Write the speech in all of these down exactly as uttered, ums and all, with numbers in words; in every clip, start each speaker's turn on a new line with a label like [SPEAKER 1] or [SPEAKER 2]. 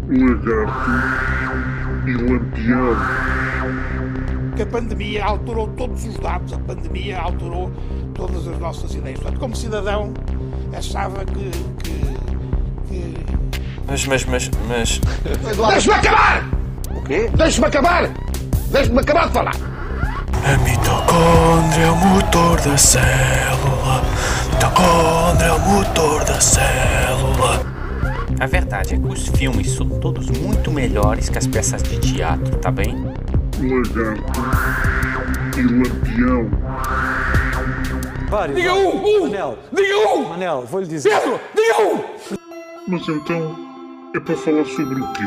[SPEAKER 1] Lagarto e Lampião.
[SPEAKER 2] Que a pandemia alterou todos os dados, a pandemia alterou todas as nossas ideias. Portanto, como cidadão, achava que... que, que...
[SPEAKER 3] Mas, mas, mas, mas...
[SPEAKER 2] Deixa-me acabar!
[SPEAKER 4] O quê?
[SPEAKER 2] Deixa-me acabar! Deixa-me acabar de falar!
[SPEAKER 3] A mitocôndria é o motor da célula. Mitocôndria é o motor da célula. A verdade é que os filmes são todos muito melhores que as peças de teatro, tá bem?
[SPEAKER 1] Lagarto e Lampião.
[SPEAKER 5] Vários.
[SPEAKER 6] Diga um! um.
[SPEAKER 5] Manel.
[SPEAKER 6] Diga um!
[SPEAKER 5] Manel, vou-lhe dizer.
[SPEAKER 6] Pedro! Diga um!
[SPEAKER 1] Mas então é para falar sobre o quê?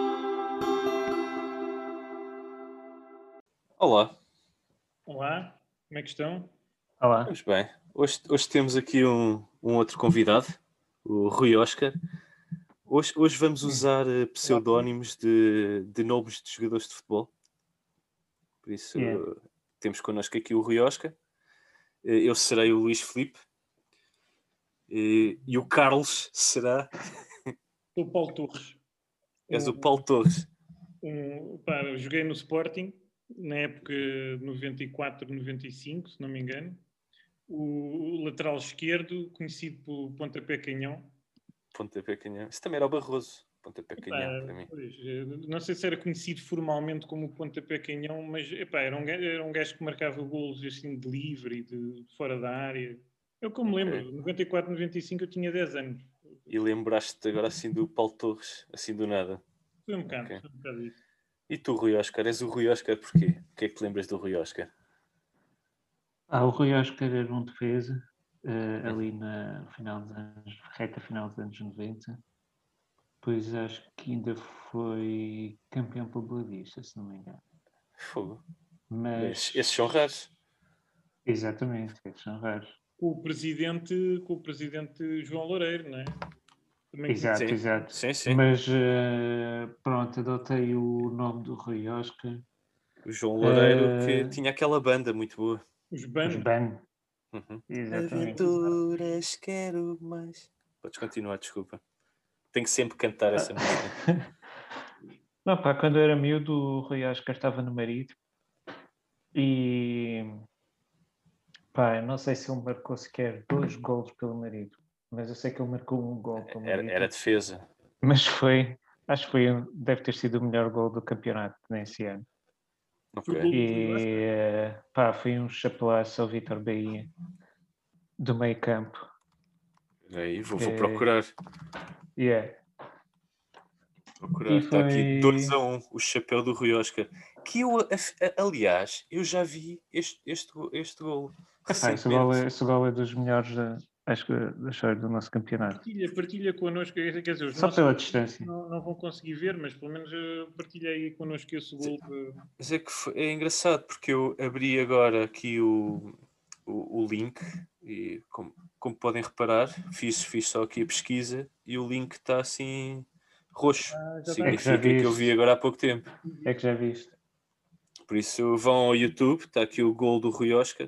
[SPEAKER 3] Olá,
[SPEAKER 7] Olá, como é que estão?
[SPEAKER 8] Olá.
[SPEAKER 3] estamos bem. Hoje, hoje temos aqui um, um outro convidado, o Rui Oscar. Hoje, hoje vamos usar uh, pseudónimos de, de nomes de jogadores de futebol. Por isso,
[SPEAKER 8] Yeah.
[SPEAKER 3] uh, temos connosco aqui o Rui Oscar. Uh, eu serei o Luís Filipe. Uh, e o Carlos será...
[SPEAKER 7] Sou o Paulo Torres.
[SPEAKER 3] És
[SPEAKER 7] Um-
[SPEAKER 3] o Paulo Torres.
[SPEAKER 7] Um, pá, eu joguei no Sporting na época noventa e quatro, noventa e cinco, se não me engano. O, o lateral esquerdo, conhecido por pontapé canhão.
[SPEAKER 3] Pontapé Canhão. Isso também era o Barroso. Pontapé Canhão,
[SPEAKER 7] Pá,
[SPEAKER 3] para mim.
[SPEAKER 7] pois, eh, não sei se era conhecido formalmente como pontapé canhão, mas epá, era, um gajo, era um gajo que marcava golos assim, de livre e de fora da área. Eu como me
[SPEAKER 3] Ok.
[SPEAKER 7] lembro, noventa e quatro, noventa e cinco eu tinha dez anos.
[SPEAKER 3] E lembraste-te agora assim do Paulo Torres, assim do nada.
[SPEAKER 7] Foi um bocado,
[SPEAKER 3] Ok.
[SPEAKER 7] foi um bocado isso.
[SPEAKER 3] E tu, Rui Oscar? És o Rui Oscar porquê? O que é que te lembras do Rui Oscar?
[SPEAKER 8] Ah, o Rui Oscar era um defesa, eh, ali na final dos anos, reta final dos anos noventa. Pois acho que ainda foi campeão pelo Boa Vista, se não me engano.
[SPEAKER 3] Fogo.
[SPEAKER 8] Mas,
[SPEAKER 3] Mas esses são raros.
[SPEAKER 8] exatamente, esses são raros.
[SPEAKER 7] Com o presidente, com o presidente João Loureiro, não é? Também
[SPEAKER 8] Exato,
[SPEAKER 3] Sim.
[SPEAKER 8] exato.
[SPEAKER 3] Sim, sim.
[SPEAKER 8] Mas eh, pronto, adotei o nome do Rui Oscar.
[SPEAKER 3] O João Loureiro
[SPEAKER 8] Eh,
[SPEAKER 3] que tinha aquela banda muito boa.
[SPEAKER 7] os
[SPEAKER 8] Os
[SPEAKER 7] bandos.
[SPEAKER 8] Ban.
[SPEAKER 3] Uhum.
[SPEAKER 8] Exatamente.
[SPEAKER 3] Aventuras quero mais. Podes continuar, desculpa. Tenho que sempre cantar essa música.
[SPEAKER 8] Não, pá, quando eu era miúdo, o Rui Oscar estava no marido e pá, eu não sei se ele marcou sequer dois golos pelo marido, mas eu sei que ele marcou um gol pelo
[SPEAKER 3] Era,
[SPEAKER 8] marido.
[SPEAKER 3] era defesa.
[SPEAKER 8] Mas foi, acho que foi, um- deve ter sido o melhor gol do campeonato nesse ano.
[SPEAKER 3] Ok.
[SPEAKER 8] E eh, pá, foi um chapelaço ao Vítor Bahia do meio campo.
[SPEAKER 3] Aí, vou, vou
[SPEAKER 8] É.
[SPEAKER 3] procurar.
[SPEAKER 8] Yeah.
[SPEAKER 3] procurar.
[SPEAKER 8] E
[SPEAKER 3] Está aqui
[SPEAKER 8] foi-
[SPEAKER 3] dois a um, o chapéu do Rui Oscar. Que eu, a- a- aliás, eu já vi este, este, go- este golo.
[SPEAKER 8] Ah, esse, gol
[SPEAKER 3] recentemente.
[SPEAKER 8] é, esse gol é dos melhores, eh, acho que, da história do nosso campeonato.
[SPEAKER 7] Partilha, partilha connosco, quer dizer, os
[SPEAKER 8] Só
[SPEAKER 7] nossos
[SPEAKER 8] pela
[SPEAKER 7] ouvintes
[SPEAKER 8] distância.
[SPEAKER 7] Não, não vão conseguir ver, mas pelo menos eh, partilha aí connosco esse gol. de-
[SPEAKER 3] Mas é que foi- é engraçado porque eu abri agora aqui o, o, o link e como, como podem reparar, fiz, fiz só aqui a pesquisa e o link está assim roxo.
[SPEAKER 7] Ah, já está.
[SPEAKER 3] Significa
[SPEAKER 8] É que já
[SPEAKER 3] que eu
[SPEAKER 8] viste.
[SPEAKER 3] vi agora há pouco tempo.
[SPEAKER 8] É que já viste.
[SPEAKER 3] Por isso vão ao YouTube, está aqui o gol do Rui Oscar.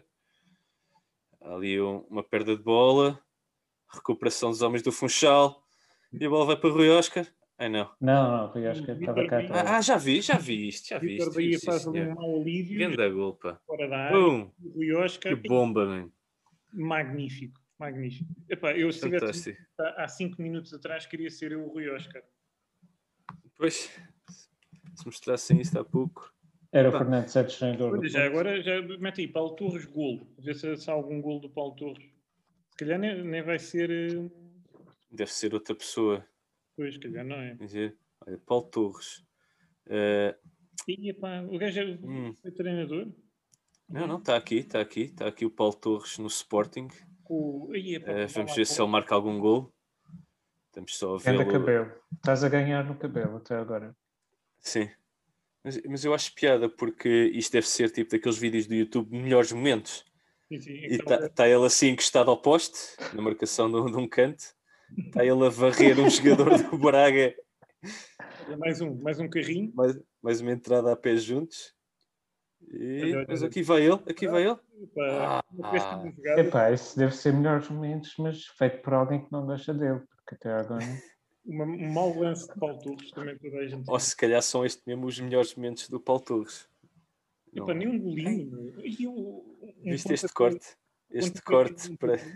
[SPEAKER 3] Há ali um- uma perda de bola, recuperação dos homens do Funchal e a bola vai para o Rui Oscar. Ai não.
[SPEAKER 8] Não, não, Rui Oscar
[SPEAKER 7] Vítor
[SPEAKER 8] estava cá
[SPEAKER 7] Bahia.
[SPEAKER 8] atrás.
[SPEAKER 3] Ah, ah, já vi, já vi isto, já vi
[SPEAKER 7] Vítor
[SPEAKER 3] isto.
[SPEAKER 7] Bahia
[SPEAKER 3] sim,
[SPEAKER 7] faz
[SPEAKER 3] senhor.
[SPEAKER 7] um mau alívio,
[SPEAKER 3] Ganda gol, pá.
[SPEAKER 7] fora da área.
[SPEAKER 3] Bum,
[SPEAKER 7] O Rui Oscar,
[SPEAKER 3] que bomba, man.
[SPEAKER 7] magnífico, magnífico. Epá, eu se tivesse
[SPEAKER 3] Fantástico.
[SPEAKER 7] há há cinco minutos atrás queria ser eu o Rui Oscar.
[SPEAKER 3] Pois, se mostrassem isto há pouco.
[SPEAKER 8] Era o
[SPEAKER 3] Pá.
[SPEAKER 8] Fernando Santos treinador do
[SPEAKER 7] Olha, já
[SPEAKER 8] Porto.
[SPEAKER 7] agora, já mete aí, Paulo Torres, golo. Vê se, se há algum golo do Paulo Torres. Se calhar nem, nem vai ser... eh,
[SPEAKER 3] Deve ser outra pessoa.
[SPEAKER 7] Pois, se calhar não é.
[SPEAKER 3] Quer dizer, olha, Paulo Torres. Eh,
[SPEAKER 7] E, epá, o gajo é-
[SPEAKER 3] Hum.
[SPEAKER 7] foi treinador?
[SPEAKER 3] não, não, está aqui, está aqui. Está aqui o Paulo Torres no Sporting.
[SPEAKER 7] Com, aí, epá,
[SPEAKER 3] Eh,
[SPEAKER 7] vai
[SPEAKER 3] vamos
[SPEAKER 7] lá
[SPEAKER 3] ver
[SPEAKER 7] com-
[SPEAKER 3] se ele marca algum gol. Estamos só a
[SPEAKER 8] Ganda
[SPEAKER 3] vê-lo.
[SPEAKER 8] cabelo. Estás a ganhar no cabelo até agora.
[SPEAKER 3] Sim. Mas, mas eu acho piada porque isto deve ser tipo daqueles vídeos do YouTube de melhores momentos.
[SPEAKER 7] Sim, sim,
[SPEAKER 3] E
[SPEAKER 7] então,
[SPEAKER 3] está tá ele assim encostado ao poste, na marcação de, um- de um canto. Está ele a varrer um jogador do Braga.
[SPEAKER 7] olha, mais um, mais um carrinho.
[SPEAKER 3] Mais, mais uma entrada a pés juntos. E,
[SPEAKER 7] Olha, olha,
[SPEAKER 3] mas
[SPEAKER 7] olha.
[SPEAKER 3] aqui vai ele, aqui vai ele.
[SPEAKER 7] Epá,
[SPEAKER 3] Ah,
[SPEAKER 7] uma péssima
[SPEAKER 3] ah.
[SPEAKER 7] jogada.
[SPEAKER 8] Epá, isso deve ser melhores momentos, mas feito por alguém que não gosta dele, porque até agora
[SPEAKER 7] Uma, um mau lance de Paulo Torres, também toda a gente.
[SPEAKER 3] Ou se calhar são estes mesmo os melhores momentos do Paulo Torres.
[SPEAKER 7] Epá, nem um golinho. E o, um
[SPEAKER 3] Viste este
[SPEAKER 7] pontapé-
[SPEAKER 3] corte? Este
[SPEAKER 7] pontapé
[SPEAKER 3] corte
[SPEAKER 7] de-
[SPEAKER 3] para...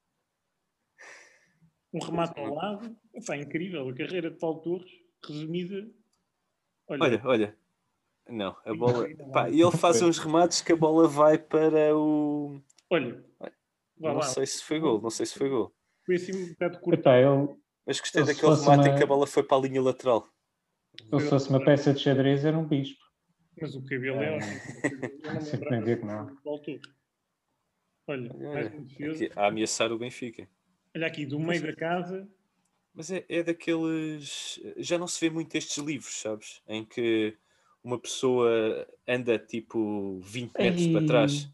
[SPEAKER 7] Um remate ao lado. Epá, incrível. A carreira de Paulo Torres, resumida. Olha,
[SPEAKER 3] Olha, olha. Não, a bola... Pá, e ele faz uns remates que a bola vai para o...
[SPEAKER 7] olha. Vá
[SPEAKER 3] Não
[SPEAKER 7] lá.
[SPEAKER 3] sei se foi gol, não sei se foi gol.
[SPEAKER 7] Foi assim um bocado curto.
[SPEAKER 8] Epá, ele,
[SPEAKER 3] Mas gostei
[SPEAKER 8] Ele, se
[SPEAKER 3] daquele
[SPEAKER 8] fosse
[SPEAKER 3] remate
[SPEAKER 8] uma-
[SPEAKER 3] em que a bola foi para a linha lateral.
[SPEAKER 8] ele se fosse uma peça de xadrez, era um bispo.
[SPEAKER 7] Mas o cabelo é
[SPEAKER 8] É.
[SPEAKER 7] ótimo. Eu não me
[SPEAKER 8] Sempre
[SPEAKER 7] lembrava
[SPEAKER 8] nem digo não.
[SPEAKER 7] do Paulo Torres. Olha,
[SPEAKER 3] Olha,
[SPEAKER 7] mais uma defesa.
[SPEAKER 3] aqui, a ameaçar o Benfica.
[SPEAKER 7] Olha aqui, do meio da casa.
[SPEAKER 3] Mas é, é daqueles... Já não se vê muito estes livros, sabes? Em que uma pessoa anda tipo vinte metros para trás.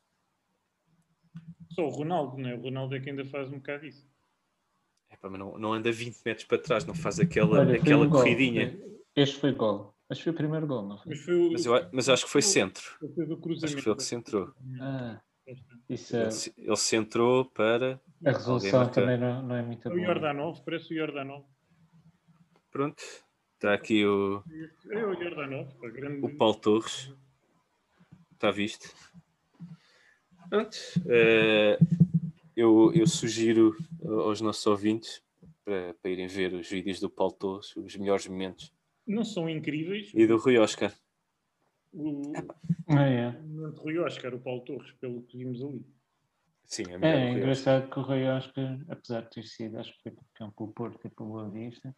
[SPEAKER 7] Só o Ronaldo, não é? O Ronaldo é que ainda faz um bocado isso.
[SPEAKER 3] Epá, mas não, não anda vinte metros para trás, não faz aquela,
[SPEAKER 8] Olha, foi
[SPEAKER 3] aquela
[SPEAKER 8] um gol.
[SPEAKER 3] corridinha.
[SPEAKER 8] Este foi gol. Acho que foi o primeiro gol, não foi?
[SPEAKER 7] Mas, foi o,
[SPEAKER 3] Mas eu, a- mas eu acho que foi centro.
[SPEAKER 7] ele fez o
[SPEAKER 3] Acho
[SPEAKER 7] cruzamento.
[SPEAKER 3] que foi ele que centrou.
[SPEAKER 8] Ah, isso é,
[SPEAKER 3] Ele, se- ele centrou para...
[SPEAKER 8] a resolução
[SPEAKER 3] marcar.
[SPEAKER 8] também não, não é muito
[SPEAKER 7] É o
[SPEAKER 8] boa.
[SPEAKER 7] Jordanov, parece o Jordanov.
[SPEAKER 3] Pronto. Está aqui o,
[SPEAKER 7] É o Jordanov, pá, grande.
[SPEAKER 3] o Paulo Torres. Está visto. Pronto. eh, eu, eu sugiro aos nossos ouvintes para, para irem ver os vídeos do Paulo Torres, os melhores momentos.
[SPEAKER 7] Não são incríveis.
[SPEAKER 3] E do Rui Oscar.
[SPEAKER 7] O,
[SPEAKER 8] Ah, é.
[SPEAKER 7] o momento de Rui Oscar, o Paulo Torres, pelo que vimos ali.
[SPEAKER 3] Sim, é melhor.
[SPEAKER 8] É
[SPEAKER 3] o Rui Oscar.
[SPEAKER 8] engraçado que o Rui Oscar, apesar de ter sido, acho que foi campeão pelo Porto e pelo Boa Vista,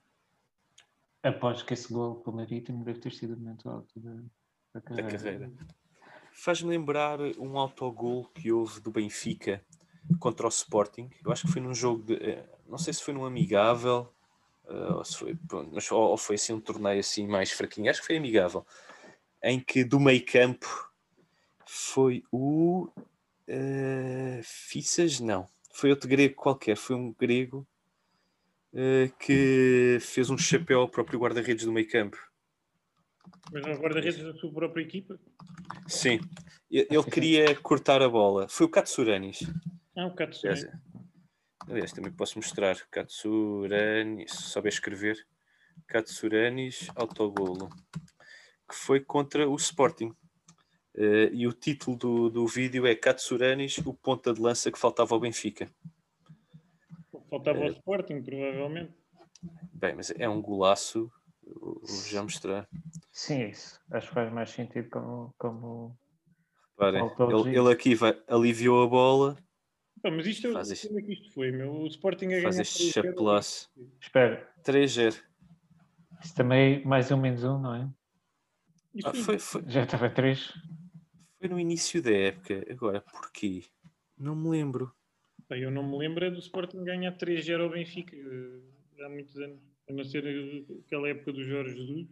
[SPEAKER 8] após que esse gol pelo Marítimo deve ter sido o momento alto da, da
[SPEAKER 3] Da
[SPEAKER 8] carreira.
[SPEAKER 3] carreira. Faz-me lembrar um autogol que houve do Benfica contra o Sporting. Eu acho que foi num jogo de... eh, Não sei se foi num amigável, eh, ou, se foi, pronto, mas, ou, ou foi assim um torneio assim mais fraquinho. Acho que foi amigável. Em que do meio campo foi o... Uh, Fissas? Não. Foi outro grego qualquer. Foi um grego uh, que fez um chapéu ao próprio guarda-redes do meio campo.
[SPEAKER 7] Mas ao guarda-redes da sua própria equipa.
[SPEAKER 3] Sim. Ele ele queria cortar a bola. Foi o Katsuranis.
[SPEAKER 7] Ah, o Cato
[SPEAKER 3] Aliás, aliás, também posso mostrar. Katsuranis, se souber escrever. Katsuranis, autogolo. Que foi contra o Sporting. Uh, e o título do, do vídeo é Katsuranis, o ponta de lança que faltava ao Benfica.
[SPEAKER 7] Faltava ao
[SPEAKER 3] É.
[SPEAKER 7] Sporting, provavelmente.
[SPEAKER 3] Bem, mas é um golaço. Vou já mostrar.
[SPEAKER 8] Sim, isso. Acho que faz mais sentido como, como
[SPEAKER 3] Reparem,
[SPEAKER 8] Faltou
[SPEAKER 3] ele, ele aqui vai, aliviou a bola,
[SPEAKER 7] Pá, mas isto,
[SPEAKER 3] Faz isto.
[SPEAKER 7] como é que isto foi, meu? O Sporting a
[SPEAKER 3] faz
[SPEAKER 7] ganhar
[SPEAKER 3] este
[SPEAKER 7] três zero.
[SPEAKER 3] chapelaço.
[SPEAKER 8] Espera,
[SPEAKER 3] três zero.
[SPEAKER 8] isso também é mais um menos um, não é?
[SPEAKER 7] Isto
[SPEAKER 3] Ah, foi, foi,
[SPEAKER 8] Já estava três.
[SPEAKER 3] foi no início da época. Agora, porquê? Não me lembro.
[SPEAKER 7] Pá, eu não me lembro é do Sporting ganhar três zero ao Benfica eh, há muitos anos. A não ser eh, aquela época do Jorge Jesus.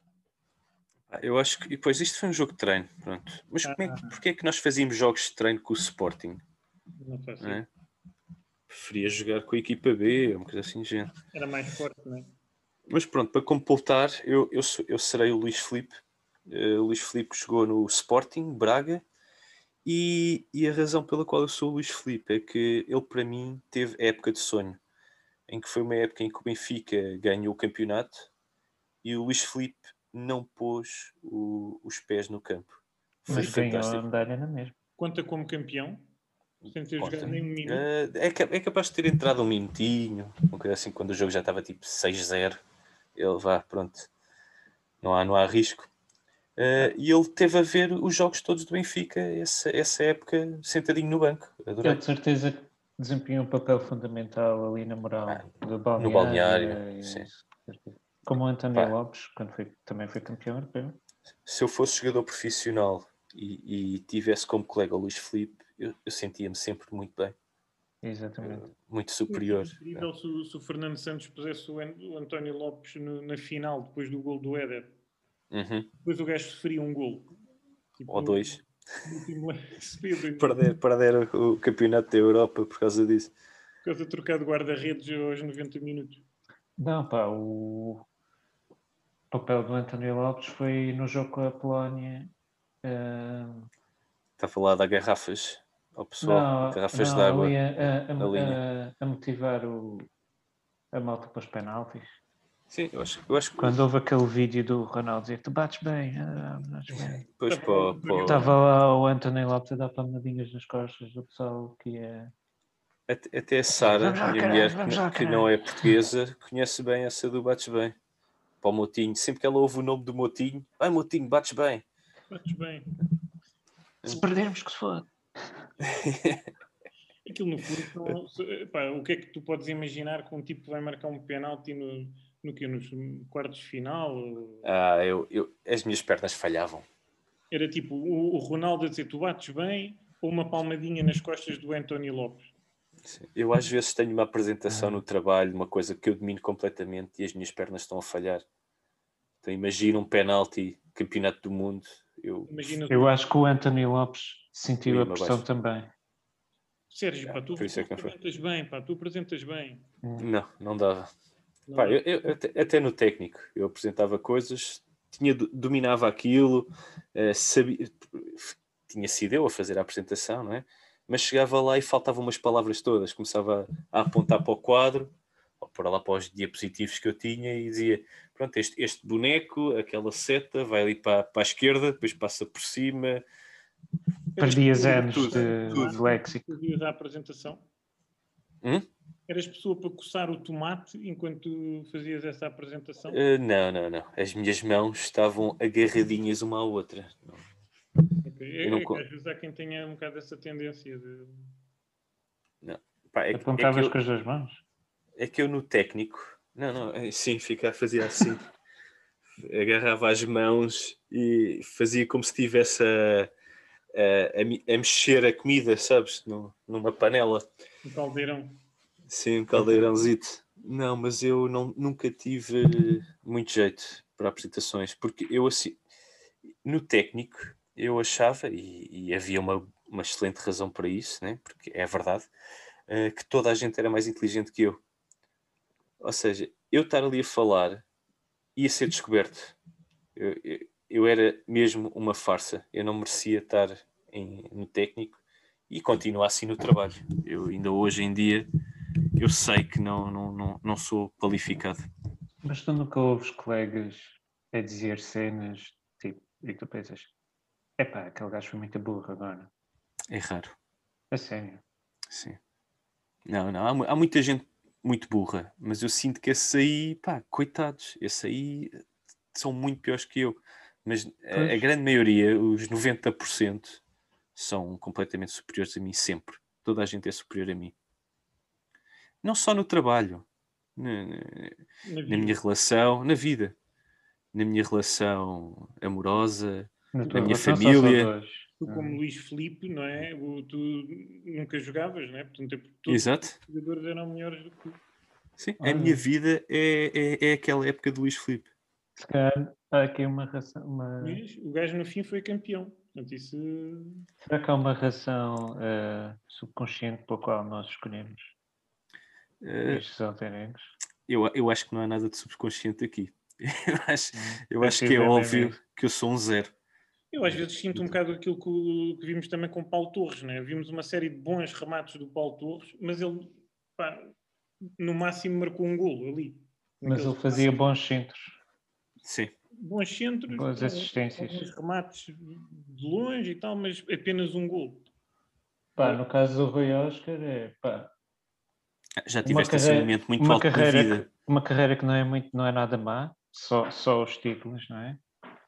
[SPEAKER 3] Ah, eu acho que. E depois, isto foi um jogo de treino. Pronto. Mas como é que, porquê é que nós fazíamos jogos de treino com o Sporting?
[SPEAKER 7] Não faço
[SPEAKER 3] Não
[SPEAKER 7] ideia.
[SPEAKER 3] é? Preferia jogar com a equipa B, uma coisa assim, gente.
[SPEAKER 7] Era mais forte, não é?
[SPEAKER 3] Mas pronto, para completar, eu, eu, sou- eu serei o Luís Filipe. Eh, o Luís Filipe jogou no Sporting, Braga, e, e a razão pela qual eu sou o Luís Filipe é que ele, para mim, teve a época de sonho, em que foi uma época em que o Benfica ganhou o campeonato e o Luís Filipe não pôs o- os pés no campo. Foi
[SPEAKER 8] Mas ganhou a
[SPEAKER 3] fantástico.
[SPEAKER 8] medalha na mesma.
[SPEAKER 7] Conta como campeão, sem ter
[SPEAKER 3] Conta.
[SPEAKER 7] jogado nem um minuto.
[SPEAKER 3] Eh, é, ca- é capaz de ter entrado um minutinho, uma coisa assim, quando o jogo já estava tipo seis zero. Ele vá, pronto, não há, não há risco. Eh, e ele teve a ver os jogos todos do Benfica, essa, essa época, sentadinho no banco. Adorei.
[SPEAKER 8] Ele de certeza que desempenhou um papel fundamental ali na moral
[SPEAKER 3] Ah,
[SPEAKER 8] do balneário.
[SPEAKER 3] balneário,
[SPEAKER 8] e-
[SPEAKER 3] sim.
[SPEAKER 8] Como o António
[SPEAKER 3] Pá.
[SPEAKER 8] Lopes, quando foi, também foi campeão europeu.
[SPEAKER 3] Se eu fosse jogador profissional e, e tivesse como colega o Luís Filipe, eu, eu sentia-me sempre muito bem,
[SPEAKER 8] Exatamente.
[SPEAKER 3] muito superior.
[SPEAKER 7] Incrível se, o- se o Fernando Santos pusesse o, An- o António Lopes no- na final, depois do gol do Éder.
[SPEAKER 3] Uhum.
[SPEAKER 7] Depois o gajo sofria um gol. Tipo,
[SPEAKER 3] Ou dois.
[SPEAKER 7] no último lance, sofria dois golos.
[SPEAKER 3] Perder, perder o, o campeonato da Europa por causa disso.
[SPEAKER 7] Por causa de trocar de guarda-redes aos noventa minutos.
[SPEAKER 8] Não, pá, o papel do António Lopes foi no jogo com a Polónia. ah,
[SPEAKER 3] Está a falar de garrafas ao pessoal,
[SPEAKER 8] não,
[SPEAKER 3] garrafas
[SPEAKER 8] não,
[SPEAKER 3] de água
[SPEAKER 8] ali a, a- a-
[SPEAKER 3] na linha.
[SPEAKER 8] a- a motivar o, a malta para os penaltis.
[SPEAKER 3] Sim, eu acho, eu acho que.
[SPEAKER 8] Quando houve aquele vídeo do Ronaldo dizer tu bates bem, ah, bates bem.
[SPEAKER 3] Depois para, o- para, o-
[SPEAKER 8] Estava lá o Anthony Lopes a dar palmadinhas nas costas do pessoal que é.
[SPEAKER 3] até, até a Sara,
[SPEAKER 8] Vamos lá,
[SPEAKER 3] minha
[SPEAKER 8] caralho,
[SPEAKER 3] mulher,
[SPEAKER 8] vamos
[SPEAKER 3] que,
[SPEAKER 8] lá,
[SPEAKER 3] que não
[SPEAKER 8] caralho.
[SPEAKER 3] é portuguesa, conhece bem essa do bates bem. Para o Motinho. Sempre que ela ouve o nome do Motinho, ai Motinho, bates bem.
[SPEAKER 7] Bates bem.
[SPEAKER 8] Se perdermos que se foda.
[SPEAKER 7] Aquilo no fundo, são- se- pá, o que é que tu podes imaginar que um tipo vai marcar um penalti no, no quê? Nos quartos de final? Ou-
[SPEAKER 3] Ah, eu, eu, as minhas pernas falhavam.
[SPEAKER 7] Era tipo o, o Ronaldo a dizer tu bates bem ou uma palmadinha nas costas do António Lopes.
[SPEAKER 3] Sim. Eu às vezes tenho uma apresentação no trabalho, uma coisa que eu domino completamente e as minhas pernas estão a falhar. Então imagina um penalti, campeonato do mundo. Eu,
[SPEAKER 7] Imagina
[SPEAKER 8] Eu
[SPEAKER 7] tu,
[SPEAKER 8] acho que o Anthony Lopes sentiu
[SPEAKER 3] Eu
[SPEAKER 8] a
[SPEAKER 3] ia-me
[SPEAKER 8] pressão
[SPEAKER 3] abaixo.
[SPEAKER 8] também.
[SPEAKER 7] Sérgio, pá, tu,
[SPEAKER 3] Por isso
[SPEAKER 7] tu
[SPEAKER 3] é que não foi.
[SPEAKER 7] apresentas bem, pá, tu apresentas bem.
[SPEAKER 3] Não, não dava.
[SPEAKER 7] Não
[SPEAKER 3] Pá,
[SPEAKER 7] dá.
[SPEAKER 3] eu, eu- até, até no técnico, eu apresentava coisas, tinha, dominava aquilo, eh, sabia, tinha sido eu a fazer a apresentação, não é? Mas chegava lá e faltavam umas palavras todas, começava a, a apontar para o quadro, ou para lá para os diapositivos que eu tinha e dizia, pronto, este, este boneco, aquela seta, vai ali para, para a esquerda, depois passa por cima.
[SPEAKER 8] Perdias
[SPEAKER 3] tudo,
[SPEAKER 8] anos
[SPEAKER 3] tudo,
[SPEAKER 8] de,
[SPEAKER 3] tudo.
[SPEAKER 8] de léxico.
[SPEAKER 7] Fazias a apresentação?
[SPEAKER 3] Hum?
[SPEAKER 7] Eras pessoa para coçar o tomate enquanto tu fazias essa apresentação?
[SPEAKER 3] Eh, não, não, não. As minhas mãos estavam agarradinhas uma à outra. Não.
[SPEAKER 7] Ok.
[SPEAKER 3] Eu não
[SPEAKER 7] É, é que
[SPEAKER 3] co-
[SPEAKER 7] às vezes há quem tenha um bocado essa tendência de.
[SPEAKER 3] não. Pá, é, que- é que
[SPEAKER 8] Apontavas
[SPEAKER 3] eu,
[SPEAKER 8] com as duas mãos.
[SPEAKER 3] é que eu no técnico, não, não, é, sim, fica, fazia assim, agarrava as mãos e fazia como se estivesse a, a, a mi- a mexer a comida, sabes, Num- numa panela,
[SPEAKER 7] Um caldeirão.
[SPEAKER 3] sim, um caldeirãozito. Não, mas eu não, nunca tive muito jeito para apresentações, porque eu assim, no técnico, eu achava, e, e havia uma, uma excelente razão para isso, né? Porque é verdade, eh, que toda a gente era mais inteligente que eu. Ou seja, eu estar ali a falar ia ser descoberto. Eu, eu, eu era mesmo uma farsa. Eu não merecia estar em, no técnico e continuo assim no trabalho. Eu ainda hoje em dia eu sei que não, não, não, não sou qualificado.
[SPEAKER 8] Mas tu nunca ouves colegas a dizer cenas tipo, e tu pensas, epá, aquele gajo foi muito burro agora.
[SPEAKER 3] É raro.
[SPEAKER 8] A sério.
[SPEAKER 3] Sim. Não, não. Há, mu- há muita gente muito burra, mas eu sinto que esses aí, pá, coitados, esses aí são muito piores que eu. Mas a, a
[SPEAKER 8] Pois.
[SPEAKER 3] grande maioria, os noventa por cento, são completamente superiores a mim sempre. Toda a gente é superior a mim. Não só no trabalho, na, na-
[SPEAKER 7] Na
[SPEAKER 3] na minha
[SPEAKER 7] vida.
[SPEAKER 3] relação, na vida. Na minha relação amorosa,
[SPEAKER 8] Na
[SPEAKER 3] na
[SPEAKER 8] tua
[SPEAKER 3] minha
[SPEAKER 8] relação só são
[SPEAKER 3] família.
[SPEAKER 8] dois.
[SPEAKER 7] Tu, como
[SPEAKER 8] Hum.
[SPEAKER 7] Luís Filipe, não é? O- tu nunca jogavas, não é? Portanto, é porque todos
[SPEAKER 3] Exato.
[SPEAKER 7] os jogadores eram melhores do que tu.
[SPEAKER 3] Sim, a
[SPEAKER 8] Olha.
[SPEAKER 3] minha vida é, é, é aquela época de Luís Filipe.
[SPEAKER 8] Se calhar há aqui uma razão. Uma...
[SPEAKER 7] Mas o gajo no fim foi campeão. Portanto, isso.
[SPEAKER 8] Será que há uma razão eh, subconsciente pela qual nós escolhemos
[SPEAKER 3] Eh,
[SPEAKER 8] estes alternantes?
[SPEAKER 3] eu, eu acho que não há nada de subconsciente aqui. Eu acho, eu
[SPEAKER 8] Hum,
[SPEAKER 3] acho que é
[SPEAKER 8] é mesmo
[SPEAKER 3] óbvio
[SPEAKER 8] isso.
[SPEAKER 3] que eu sou um zero.
[SPEAKER 7] Eu às vezes sinto um bocado aquilo que, o- que vimos também com o Paulo Torres, né? Vimos uma série de bons remates do Paulo Torres, mas ele, pá, no máximo marcou um golo ali.
[SPEAKER 8] Mas
[SPEAKER 7] Naqueles
[SPEAKER 8] ele fazia bons centros.
[SPEAKER 3] Sim.
[SPEAKER 7] bons centros,
[SPEAKER 8] boas
[SPEAKER 7] com-
[SPEAKER 8] assistências.
[SPEAKER 7] alguns remates de longe e tal, mas apenas um golo.
[SPEAKER 8] Pá, no caso do Rui Oscar, é pá,
[SPEAKER 3] Já
[SPEAKER 8] uma
[SPEAKER 3] tiveste assim um
[SPEAKER 8] carreira,
[SPEAKER 3] momento muito
[SPEAKER 8] uma
[SPEAKER 3] alto na
[SPEAKER 8] carreira,
[SPEAKER 3] vida.
[SPEAKER 8] que, uma carreira que não é, muito, não é nada má, só, só os títulos, não é?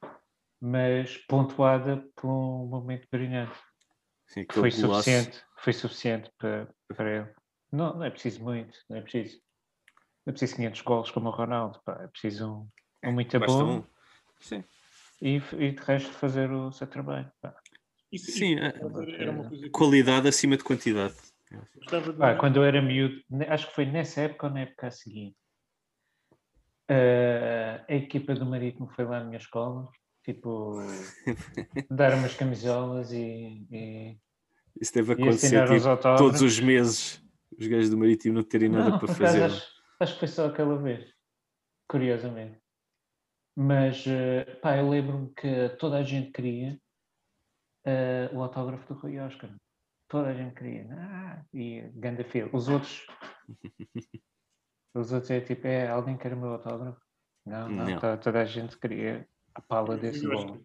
[SPEAKER 8] Mas pontuada por um momento brilhante.
[SPEAKER 3] Sim,
[SPEAKER 8] Que foi
[SPEAKER 3] aquele golaço.
[SPEAKER 8] suficiente, foi suficiente para, para ele. Não, não é preciso muito, não é preciso. Não é preciso quinhentos golos como o Ronaldo, pá, é preciso um, um muito
[SPEAKER 3] Basta
[SPEAKER 8] bom
[SPEAKER 3] um. Sim.
[SPEAKER 8] e, e de resto fazer o seu trabalho. Pá.
[SPEAKER 7] Isso,
[SPEAKER 3] Sim,
[SPEAKER 7] isso,
[SPEAKER 3] é-
[SPEAKER 7] por acaso, era uma coisa que eu
[SPEAKER 3] Qualidade acima de quantidade.
[SPEAKER 7] gostava de
[SPEAKER 8] Pá,
[SPEAKER 7] ver.
[SPEAKER 8] quando eu era miúdo, ne- acho que foi nessa época ou na época a seguir, eh, a equipa do Marítimo foi lá à minha escola, tipo, dar umas camisolas e, e,
[SPEAKER 3] Isso deve
[SPEAKER 8] e
[SPEAKER 3] acontecer
[SPEAKER 8] assinar uns
[SPEAKER 3] tipo,
[SPEAKER 8] autógrafos.
[SPEAKER 3] todos os meses. Os gajos do Marítimo não terem nada
[SPEAKER 8] Não,
[SPEAKER 3] para
[SPEAKER 8] por acaso
[SPEAKER 3] fazer.
[SPEAKER 8] acho, acho que foi só aquela vez, curiosamente. Mas, eh, pá, eu lembro-me que toda a gente queria eh, o autógrafo do Rui Oscar. Toda a gente queria. Ah, e ganda fila. Os outros, Os outros é tipo, é, alguém quer o meu autógrafo? Não, não,
[SPEAKER 3] Não.
[SPEAKER 8] to- toda a gente queria a pala desse
[SPEAKER 7] Eu acho
[SPEAKER 8] gol.
[SPEAKER 7] que-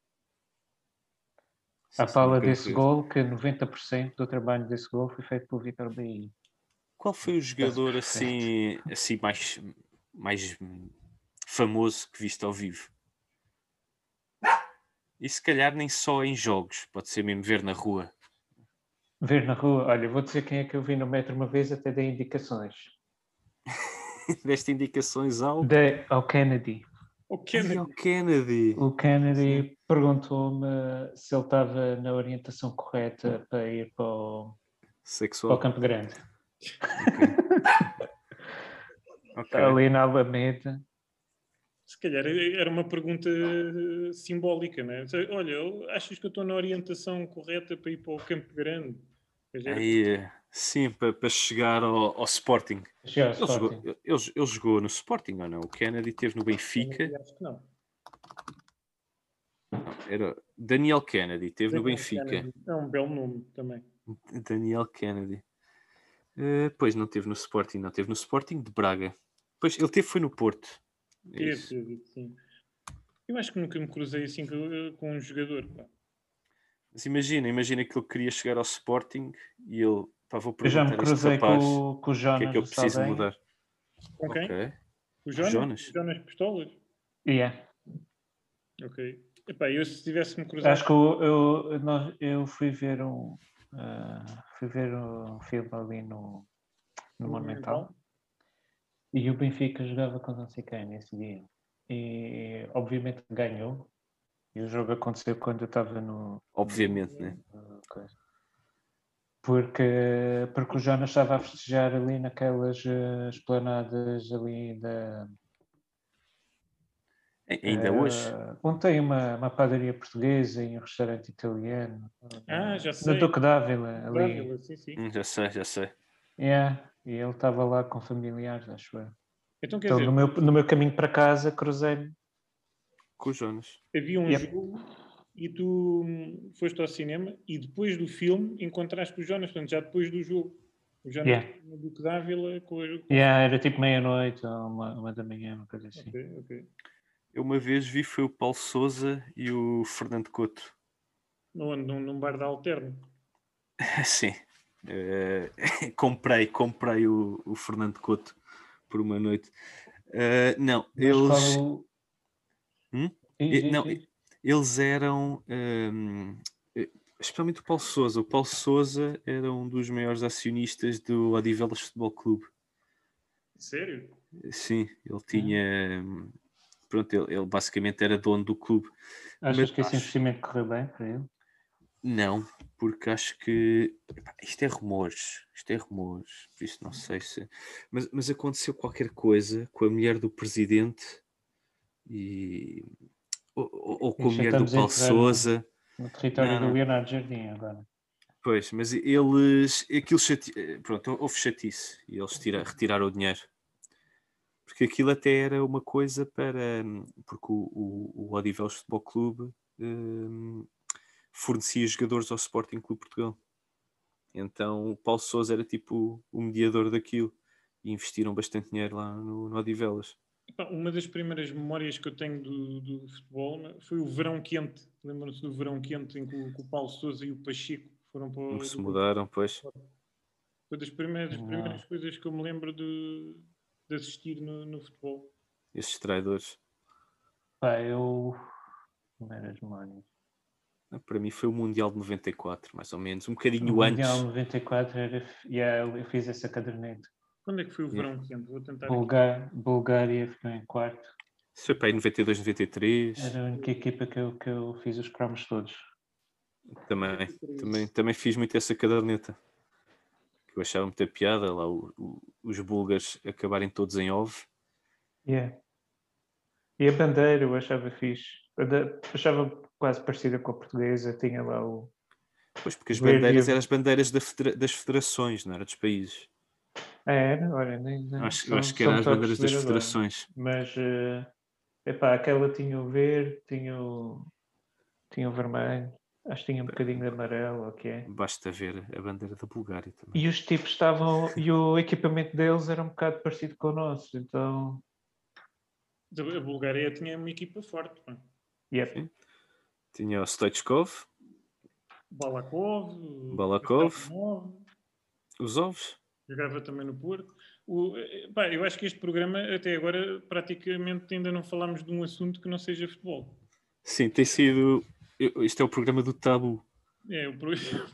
[SPEAKER 8] A
[SPEAKER 3] Sim,
[SPEAKER 8] pala
[SPEAKER 3] nunca me
[SPEAKER 8] desse
[SPEAKER 3] fez.
[SPEAKER 8] gol, que noventa por cento do trabalho desse gol foi feito pelo Vítor Bahia.
[SPEAKER 3] Qual foi o jogador assim, assim mais, mais hum, famoso que viste ao vivo? E se calhar nem só em jogos, pode ser mesmo ver na rua.
[SPEAKER 8] Ver na rua, olha, vou dizer quem é que eu vi no metro uma vez, até dei indicações.
[SPEAKER 3] Deste indicações ao...
[SPEAKER 8] Dei ao Kennedy.
[SPEAKER 7] O
[SPEAKER 3] Ai,
[SPEAKER 7] Kennedy.
[SPEAKER 3] ao Kennedy.
[SPEAKER 8] O Kennedy perguntou-me se ele estava na orientação correta para ir para o, para o
[SPEAKER 3] Sexual.
[SPEAKER 8] Campo Grande.
[SPEAKER 3] Ok.
[SPEAKER 8] Ali na Alameda.
[SPEAKER 7] Se calhar era uma pergunta eh, simbólica, não é? Olha, achas que eu estou na orientação correta para ir para o Campo Grande? Quer dizer,
[SPEAKER 3] Aí, eh, sim, para, para chegar ao, ao Sporting.
[SPEAKER 8] Chegou ao
[SPEAKER 3] Ele jogou,
[SPEAKER 8] Sporting.
[SPEAKER 3] ele, ele jogou no Sporting ou não? O Kennedy esteve no Benfica.
[SPEAKER 7] acho que não.
[SPEAKER 3] Era Daniel Kennedy, esteve no
[SPEAKER 7] Daniel
[SPEAKER 3] Benfica.
[SPEAKER 7] Kennedy. É um belo nome também.
[SPEAKER 3] Daniel Kennedy. Eh, pois não teve no Sporting, não. Teve no Sporting de Braga. Pois ele teve foi no Porto. É
[SPEAKER 7] Teve,
[SPEAKER 3] isso.
[SPEAKER 7] teve, sim. Eu acho que nunca me cruzei assim com, com um jogador. Pá.
[SPEAKER 3] Mas imagina, imagina que ele queria chegar ao Sporting e ele, pá, vou
[SPEAKER 8] Eu já me
[SPEAKER 3] perguntar a este
[SPEAKER 8] cruzei
[SPEAKER 3] rapaz
[SPEAKER 8] com, com o
[SPEAKER 3] o
[SPEAKER 8] Jonas
[SPEAKER 3] que é que eu
[SPEAKER 8] do
[SPEAKER 3] preciso
[SPEAKER 8] Saldanha.
[SPEAKER 3] mudar.
[SPEAKER 7] Com quem?
[SPEAKER 3] Ok.
[SPEAKER 7] O Jonas?
[SPEAKER 3] Jonas?
[SPEAKER 7] Jonas Pistolas?
[SPEAKER 8] Yeah.
[SPEAKER 7] Ok. Epá, eu se tivesse-me cruzado...
[SPEAKER 8] Acho que eu, eu, nós- eu fui ver um ah, fui ver um filme ali no, no Monumental e o Benfica jogava com não sei quem nesse dia. E obviamente ganhou. E o jogo aconteceu quando eu estava no.
[SPEAKER 3] Obviamente, né?
[SPEAKER 8] no coisa. Porque, porque o Jonas estava a festejar ali naquelas eh, esplanadas ali da.
[SPEAKER 3] A- Ainda hoje.
[SPEAKER 8] eh, onde tem uma, uma padaria portuguesa e um restaurante italiano.
[SPEAKER 7] Ah,
[SPEAKER 8] eh,
[SPEAKER 7] já
[SPEAKER 8] No
[SPEAKER 7] sei.
[SPEAKER 8] Duque d'Ávila, ali.
[SPEAKER 7] Dávila, sim, sim.
[SPEAKER 3] Hum, já sei, já sei.
[SPEAKER 8] Yeah, e ele estava lá com familiares, acho eu.
[SPEAKER 7] Então, quer
[SPEAKER 8] Então,
[SPEAKER 7] dizer,
[SPEAKER 8] no meu, no meu caminho para casa, cruzei-me.
[SPEAKER 3] Com o Jonas.
[SPEAKER 7] havia um
[SPEAKER 8] Yep.
[SPEAKER 7] jogo e tu hum, foste ao cinema e depois do filme encontraste o Jonas, portanto, já depois do jogo. O Jonas
[SPEAKER 8] Yeah.
[SPEAKER 7] no Duque d'Ávila com a... com-
[SPEAKER 8] Yeah, era tipo meia-noite ou uma, uma da manhã, uma coisa assim.
[SPEAKER 7] Ok, ok.
[SPEAKER 3] Eu uma vez vi foi o Paulo Sousa e o Fernando Couto.
[SPEAKER 7] No, num, num bar da Alterno.
[SPEAKER 3] Sim. Eh, comprei, comprei o, o Fernando Couto por uma noite. Eh, não,
[SPEAKER 8] Mas
[SPEAKER 3] eles,
[SPEAKER 8] qual...
[SPEAKER 3] Hum?
[SPEAKER 8] Diz,
[SPEAKER 3] Eh,
[SPEAKER 8] diz,
[SPEAKER 3] não,
[SPEAKER 8] diz.
[SPEAKER 3] eles eram, hum, eh, especialmente o Paulo Sousa. O Paulo Sousa era um dos maiores acionistas do Odivelas Futebol Clube.
[SPEAKER 7] Sério?
[SPEAKER 3] Sim, ele tinha. hum, Pronto, ele, ele basicamente era dono do clube.
[SPEAKER 8] Achas
[SPEAKER 3] Mas
[SPEAKER 8] que esse
[SPEAKER 3] acho-
[SPEAKER 8] investimento correu bem para ele?
[SPEAKER 3] Não, porque acho que epá, isto é rumores, isto é rumores, por isso não sei se. Mas, mas aconteceu qualquer coisa com a mulher do presidente e ou, ou- ou com a
[SPEAKER 8] Já
[SPEAKER 3] mulher do
[SPEAKER 8] estamos a
[SPEAKER 3] Paulo
[SPEAKER 8] entrar no-
[SPEAKER 3] Sousa.
[SPEAKER 8] No território
[SPEAKER 3] Não,
[SPEAKER 8] do
[SPEAKER 3] não.
[SPEAKER 8] Leonardo Jardim agora.
[SPEAKER 3] Pois, mas eles aquilo chate... pronto, houve chatice e eles tira... retiraram o dinheiro. Porque aquilo até era uma coisa para porque o, o, o Odivelas Futebol Clube hum, fornecia jogadores ao Sporting Clube Portugal. Então o Paulo Sousa era tipo o mediador daquilo e investiram bastante dinheiro lá no, no Odivelas.
[SPEAKER 7] Epá, uma das primeiras memórias que eu tenho do, do futebol, né, foi o Verão Quente. Lembram-se do Verão Quente em que o, que o Paulo Sousa e o Pacheco foram para o...
[SPEAKER 3] Como se mudaram, pois.
[SPEAKER 7] Foi das primeiras, das
[SPEAKER 8] Não.
[SPEAKER 7] primeiras coisas que eu me lembro de, de assistir no, no futebol.
[SPEAKER 3] Esses traidores.
[SPEAKER 8] Pá, eu. Primeiras memórias.
[SPEAKER 3] Para mim foi o Mundial de noventa e quatro, mais ou menos. Um bocadinho
[SPEAKER 8] No
[SPEAKER 3] antes.
[SPEAKER 8] Mundial noventa e quatro era. Yeah, eu fiz essa caderneta.
[SPEAKER 7] Quando é que foi o
[SPEAKER 3] Yeah.
[SPEAKER 7] Verão Quente? Vou tentar aqui.
[SPEAKER 8] Bulga- Bulgária ficou em quarto.
[SPEAKER 3] Isso foi para aí noventa e dois, noventa e três.
[SPEAKER 8] Era a única equipa que eu, que eu fiz os cromos todos.
[SPEAKER 3] Também, também, também fiz muito essa caderneta. Que eu achava muita piada lá o- o- os búlgares acabarem todos em O V.
[SPEAKER 8] Yeah. E a bandeira eu achava fixe. Eu da- achava quase parecida com a portuguesa. Tinha lá o.
[SPEAKER 3] Pois, porque as
[SPEAKER 8] Verde
[SPEAKER 3] bandeiras
[SPEAKER 8] e-
[SPEAKER 3] eram as bandeiras da federa- das federações, não era dos países.
[SPEAKER 8] Ah, era? Olha, nem, nem,
[SPEAKER 3] Acho, eu
[SPEAKER 8] só-
[SPEAKER 3] acho que
[SPEAKER 8] só
[SPEAKER 3] eram
[SPEAKER 8] me
[SPEAKER 3] as
[SPEAKER 8] estou a
[SPEAKER 3] bandeiras das
[SPEAKER 8] perceber agora.
[SPEAKER 3] federações.
[SPEAKER 8] Mas, eh, epá, aquela tinha o verde, tinha o, tinha o vermelho. Acho que tinha um bocadinho de amarelo, ok.
[SPEAKER 3] Basta ver a bandeira da Bulgária também.
[SPEAKER 8] E os tipos estavam... E o equipamento deles era um bocado parecido com o nosso, então...
[SPEAKER 7] A Bulgária tinha uma equipa forte. Pá.
[SPEAKER 8] Yep.
[SPEAKER 3] Sim. Tinha o Stoichkov,
[SPEAKER 7] Balakov,
[SPEAKER 3] Balakov,
[SPEAKER 7] Balakov,
[SPEAKER 3] os ovos.
[SPEAKER 7] jogava também no Porto. O, pá, eu acho que este programa, até agora, praticamente ainda não falámos de um assunto que não seja futebol.
[SPEAKER 3] Sim, tem sido... Este é o programa do tabu.
[SPEAKER 7] É, o, pro...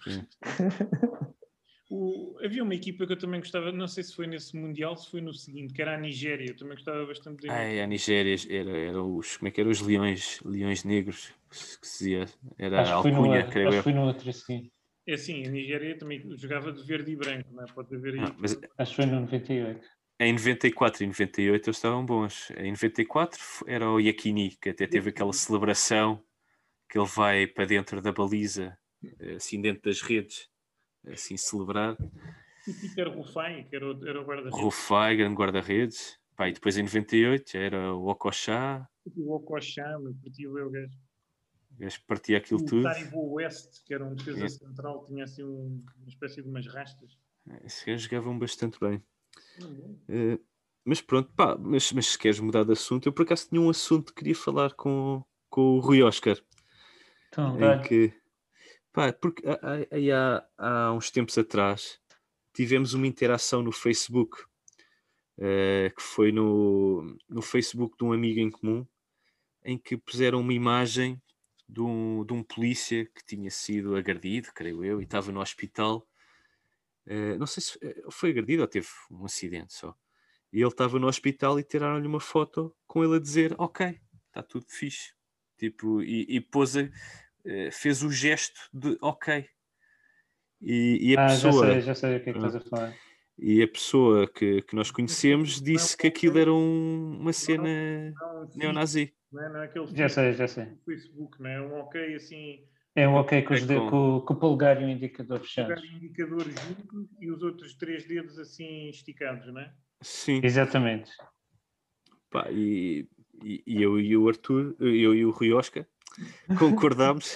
[SPEAKER 7] o, havia uma equipa que eu também gostava, não sei se foi nesse Mundial, se foi no seguinte, que era a Nigéria. Eu também gostava bastante de...
[SPEAKER 3] Ai, a Nigéria era, era os... Como é que eram os leões? Leões negros, que se dizia. Era
[SPEAKER 8] Acho que foi no
[SPEAKER 3] alcunha,
[SPEAKER 8] outro,
[SPEAKER 3] creio
[SPEAKER 8] acho
[SPEAKER 3] eu.
[SPEAKER 8] que foi no outro assim.
[SPEAKER 7] É assim, a Nigéria também jogava de verde e branco, não é? Pode haver aí...
[SPEAKER 3] Não, mas
[SPEAKER 8] Acho que foi no noventa e oito.
[SPEAKER 3] em noventa e quatro e noventa e oito eles estavam bons. Em noventa e quatro era o Yakini, que até teve aquela celebração que ele vai para dentro da baliza, assim dentro das redes, assim celebrar.
[SPEAKER 7] O Peter Rufai, que era o, era o guarda-redes.
[SPEAKER 3] Rufai, grande guarda-redes. Pá, e depois em noventa e oito já era o Okocha,
[SPEAKER 7] O Okochama, partiu eu o gajo.
[SPEAKER 3] o gajo partia aquilo
[SPEAKER 7] O
[SPEAKER 3] tudo.
[SPEAKER 7] Taribo West, que era um defesa
[SPEAKER 3] É.
[SPEAKER 7] central, tinha assim um, uma espécie de umas rastas.
[SPEAKER 3] Esses gajos jogavam bastante bem.
[SPEAKER 7] Uhum.
[SPEAKER 3] Uh, mas pronto, pá, mas, mas se queres mudar de assunto, eu por acaso tinha um assunto que queria falar com, com o Rui Oscar.
[SPEAKER 8] Então,
[SPEAKER 3] Em
[SPEAKER 8] dá-lhe.
[SPEAKER 3] que, pá, porque aí há, há uns tempos atrás tivemos uma interação no Facebook, uh, que foi no, no Facebook de um amigo em comum, em que puseram uma imagem de um, de um polícia que tinha sido agredido, creio eu, e estava no hospital. Uh, não sei se foi agredido ou teve um acidente só. E ele estava no hospital e tiraram-lhe uma foto com ele a dizer ok, está tudo fixe. Tipo, e, e pôs a, uh, fez o gesto de ok. E, e a
[SPEAKER 8] Ah, já
[SPEAKER 3] pessoa,
[SPEAKER 8] sei, já sei o que é que estás a falar.
[SPEAKER 3] e a pessoa que, que nós conhecemos disse que aquilo era um, uma cena
[SPEAKER 7] Não, sim,
[SPEAKER 3] neonazi.
[SPEAKER 7] não é, não é aquele
[SPEAKER 8] Já sei, já sei.
[SPEAKER 7] do Facebook, não é? Um ok assim,
[SPEAKER 8] É um ok com, os
[SPEAKER 3] É
[SPEAKER 8] de-
[SPEAKER 3] com-
[SPEAKER 8] com- com o polegar e o indicador
[SPEAKER 7] jogar
[SPEAKER 8] fechados.
[SPEAKER 7] indicador juntos e os outros três dedos assim esticados, não é?
[SPEAKER 3] Sim.
[SPEAKER 8] Exatamente.
[SPEAKER 3] Pá, e, e, e eu e o Arthur, eu e o Rui Oscar, concordámos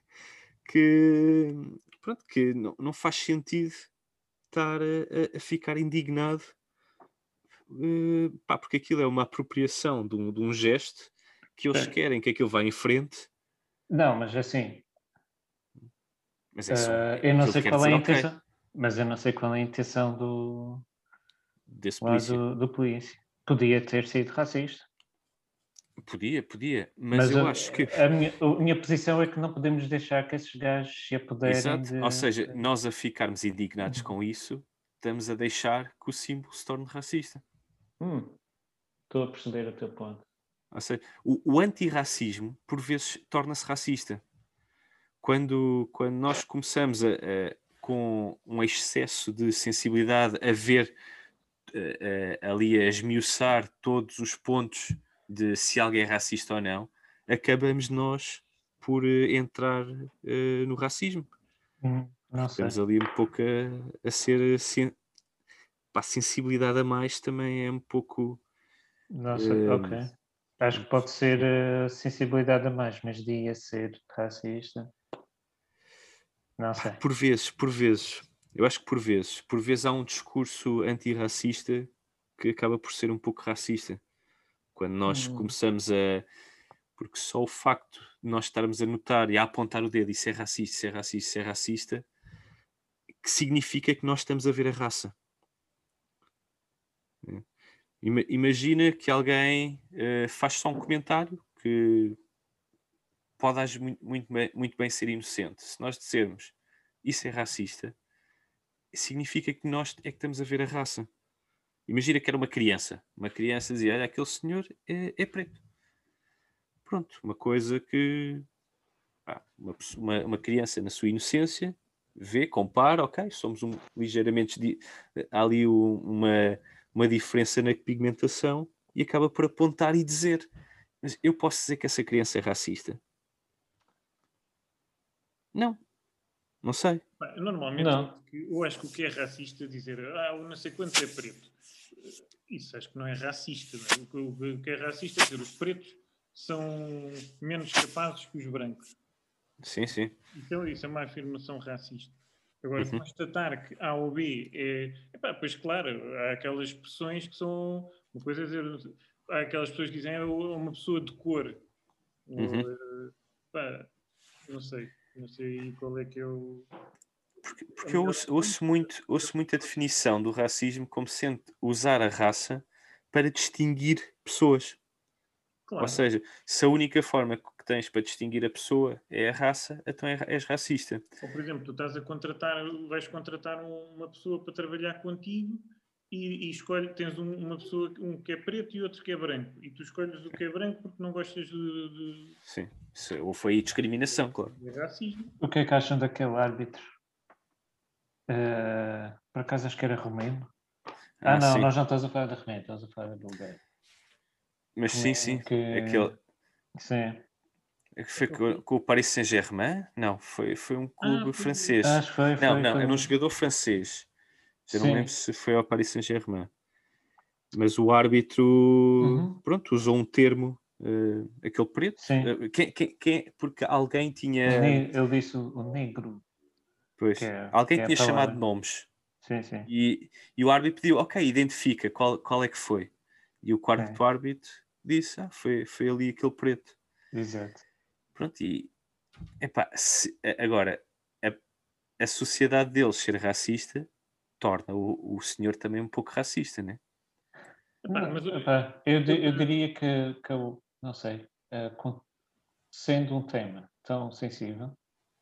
[SPEAKER 3] que, pronto, que não, não faz sentido estar a, a ficar indignado, eh, pá, porque aquilo é uma apropriação de um, de um gesto que eles
[SPEAKER 8] Sim.
[SPEAKER 3] querem que aquilo vá em frente,
[SPEAKER 8] Não, mas assim,
[SPEAKER 3] mas é só.
[SPEAKER 8] ah, eu não
[SPEAKER 3] aquilo
[SPEAKER 8] sei
[SPEAKER 3] quer
[SPEAKER 8] qual é a
[SPEAKER 3] dizer, ok,
[SPEAKER 8] intenção, mas eu não sei qual é a intenção do,
[SPEAKER 3] desse
[SPEAKER 8] lá
[SPEAKER 3] polícia.
[SPEAKER 8] do, do polícia. Podia ter sido racista.
[SPEAKER 3] Podia, podia, mas,
[SPEAKER 8] Mas,
[SPEAKER 3] eu
[SPEAKER 8] a,
[SPEAKER 3] acho que.
[SPEAKER 8] a, minha, a minha posição é que não podemos deixar que esses gajos se apoderem
[SPEAKER 3] Exato,
[SPEAKER 8] de...
[SPEAKER 3] ou seja, nós a ficarmos indignados com isso, estamos a deixar que o símbolo se torne racista.
[SPEAKER 8] Hum, estou a perceber o teu ponto.
[SPEAKER 3] Ou seja, o, o antirracismo, por vezes, torna-se racista. Quando, quando nós começamos a, a, com um excesso de sensibilidade a ver a, a, ali a esmiuçar todos os pontos de se alguém é racista ou não, acabamos nós por uh, entrar uh, no racismo.
[SPEAKER 8] Hum, não sei.
[SPEAKER 3] Estamos ali um pouco a, a ser... Sen... Pá, sensibilidade a mais também é um pouco...
[SPEAKER 8] Não sei,
[SPEAKER 3] uh,
[SPEAKER 8] ok. Acho que pode ser uh, sensibilidade a mais, mas de a ser racista. Não sei.
[SPEAKER 3] Por vezes, por vezes. Eu acho que por vezes. Por vezes há um discurso antirracista que acaba por ser um pouco racista. Quando nós
[SPEAKER 8] Hum.
[SPEAKER 3] começamos a... Porque só o facto de nós estarmos a notar e a apontar o dedo, isso é racista, isso é racista, isso é racista, que significa que nós estamos a ver a raça. Imagina que alguém uh, faz só um comentário que pode agir muito, muito, bem, muito bem ser inocente. Se nós dissermos isso é racista, significa que nós é que estamos a ver a raça. Imagina que era uma criança. Uma criança dizia, olha, aquele senhor é, é preto. Pronto, uma coisa que ah, uma, uma, uma criança na sua inocência vê, compara, ok, somos um, ligeiramente... Di- há ali um, uma... uma diferença na pigmentação e acaba por apontar e dizer, mas eu posso dizer que essa criança é racista? Não, não sei.
[SPEAKER 7] Normalmente,
[SPEAKER 8] Não.
[SPEAKER 7] eu acho que o que é racista é dizer, ah, o não sei quanto é preto. Isso acho que não é racista. Não é? O que é racista é dizer, os pretos são menos capazes que os brancos.
[SPEAKER 3] Sim, sim.
[SPEAKER 7] Então, isso é uma afirmação racista. Agora,
[SPEAKER 3] Uhum.
[SPEAKER 7] constatar que A ou B é. Epá, pois claro, há aquelas expressões que são. Uma coisa é dizer. Há aquelas pessoas que dizem é uma pessoa de cor. Ou,
[SPEAKER 3] Uhum.
[SPEAKER 7] eh, pá, não sei. Não sei qual é que é o.
[SPEAKER 3] Porque,
[SPEAKER 7] a
[SPEAKER 3] porque eu
[SPEAKER 7] melhor.
[SPEAKER 3] ouço, ouço muito, ouço muito a definição do racismo como sendo usar a raça para distinguir pessoas. Ou
[SPEAKER 7] Claro.
[SPEAKER 3] seja, se a única forma que tens para distinguir a pessoa é a raça, então é- és racista.
[SPEAKER 7] Ou, por exemplo, tu estás a contratar, vais contratar um- uma pessoa para trabalhar contigo e, e escolhe, tens um- uma pessoa, um que é preto e outro que é branco. E tu escolhes o que é branco porque não gostas de, de,
[SPEAKER 3] Sim. Se- Ou foi aí discriminação, claro.
[SPEAKER 7] de racismo.
[SPEAKER 8] O que é que acham daquele árbitro? Eh, por acaso acho que era romeno. Ah,
[SPEAKER 3] Ah,
[SPEAKER 8] não,
[SPEAKER 3] sim.
[SPEAKER 8] nós não estamos a falar de romeno, estamos a falar de bulgário.
[SPEAKER 3] Mas sim, sim.
[SPEAKER 8] Romeno que.
[SPEAKER 3] Aquele,
[SPEAKER 8] Sim.
[SPEAKER 3] que foi com, com o Paris Saint-Germain? Não, foi, foi um
[SPEAKER 7] Ah,
[SPEAKER 3] clube
[SPEAKER 7] foi.
[SPEAKER 3] francês.
[SPEAKER 8] Acho que foi,
[SPEAKER 3] Não,
[SPEAKER 8] foi,
[SPEAKER 3] não,
[SPEAKER 8] foi.
[SPEAKER 3] era um
[SPEAKER 8] um-
[SPEAKER 3] jogador francês. Já não me lembro
[SPEAKER 8] Sim.
[SPEAKER 3] se foi ao Paris Saint-Germain. Mas o árbitro,
[SPEAKER 8] Uhum.
[SPEAKER 3] pronto, usou um termo, eh, aquele preto.
[SPEAKER 8] Sim.
[SPEAKER 3] Eh, quem, quem, quem- porque alguém
[SPEAKER 8] O
[SPEAKER 3] tinha,
[SPEAKER 8] ne- Ele disse o, o negro, que
[SPEAKER 3] pois,
[SPEAKER 8] é,
[SPEAKER 3] alguém
[SPEAKER 8] que é a
[SPEAKER 3] tinha chamado
[SPEAKER 8] palavra.
[SPEAKER 3] nomes.
[SPEAKER 8] Sim, sim.
[SPEAKER 3] E, e o árbitro pediu, ok, identifica qual, qual é que foi. E o
[SPEAKER 8] Sim.
[SPEAKER 3] quarto árbitro disse, ah, foi, foi ali aquele preto.
[SPEAKER 8] Exato.
[SPEAKER 3] Pronto, e epá, se- a- agora, a, a sociedade deles ser racista torna o, o senhor também um pouco racista, né?
[SPEAKER 7] Epá,
[SPEAKER 8] Não,
[SPEAKER 7] mas eh,
[SPEAKER 8] epá, eu, di- eu
[SPEAKER 7] outra-
[SPEAKER 8] diria que, que eu, não sei, eh, com- sendo um tema tão sensível,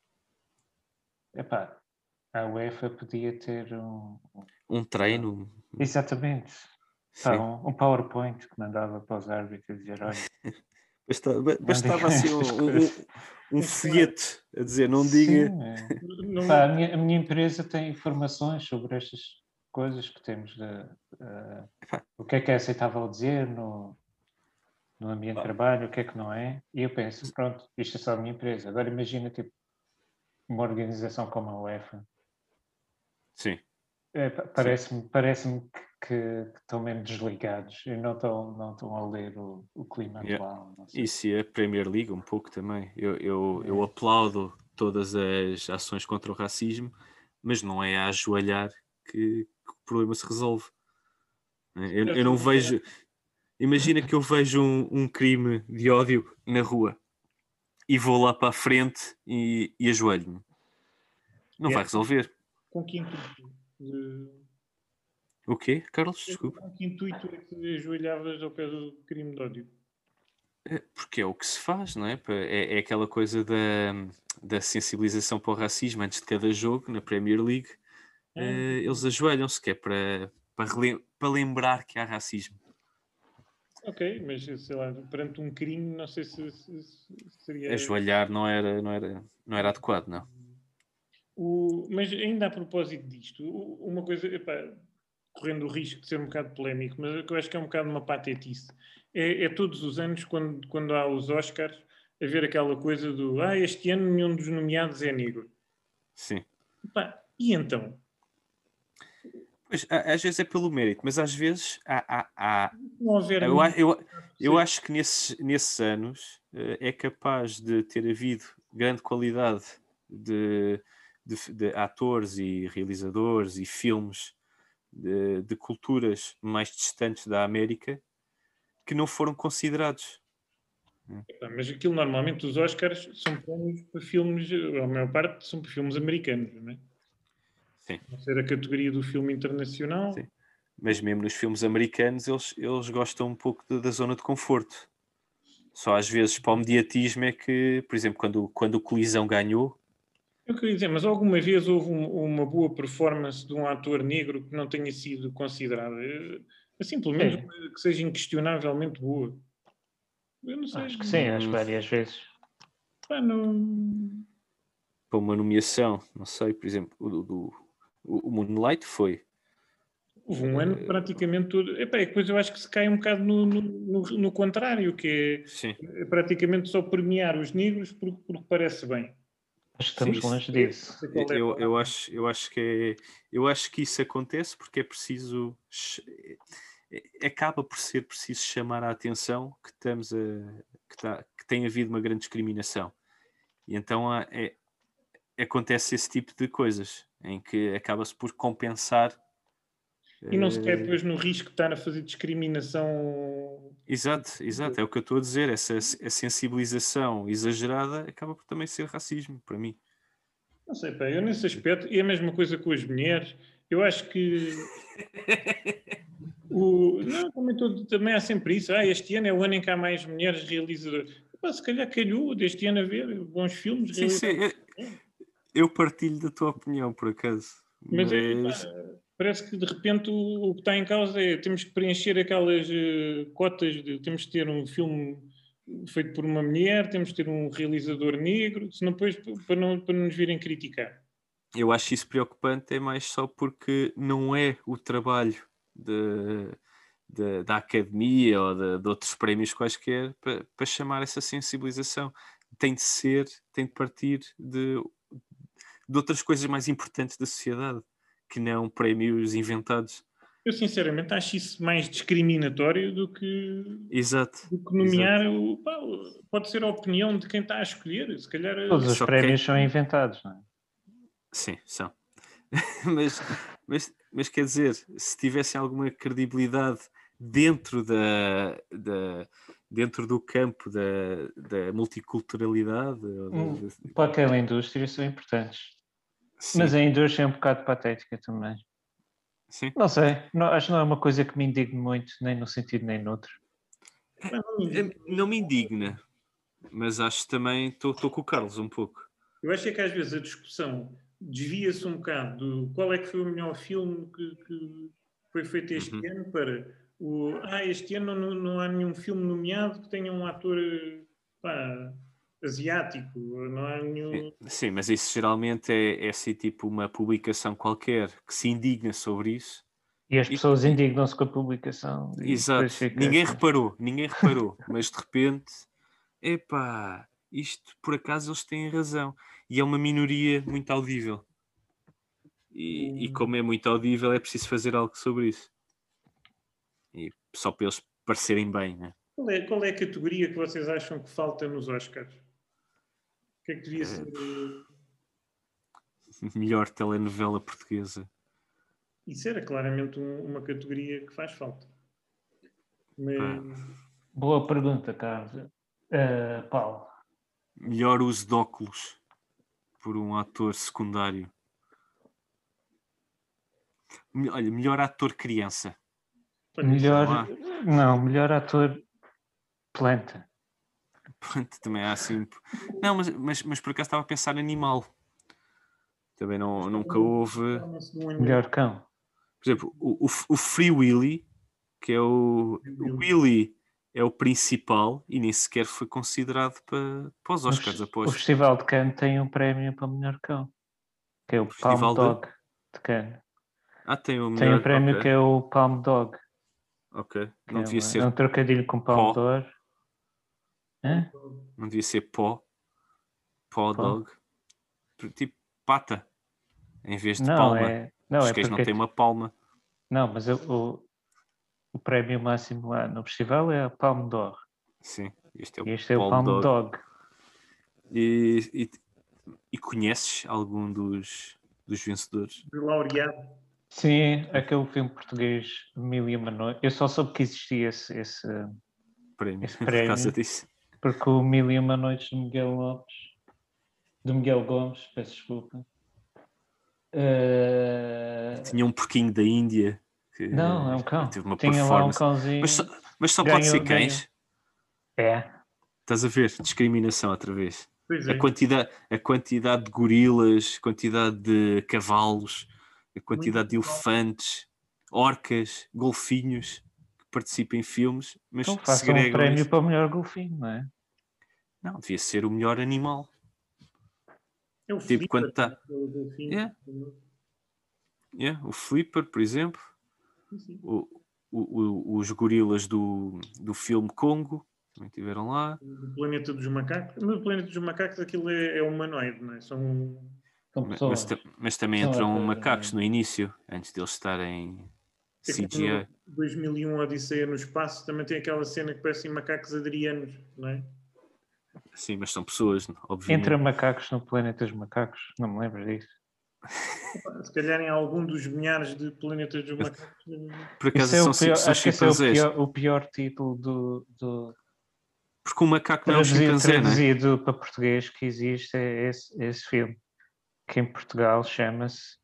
[SPEAKER 8] epá, a UEFA podia ter um. um-
[SPEAKER 3] Um treino,
[SPEAKER 8] Exatamente. Pá,
[SPEAKER 3] sim.
[SPEAKER 8] um, um PowerPoint que mandava para os árbitros dizer: olha,
[SPEAKER 3] Bastava,
[SPEAKER 8] não
[SPEAKER 3] bastava
[SPEAKER 8] digam
[SPEAKER 3] assim
[SPEAKER 8] estas
[SPEAKER 3] um, um,
[SPEAKER 8] coisas.
[SPEAKER 3] um
[SPEAKER 7] mas claro,
[SPEAKER 3] folheto a dizer, não diga.
[SPEAKER 8] Sim, é. Pá,
[SPEAKER 7] não,
[SPEAKER 8] a minha, a minha empresa tem informações sobre estas coisas que temos de. eh,
[SPEAKER 3] Epá,
[SPEAKER 8] o que é que é aceitável dizer no, no ambiente de trabalho, o que é que não é. E eu penso, pronto, isto é só a minha empresa. Agora imagina, tipo, uma organização como a UEFA.
[SPEAKER 3] sim,
[SPEAKER 8] É, pa-
[SPEAKER 3] sim.
[SPEAKER 8] parece-me parece-me que, que- que estão mesmo desligados e não estão, não estão a ler o, o clima
[SPEAKER 3] Yeah.
[SPEAKER 8] atual. Não sei.
[SPEAKER 3] Isso e a Premier League um pouco também. Eu, eu, eu
[SPEAKER 8] É,
[SPEAKER 3] aplaudo todas as ações contra o racismo, mas não é a ajoelhar que, que o problema se resolve. Né? Eu,
[SPEAKER 7] já
[SPEAKER 3] eu não
[SPEAKER 7] estou a falar.
[SPEAKER 3] vejo. Imagina que eu vejo um, um crime de ódio na rua e vou lá para a frente e, e ajoelho-me. Não vai
[SPEAKER 7] Yeah.
[SPEAKER 3] resolver.
[SPEAKER 7] Com que intuito? De-
[SPEAKER 3] O quê, Carlos? Desculpa.
[SPEAKER 7] Com que intuito é que ajoelhavas ao pé do crime de ódio?
[SPEAKER 3] É, porque é o que se faz, não é? Pa- É, é aquela coisa da, da sensibilização para o racismo antes de cada jogo na Premier League.
[SPEAKER 7] Ah,
[SPEAKER 3] eh, eles ajoelham-se, que é para, para, relem- para lembrar que há racismo.
[SPEAKER 7] ok, mas sei lá, perante um crime, não sei se, se- se seria.
[SPEAKER 3] Ajoelhar não era, não era, não era adequado, não.
[SPEAKER 7] O, mas ainda a propósito disto, u- uma coisa, epá, correndo o risco de ser um bocado polémico, mas eu acho que é um bocado uma patetice. É, é todos os anos, quando, quando há os Oscars, haver aquela coisa do ah, este ano nenhum dos nomeados é negro.
[SPEAKER 3] Sim.
[SPEAKER 7] Epá, e então?
[SPEAKER 3] Pois, a- às vezes é pelo mérito, mas às vezes há, há, há-
[SPEAKER 7] Não houver
[SPEAKER 3] eu, a-
[SPEAKER 7] nenhum.
[SPEAKER 3] eu, eu acho que nesses, nesses anos eh, é capaz de ter havido grande qualidade de, de, de atores e realizadores e filmes de, de culturas mais distantes da América que não foram considerados.
[SPEAKER 7] Epá, mas aquilo normalmente, os Oscars são prémios para filmes, a maior parte são para filmes americanos, não é?
[SPEAKER 3] Sim,
[SPEAKER 7] A não ser a categoria do filme internacional.
[SPEAKER 3] sim. Mas mesmo nos filmes americanos eles, eles gostam um pouco de- da zona de conforto. Só às vezes para o mediatismo é que, por exemplo, quando, quando o Colisão ganhou,
[SPEAKER 7] Eu queria dizer, mas alguma vez houve um- uma boa performance de um ator negro que não tenha sido considerada? Eh, Assim, pelo menos
[SPEAKER 8] sim,
[SPEAKER 7] uma que seja inquestionavelmente boa. Eu não sei.
[SPEAKER 8] acho que sim, acho
[SPEAKER 3] hum,
[SPEAKER 8] que várias vezes.
[SPEAKER 7] Pá, não.
[SPEAKER 3] para uma nomeação, não sei, por exemplo, o, do- o, o Moonlight foi.
[SPEAKER 7] Houve um ano que praticamente tudo. Epá, e depois eu acho que se cai um bocado no, no, no- no contrário, que
[SPEAKER 3] Sim,
[SPEAKER 7] é, é praticamente só premiar os negros porque, porque parece bem.
[SPEAKER 8] Acho que
[SPEAKER 3] sim,
[SPEAKER 8] estamos
[SPEAKER 3] isso,
[SPEAKER 8] longe
[SPEAKER 7] É, não
[SPEAKER 8] disso.
[SPEAKER 7] sei qual é a
[SPEAKER 3] eu, eu,
[SPEAKER 7] palavra.
[SPEAKER 3] acho, eu acho que é, eu acho que isso acontece porque é preciso, é- acaba por ser preciso chamar a atenção que estamos a, que, tá, que tem havido uma grande discriminação. E então há- é, acontece esse tipo de coisas, em que acaba-se por compensar.
[SPEAKER 7] E não se quer
[SPEAKER 3] eh,
[SPEAKER 7] depois no risco de estar a fazer discriminação.
[SPEAKER 3] Exato, exato, é o que eu estou a dizer. Essa a sensibilização exagerada acaba por também ser racismo, para mim.
[SPEAKER 7] Não sei, pá, eu nesse aspecto, é a mesma coisa com as mulheres. Eu acho que o, não, também, todo, também há sempre isso. Ah, este ano é o ano em que há mais mulheres realizadoras. Pá, se calhar calhou deste ano a ver bons filmes
[SPEAKER 3] Sim, sim,
[SPEAKER 7] realizados.
[SPEAKER 3] eu, eu partilho da tua opinião, por acaso.
[SPEAKER 7] Mas é, pá,
[SPEAKER 3] Mas
[SPEAKER 7] parece que de repente o, o que está em causa é temos que preencher aquelas eh, cotas de temos que ter um filme feito por uma mulher, temos que ter um realizador negro, senão depois p- para não, para não nos virem criticar.
[SPEAKER 3] eu acho isso preocupante, é mais só porque não é o trabalho de, de- da academia ou de, de outros prémios quaisquer para, para chamar essa sensibilização. Tem de ser, tem de partir de, de outras coisas mais importantes da sociedade, que não prémios inventados.
[SPEAKER 7] Eu sinceramente acho isso mais discriminatório do que,
[SPEAKER 3] Exato,
[SPEAKER 7] do que
[SPEAKER 3] exato.
[SPEAKER 7] nomear o, pá, pode ser a opinião de quem está a escolher. Se calhar eh,
[SPEAKER 8] Todos os
[SPEAKER 3] Só que-
[SPEAKER 8] prémios são inventados, não é?
[SPEAKER 3] Sim, são. mas, mas, mas quer dizer, se tivessem alguma credibilidade dentro da, da dentro do campo da, da multiculturalidade, ou da-
[SPEAKER 8] Hum,
[SPEAKER 3] da-
[SPEAKER 8] Para aquela indústria são importantes.
[SPEAKER 3] sim,
[SPEAKER 8] Mas a indústria é um bocado patética também.
[SPEAKER 3] sim.
[SPEAKER 8] Não sei, não- acho que não é uma coisa que me indigne muito, nem num sentido nem noutro.
[SPEAKER 7] pá, não me indigna.
[SPEAKER 3] É- Não me indigna, mas acho também estou com o Carlos um pouco.
[SPEAKER 7] Eu acho é que às vezes a discussão desvia-se um bocado do qual é que foi o melhor filme que, que foi feito este
[SPEAKER 3] Uhum.
[SPEAKER 7] ano para o ah, este ano não, não há nenhum filme nomeado que tenha um ator pá, asiático, não há nenhum.
[SPEAKER 3] Sim, mas isso geralmente é, é assim tipo uma publicação qualquer que se indigna sobre isso.
[SPEAKER 8] E as
[SPEAKER 3] E-
[SPEAKER 8] pessoas
[SPEAKER 3] e-
[SPEAKER 8] indignam-se com a publicação. E
[SPEAKER 3] Exato.
[SPEAKER 8] depois fica
[SPEAKER 3] Ninguém
[SPEAKER 8] assim.
[SPEAKER 3] reparou, ninguém reparou, mas de repente, epá, isto por acaso eles têm razão. E é uma minoria muito audível. E, e como é muito audível, é preciso fazer algo sobre isso. E só para eles parecerem bem, né?
[SPEAKER 7] Qual é, qual é a categoria que vocês acham que falta nos Oscars? O que é que devia ser? eh,
[SPEAKER 3] Melhor telenovela portuguesa.
[SPEAKER 7] Isso era claramente um- uma categoria que faz falta. Mas,
[SPEAKER 3] Pá.
[SPEAKER 8] Boa pergunta, Carlos. Uh, Paulo.
[SPEAKER 3] Melhor uso de óculos por um ator secundário. Me- Olha, melhor ator criança.
[SPEAKER 7] olha,
[SPEAKER 8] Melhor.
[SPEAKER 3] lá.
[SPEAKER 8] Não, melhor ator planta.
[SPEAKER 3] Pronto, também há assim. Não, mas, mas, mas por acaso estava a pensar animal. Também não, nunca houve.
[SPEAKER 7] torna-se num
[SPEAKER 8] Melhor cão.
[SPEAKER 3] Por exemplo, o, o, o Free Willy, que é o. O Willy é o principal e nem sequer foi considerado para, para os
[SPEAKER 8] No
[SPEAKER 3] Oscars,
[SPEAKER 8] fes- O
[SPEAKER 3] aposto.
[SPEAKER 8] Festival de Cannes tem um prémio para melhor cão, que é o
[SPEAKER 3] Festival
[SPEAKER 8] Palm
[SPEAKER 3] de-
[SPEAKER 8] Dog de Cannes.
[SPEAKER 3] Ah, tem o
[SPEAKER 8] Tem
[SPEAKER 3] melhor.
[SPEAKER 8] um prémio
[SPEAKER 3] ok,
[SPEAKER 8] que é o Palm Dog.
[SPEAKER 3] ok.
[SPEAKER 8] Que
[SPEAKER 3] Não
[SPEAKER 8] é,
[SPEAKER 3] devia
[SPEAKER 8] uma-
[SPEAKER 3] ser.
[SPEAKER 8] é um trocadilho com Palm
[SPEAKER 3] pó.
[SPEAKER 8] Dog. Hã?
[SPEAKER 3] Não devia ser pó. Pó
[SPEAKER 8] Pó?
[SPEAKER 3] dog. Tipo pata. Em vez de
[SPEAKER 8] Não,
[SPEAKER 3] palma.
[SPEAKER 8] é, não,
[SPEAKER 3] Os
[SPEAKER 8] é
[SPEAKER 3] cães não
[SPEAKER 8] porque
[SPEAKER 3] têm uma palma.
[SPEAKER 8] não, mas o, o, o prémio máximo lá no festival é a Palm Dog.
[SPEAKER 3] Sim, este é o
[SPEAKER 8] E este é o
[SPEAKER 3] Palm
[SPEAKER 8] Palm
[SPEAKER 3] Dog.
[SPEAKER 8] Dog.
[SPEAKER 3] E, e, e conheces algum dos, dos vencedores?
[SPEAKER 7] laureado.
[SPEAKER 8] Sim, aquele filme português Mil e Uma Noites. Eu só soube que existia esse, esse
[SPEAKER 3] Prémio,
[SPEAKER 8] Esse
[SPEAKER 3] por
[SPEAKER 8] prémio.
[SPEAKER 3] causa disso.
[SPEAKER 8] porque o Mil e Uma Noites de Miguel Lopes, de Miguel Gomes, peço desculpa. Eh,
[SPEAKER 3] Tinha um porquinho da Índia. Que
[SPEAKER 8] Não, é um cão.
[SPEAKER 3] Teve uma
[SPEAKER 8] Tinha lá um
[SPEAKER 3] performance.
[SPEAKER 8] cãozinho.
[SPEAKER 3] Mas só, mas só
[SPEAKER 8] Ganhou-
[SPEAKER 3] pode ser cães.
[SPEAKER 8] É.
[SPEAKER 3] Estás a ver? Discriminação outra vez.
[SPEAKER 7] Pois
[SPEAKER 3] A
[SPEAKER 7] é.
[SPEAKER 3] quantidade, a quantidade de gorilas, a quantidade de cavalos, a quantidade de elefantes, orcas, golfinhos que participam em filmes, mas
[SPEAKER 8] Então façam um
[SPEAKER 3] segregam
[SPEAKER 8] prémio
[SPEAKER 3] isso.
[SPEAKER 8] para o melhor golfinho, não é?
[SPEAKER 3] Não, devia ser o melhor animal.
[SPEAKER 7] É o
[SPEAKER 3] Tipo,
[SPEAKER 7] Flipper,
[SPEAKER 3] quando tá-
[SPEAKER 7] o golfinho.
[SPEAKER 3] Yeah. Yeah, o Flipper, por exemplo,
[SPEAKER 7] Sim, sim.
[SPEAKER 3] o, o- o- os gorilas do, do filme Congo também estiveram lá.
[SPEAKER 7] Do Planeta dos Macacos. No Planeta dos Macacos aquilo é, é humanoide, não é? São...
[SPEAKER 8] São
[SPEAKER 3] Ma-
[SPEAKER 8] pessoas.
[SPEAKER 3] Mas, ta- mas também
[SPEAKER 8] São
[SPEAKER 3] entram
[SPEAKER 8] atores,
[SPEAKER 3] macacos
[SPEAKER 8] não
[SPEAKER 3] no início, antes deles estarem
[SPEAKER 7] É
[SPEAKER 3] C
[SPEAKER 7] como
[SPEAKER 3] G I.
[SPEAKER 7] no dois mil e um Odisseia no Espaço também tem aquela cena que parecem macacos adrianos, não é?
[SPEAKER 3] Sim, mas são pessoas, obviamente.
[SPEAKER 8] Entra macacos no planeta dos macacos, não me lembro disso.
[SPEAKER 7] Se calhar em algum dos milhares de planetas dos macacos.
[SPEAKER 3] Por acaso
[SPEAKER 8] Isso é
[SPEAKER 3] são,
[SPEAKER 8] o pior,
[SPEAKER 3] são
[SPEAKER 8] acho que esse é o
[SPEAKER 3] chimpanzés.
[SPEAKER 8] pior, o pior título do, do
[SPEAKER 3] Porque o macaco não é um
[SPEAKER 8] traduzido,
[SPEAKER 3] chimpanzé, não é?
[SPEAKER 8] traduzido para português que existe é esse, esse filme, que em Portugal chama-se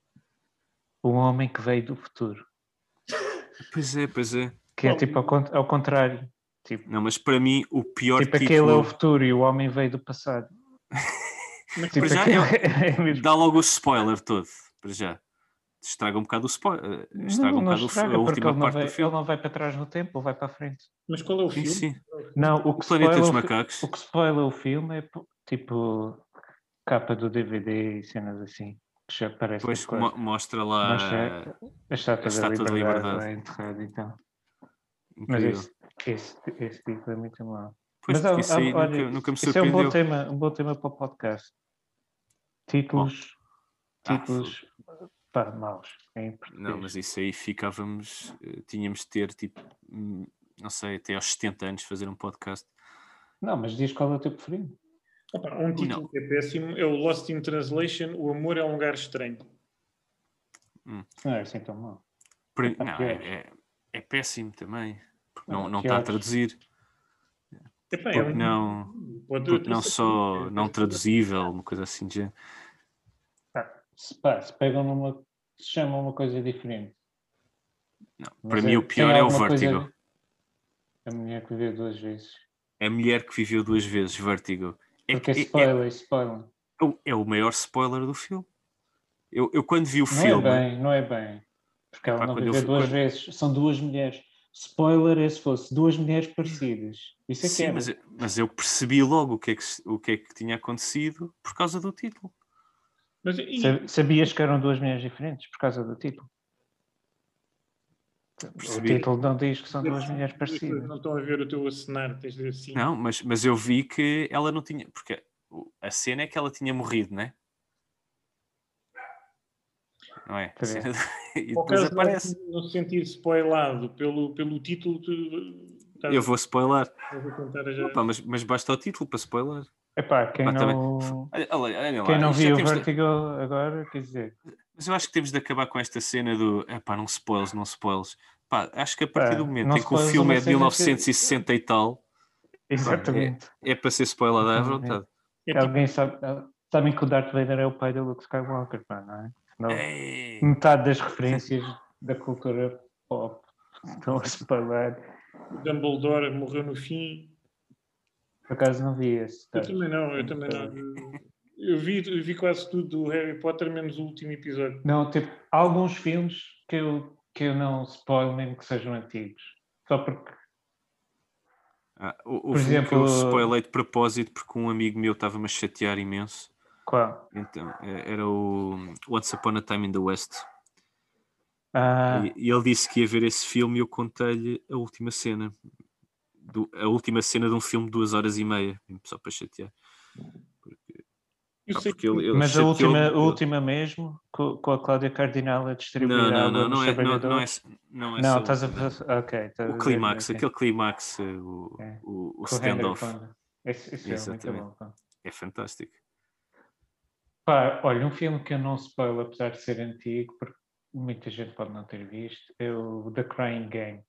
[SPEAKER 8] O Homem que Veio do Futuro,
[SPEAKER 3] Pois é, pois é.
[SPEAKER 8] que é tipo ao, con- ao contrário. Tipo,
[SPEAKER 3] Não, mas para mim o pior
[SPEAKER 8] tipo
[SPEAKER 3] título...
[SPEAKER 8] aquele é o futuro e o homem veio do passado.
[SPEAKER 7] Mas
[SPEAKER 8] Tipo,
[SPEAKER 3] Para já
[SPEAKER 8] aquele
[SPEAKER 3] é-
[SPEAKER 8] é mesmo.
[SPEAKER 3] Dá logo o spoiler todo, para já. Estraga um bocado o spoiler. Estraga
[SPEAKER 8] Não,
[SPEAKER 3] um
[SPEAKER 8] não
[SPEAKER 3] bocado
[SPEAKER 8] estraga,
[SPEAKER 3] a
[SPEAKER 8] porque
[SPEAKER 3] última
[SPEAKER 8] ele não,
[SPEAKER 3] parte
[SPEAKER 8] vai,
[SPEAKER 3] do filme.
[SPEAKER 8] ele não vai para trás no tempo, ele vai para a frente.
[SPEAKER 7] Mas qual é o
[SPEAKER 3] Sim,
[SPEAKER 7] filme?
[SPEAKER 3] sim.
[SPEAKER 8] Não, o
[SPEAKER 3] O
[SPEAKER 8] que
[SPEAKER 3] Planeta
[SPEAKER 8] spoila
[SPEAKER 3] dos
[SPEAKER 8] o fi-
[SPEAKER 3] Macacos.
[SPEAKER 8] O que spoila o filme é tipo capa do D V D e cenas assim, que já parece
[SPEAKER 3] Depois
[SPEAKER 8] tipo
[SPEAKER 3] mo- mostra lá
[SPEAKER 8] mostra a estátua,
[SPEAKER 3] a Estátua
[SPEAKER 8] da
[SPEAKER 3] da
[SPEAKER 8] Liberdade,
[SPEAKER 3] Liberdade.
[SPEAKER 8] lá enterrada então. Mas
[SPEAKER 3] incrível.
[SPEAKER 8] esse, esse, esse tipo é muito mau.
[SPEAKER 3] Pois,
[SPEAKER 8] Mas há-
[SPEAKER 3] porque isso
[SPEAKER 8] há-
[SPEAKER 3] aí
[SPEAKER 8] olha,
[SPEAKER 3] nunca, nunca me
[SPEAKER 8] isso é um bom
[SPEAKER 3] surpreendeu.
[SPEAKER 8] tema, um bom tema para o podcast. Títulos,
[SPEAKER 3] Ah,
[SPEAKER 8] títulos pá, maus em português.
[SPEAKER 3] Não, mas isso aí ficávamos... eh, Tínhamos de ter, tipo, hum, não sei, até aos setenta anos fazer um podcast.
[SPEAKER 8] Não, mas diz qual é o teu preferido.
[SPEAKER 7] Opa, um título
[SPEAKER 3] Não.
[SPEAKER 7] que é péssimo é o Lost in Translation, O Amor é um Lugar Estranho.
[SPEAKER 8] Não é assim tão mau.
[SPEAKER 3] Para-
[SPEAKER 8] Há
[SPEAKER 3] não,
[SPEAKER 8] piores.
[SPEAKER 3] é, é, é péssimo também. Porque
[SPEAKER 8] Não,
[SPEAKER 3] não,
[SPEAKER 8] há
[SPEAKER 3] não está a
[SPEAKER 8] piores.
[SPEAKER 3] traduzir.
[SPEAKER 7] Epá, é
[SPEAKER 3] Porque
[SPEAKER 7] um-
[SPEAKER 3] não,
[SPEAKER 7] pode
[SPEAKER 3] porque
[SPEAKER 7] ter
[SPEAKER 3] não
[SPEAKER 7] sido-
[SPEAKER 3] só não traduzível, uma coisa assim de género.
[SPEAKER 8] Se, pá, se pegam numa. Se chamam uma coisa diferente.
[SPEAKER 3] Não,
[SPEAKER 8] Mas
[SPEAKER 3] para
[SPEAKER 8] é-
[SPEAKER 3] mim o
[SPEAKER 8] tem
[SPEAKER 3] pior é o
[SPEAKER 8] alguma coisa-
[SPEAKER 3] Vertigo.
[SPEAKER 8] A mulher que viveu duas vezes.
[SPEAKER 3] A mulher que viveu duas vezes, Vertigo. É,
[SPEAKER 8] Porque é
[SPEAKER 3] que- é,
[SPEAKER 8] spoiler, spoiler.
[SPEAKER 3] é o- é o maior spoiler do filme. Eu, eu quando vi o
[SPEAKER 8] Não
[SPEAKER 3] filme...
[SPEAKER 8] é bem, não é bem. Porque ela
[SPEAKER 3] Epá,
[SPEAKER 8] não
[SPEAKER 3] quando eu
[SPEAKER 8] viveu
[SPEAKER 3] fui-
[SPEAKER 8] duas
[SPEAKER 3] quando-
[SPEAKER 8] vezes. São duas mulheres. Spoiler é se fosse duas mulheres parecidas. Isso é que
[SPEAKER 3] Sim,
[SPEAKER 8] é.
[SPEAKER 3] mas, eu- mas eu percebi logo o que, é que, se- o que é que tinha acontecido por causa do título.
[SPEAKER 7] Mas, e,
[SPEAKER 8] Sa- Sabias que eram duas mulheres diferentes por causa do título?
[SPEAKER 3] Percebi.
[SPEAKER 8] O título não diz que são duas mulheres
[SPEAKER 7] as pessoas
[SPEAKER 8] parecidas.
[SPEAKER 7] não estão a ver o teu acenar, tens de dizer assim.
[SPEAKER 3] Não, mas, mas eu vi que ela não tinha... Porque o- a cena é que ela tinha morrido, não é? Não é? A
[SPEAKER 8] Tá
[SPEAKER 3] cena- e
[SPEAKER 7] Por
[SPEAKER 3] depois
[SPEAKER 7] acaso,
[SPEAKER 3] aparece.
[SPEAKER 7] não, não se sentir spoilado pelo, pelo título, tu, estás-
[SPEAKER 3] Eu vou spoiler.
[SPEAKER 7] estás a tentar já.
[SPEAKER 3] Opa, mas, mas basta o título para spoiler.
[SPEAKER 8] Epá, quem
[SPEAKER 3] Pá, também-
[SPEAKER 8] não,
[SPEAKER 3] Olha, olha, olha lá,
[SPEAKER 8] quem não
[SPEAKER 3] isto já
[SPEAKER 8] viu o
[SPEAKER 3] temos de-
[SPEAKER 8] Vertigo agora, quer dizer,
[SPEAKER 3] Mas eu acho que temos de acabar com esta cena do epá, não spoilers, não spoilers. Pá, acho que a partir
[SPEAKER 8] Pá,
[SPEAKER 3] do momento
[SPEAKER 8] não
[SPEAKER 3] em que o
[SPEAKER 8] spoilers
[SPEAKER 3] filme
[SPEAKER 8] uma
[SPEAKER 3] é de
[SPEAKER 8] cena que-
[SPEAKER 3] mil novecentos e sessenta e tal,
[SPEAKER 8] exatamente.
[SPEAKER 3] é para ser spoilado à
[SPEAKER 8] Exatamente.
[SPEAKER 3] vontade.
[SPEAKER 7] É tipo,
[SPEAKER 8] Alguém sabe, sabem que o Darth Vader é o pai do Luke Skywalker, pá, não é? Não,
[SPEAKER 3] Ei,
[SPEAKER 8] metade das referências da cultura pop estão a spoiler.
[SPEAKER 7] Dumbledore morreu no fim.
[SPEAKER 8] Por acaso não vi esse.
[SPEAKER 7] Eu também não, eu também não. Eu vi, eu vi quase tudo do Harry Potter, menos o último episódio.
[SPEAKER 8] Não, tipo, há alguns filmes que eu, que eu não spoil mesmo que sejam antigos. Só porque.
[SPEAKER 3] ah, houve
[SPEAKER 8] Por
[SPEAKER 3] um que
[SPEAKER 8] exemplo-
[SPEAKER 3] eu spoilei de propósito porque um amigo meu estava-me a chatear imenso.
[SPEAKER 8] Qual?
[SPEAKER 3] Então, eh, era o Once Upon a Time in the West.
[SPEAKER 8] Ah,
[SPEAKER 3] E, e ele disse que ia ver esse filme e eu contei-lhe a última cena. Do- a última cena de um filme de duas horas e meia, mesmo só para chatear.
[SPEAKER 7] Eu
[SPEAKER 3] Ah,
[SPEAKER 7] sei
[SPEAKER 3] porque ele- ele
[SPEAKER 8] mas a
[SPEAKER 3] chateou-me,
[SPEAKER 8] última, a
[SPEAKER 3] ele-
[SPEAKER 8] última mesmo, com, com a Cláudia Cardinal a distribuir
[SPEAKER 3] Não, não,
[SPEAKER 8] água
[SPEAKER 3] não,
[SPEAKER 8] nos
[SPEAKER 3] não é, não, não é,
[SPEAKER 8] trabalhadores.
[SPEAKER 3] não é
[SPEAKER 8] Não,
[SPEAKER 3] essa
[SPEAKER 8] estás a
[SPEAKER 3] última.
[SPEAKER 8] fazer. Ok, estás a
[SPEAKER 3] O
[SPEAKER 8] ver,
[SPEAKER 3] clímax,
[SPEAKER 8] ok.
[SPEAKER 3] aquele clímax, eh, o,
[SPEAKER 8] É.
[SPEAKER 3] o, o
[SPEAKER 8] Com o
[SPEAKER 3] standoff,
[SPEAKER 8] Henry Fonda. Esse, esse é muito
[SPEAKER 3] Exatamente.
[SPEAKER 8] bom. pá.
[SPEAKER 3] é fantástico.
[SPEAKER 8] Pá, olha, um filme que eu não spoilo, apesar de ser antigo, porque muita gente pode não ter visto, é o The Crying Game.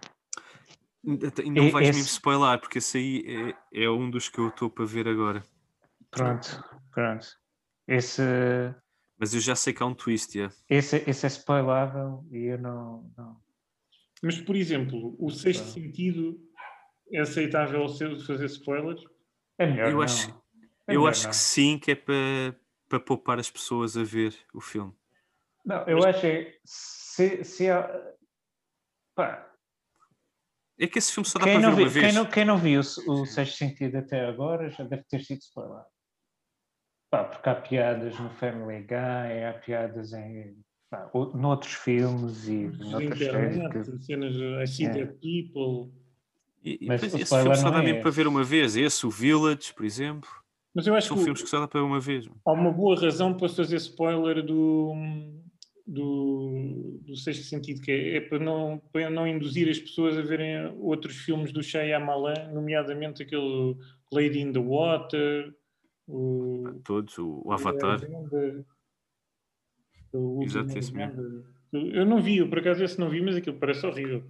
[SPEAKER 3] E não
[SPEAKER 8] E
[SPEAKER 3] vais
[SPEAKER 8] esse-
[SPEAKER 3] mesmo spoiler, porque esse aí é, é um dos que eu estou para ver agora.
[SPEAKER 8] Pronto, pronto. Esse,
[SPEAKER 3] Mas eu já sei que há um twist, yeah.
[SPEAKER 8] esse, esse é spoilável e eu não. não.
[SPEAKER 7] Mas, por exemplo, o sexto
[SPEAKER 8] Ah.
[SPEAKER 7] sentido é aceitável ser- fazer spoilers?
[SPEAKER 8] É melhor
[SPEAKER 3] Eu
[SPEAKER 8] não.
[SPEAKER 3] acho-
[SPEAKER 8] É
[SPEAKER 3] Eu
[SPEAKER 8] melhor
[SPEAKER 3] acho
[SPEAKER 8] não.
[SPEAKER 3] que sim, que é para, para poupar as pessoas a ver o filme.
[SPEAKER 8] Não, eu acho que se, se há. Pá,
[SPEAKER 3] É que esse filme só dá
[SPEAKER 8] quem
[SPEAKER 3] para
[SPEAKER 8] não,
[SPEAKER 3] ver
[SPEAKER 8] vi,
[SPEAKER 3] uma
[SPEAKER 8] quem,
[SPEAKER 3] vez.
[SPEAKER 8] não, quem não viu o, o Sexto Sentido até agora já deve ter sido spoilado. Pá, porque há piadas no Family Guy, há piadas em, pá, o- noutros filmes e
[SPEAKER 7] De
[SPEAKER 8] noutras séries.
[SPEAKER 7] internet,
[SPEAKER 8] que-
[SPEAKER 7] cenas de I See
[SPEAKER 8] É.
[SPEAKER 7] Dead People.
[SPEAKER 3] E, e
[SPEAKER 8] Mas
[SPEAKER 3] depois
[SPEAKER 8] o
[SPEAKER 3] esse
[SPEAKER 8] spoiler
[SPEAKER 3] filme só
[SPEAKER 8] não
[SPEAKER 3] dá
[SPEAKER 8] é
[SPEAKER 3] mesmo para
[SPEAKER 8] esse.
[SPEAKER 3] ver uma vez. Esse, o Village, por exemplo.
[SPEAKER 7] Mas eu acho
[SPEAKER 3] São
[SPEAKER 7] que
[SPEAKER 3] filmes que só dá para ver uma vez.
[SPEAKER 7] há uma boa razão para se fazer spoiler do, do, do Sexto Sentido, que é, é para, não, para não induzir as pessoas a verem outros filmes do Shyamalan, nomeadamente aquele Lady in the Water, o,
[SPEAKER 3] Todos, o, o
[SPEAKER 7] o
[SPEAKER 3] Avatar.
[SPEAKER 7] Airbender, o último
[SPEAKER 3] Exato, esse mesmo.
[SPEAKER 7] Airbender. Eu não vi, eu por acaso esse não vi, mas aquilo parece horrível.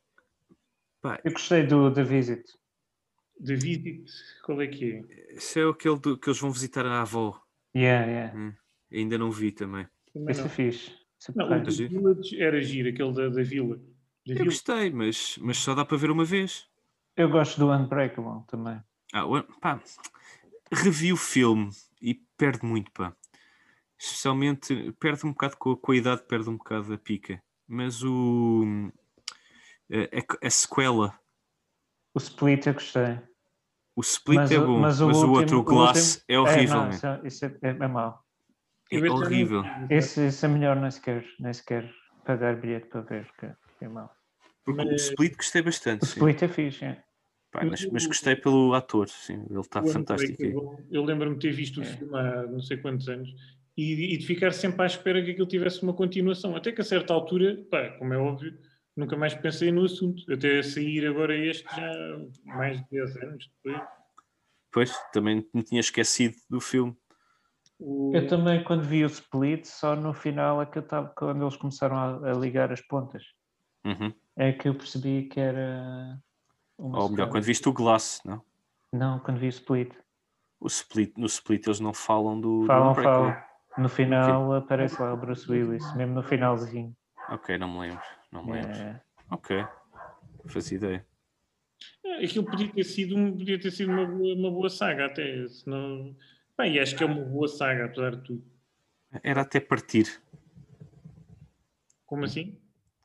[SPEAKER 3] Pá,
[SPEAKER 8] Eu gostei do The Visit.
[SPEAKER 7] The Visit, qual é que é?
[SPEAKER 3] esse é aquele do, que eles vão visitar a avó.
[SPEAKER 8] Yeah, yeah.
[SPEAKER 3] Hum, ainda não vi também.
[SPEAKER 7] Também
[SPEAKER 8] Esse
[SPEAKER 7] não.
[SPEAKER 8] é fixe. Esse é
[SPEAKER 7] Não, o
[SPEAKER 8] porreiro.
[SPEAKER 7] The
[SPEAKER 3] Giro.
[SPEAKER 7] Village era giro, aquele da, da Vila. Da
[SPEAKER 3] Eu
[SPEAKER 7] Vila.
[SPEAKER 3] gostei, mas, mas só dá para ver uma vez.
[SPEAKER 8] Eu gosto do Unbreakable também.
[SPEAKER 3] Ah, o- pá, revi o filme e perde muito, pá. Especialmente, perde um bocado com a, com a idade, perde um bocado a pica. Mas o... A, a sequela,
[SPEAKER 8] O Split eu gostei.
[SPEAKER 3] o Split
[SPEAKER 8] Mas
[SPEAKER 3] é
[SPEAKER 8] o-
[SPEAKER 3] bom,
[SPEAKER 8] mas
[SPEAKER 3] mas,
[SPEAKER 8] o
[SPEAKER 3] o,
[SPEAKER 8] último-
[SPEAKER 3] outro, o
[SPEAKER 8] o
[SPEAKER 3] Glass,
[SPEAKER 8] último-
[SPEAKER 3] é horrível,
[SPEAKER 8] não,
[SPEAKER 3] man.
[SPEAKER 8] isso, é, isso é, é, é mau.
[SPEAKER 3] É
[SPEAKER 7] Eu esse já não
[SPEAKER 3] horrível.
[SPEAKER 7] vi,
[SPEAKER 8] Esse, esse é melhor nem sequer, nem sequer pagar bilhete para ver, que é mau.
[SPEAKER 3] Porque o
[SPEAKER 7] Mas-
[SPEAKER 3] Split gostei bastante,
[SPEAKER 8] O
[SPEAKER 3] sim.
[SPEAKER 8] Split é fixe, é.
[SPEAKER 3] Pá, mas, mas gostei pelo ator, sim. Ele está
[SPEAKER 7] O
[SPEAKER 3] fantástico aí.
[SPEAKER 7] Unbreakable, eu lembro-me de ter visto o
[SPEAKER 8] É.
[SPEAKER 7] filme há não sei quantos anos e, e de ficar sempre à espera que aquilo tivesse uma continuação. Até que a certa altura, pá, como é óbvio, nunca mais pensei no assunto. Até sair agora este já mais de dez anos depois.
[SPEAKER 3] Pois, também me tinha esquecido do filme.
[SPEAKER 7] O,
[SPEAKER 8] Eu também, quando vi o Split, só no final é que eu estava, quando eles começaram a, a ligar as pontas,
[SPEAKER 3] Uhum.
[SPEAKER 8] é que eu percebi que era uma
[SPEAKER 3] Ou melhor,
[SPEAKER 8] sequela.
[SPEAKER 3] quando viste o Glass, não?
[SPEAKER 8] Não, quando vi o Split.
[SPEAKER 3] O Split, no Split eles não falam do, do
[SPEAKER 8] Falam,
[SPEAKER 3] Unbreakable.
[SPEAKER 8] falam. No final aparece lá o Bruce Willis, mesmo no finalzinho.
[SPEAKER 3] Ok, não me lembro. Não me lembro.
[SPEAKER 8] É,
[SPEAKER 3] Ok, não fazia ideia.
[SPEAKER 7] É, aquilo podia ter sido, um- podia ter sido uma, boa, uma boa saga, até. Senão... Bem, acho que é uma boa saga, apesar de tudo.
[SPEAKER 3] Era até partir.
[SPEAKER 7] Como assim?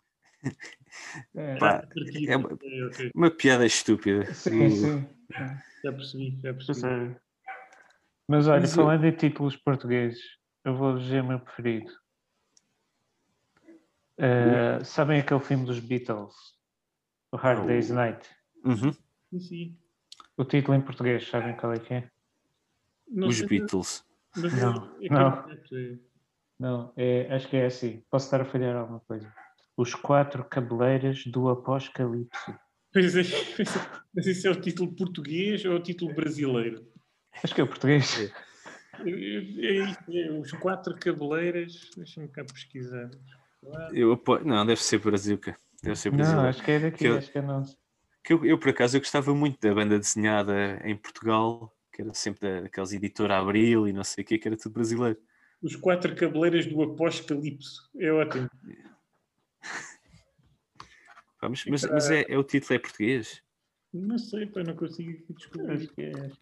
[SPEAKER 8] é.
[SPEAKER 3] Pá,
[SPEAKER 7] Partido.
[SPEAKER 3] é uma,
[SPEAKER 7] Ok, ok.
[SPEAKER 3] uma piada estúpida.
[SPEAKER 8] Sim,
[SPEAKER 3] O-
[SPEAKER 8] sim.
[SPEAKER 7] Já percebi, já percebi.
[SPEAKER 8] Sério. Mas olha,
[SPEAKER 3] Mas eu-
[SPEAKER 8] falando em títulos portugueses, eu vou dizer o meu preferido. Uh, sabem aquele filme dos Beatles? O Hard
[SPEAKER 3] Ah, o-
[SPEAKER 8] Day's Night?
[SPEAKER 3] Uhum.
[SPEAKER 7] Sim, sim.
[SPEAKER 8] O título em português, sabem qual é que é?
[SPEAKER 7] Não
[SPEAKER 3] Os
[SPEAKER 7] sei,
[SPEAKER 3] Beatles.
[SPEAKER 7] mas
[SPEAKER 8] Não,
[SPEAKER 7] é, é
[SPEAKER 8] não.
[SPEAKER 7] correto, é.
[SPEAKER 8] Não, é, acho que é assim. Posso estar a falhar alguma coisa. Os Quatro Cabeleiras do Apocalipse.
[SPEAKER 7] Pois é, mas isso é o título português ou é o título brasileiro?
[SPEAKER 8] Acho que é o português.
[SPEAKER 7] É, é isso, é, os quatro cabeleiras. Deixa-me cá pesquisar.
[SPEAKER 3] Eu apo... Não, deve ser Brasil, cara. Deve ser
[SPEAKER 8] Não,
[SPEAKER 3] brasileiro.
[SPEAKER 8] acho que é daqui,
[SPEAKER 3] Que eu-
[SPEAKER 8] acho que é nosso.
[SPEAKER 3] Que eu, eu, por acaso, eu gostava muito da banda desenhada em Portugal, que era sempre da- daquelas editoras Abril e não sei o quê, que era tudo brasileiro.
[SPEAKER 7] Os quatro cabeleiras do Apocalipse. É ótimo.
[SPEAKER 3] Pá, mas mas, mas é, é o título é português?
[SPEAKER 7] Não sei, pá, não consigo aqui descobrir.
[SPEAKER 8] Acho que é.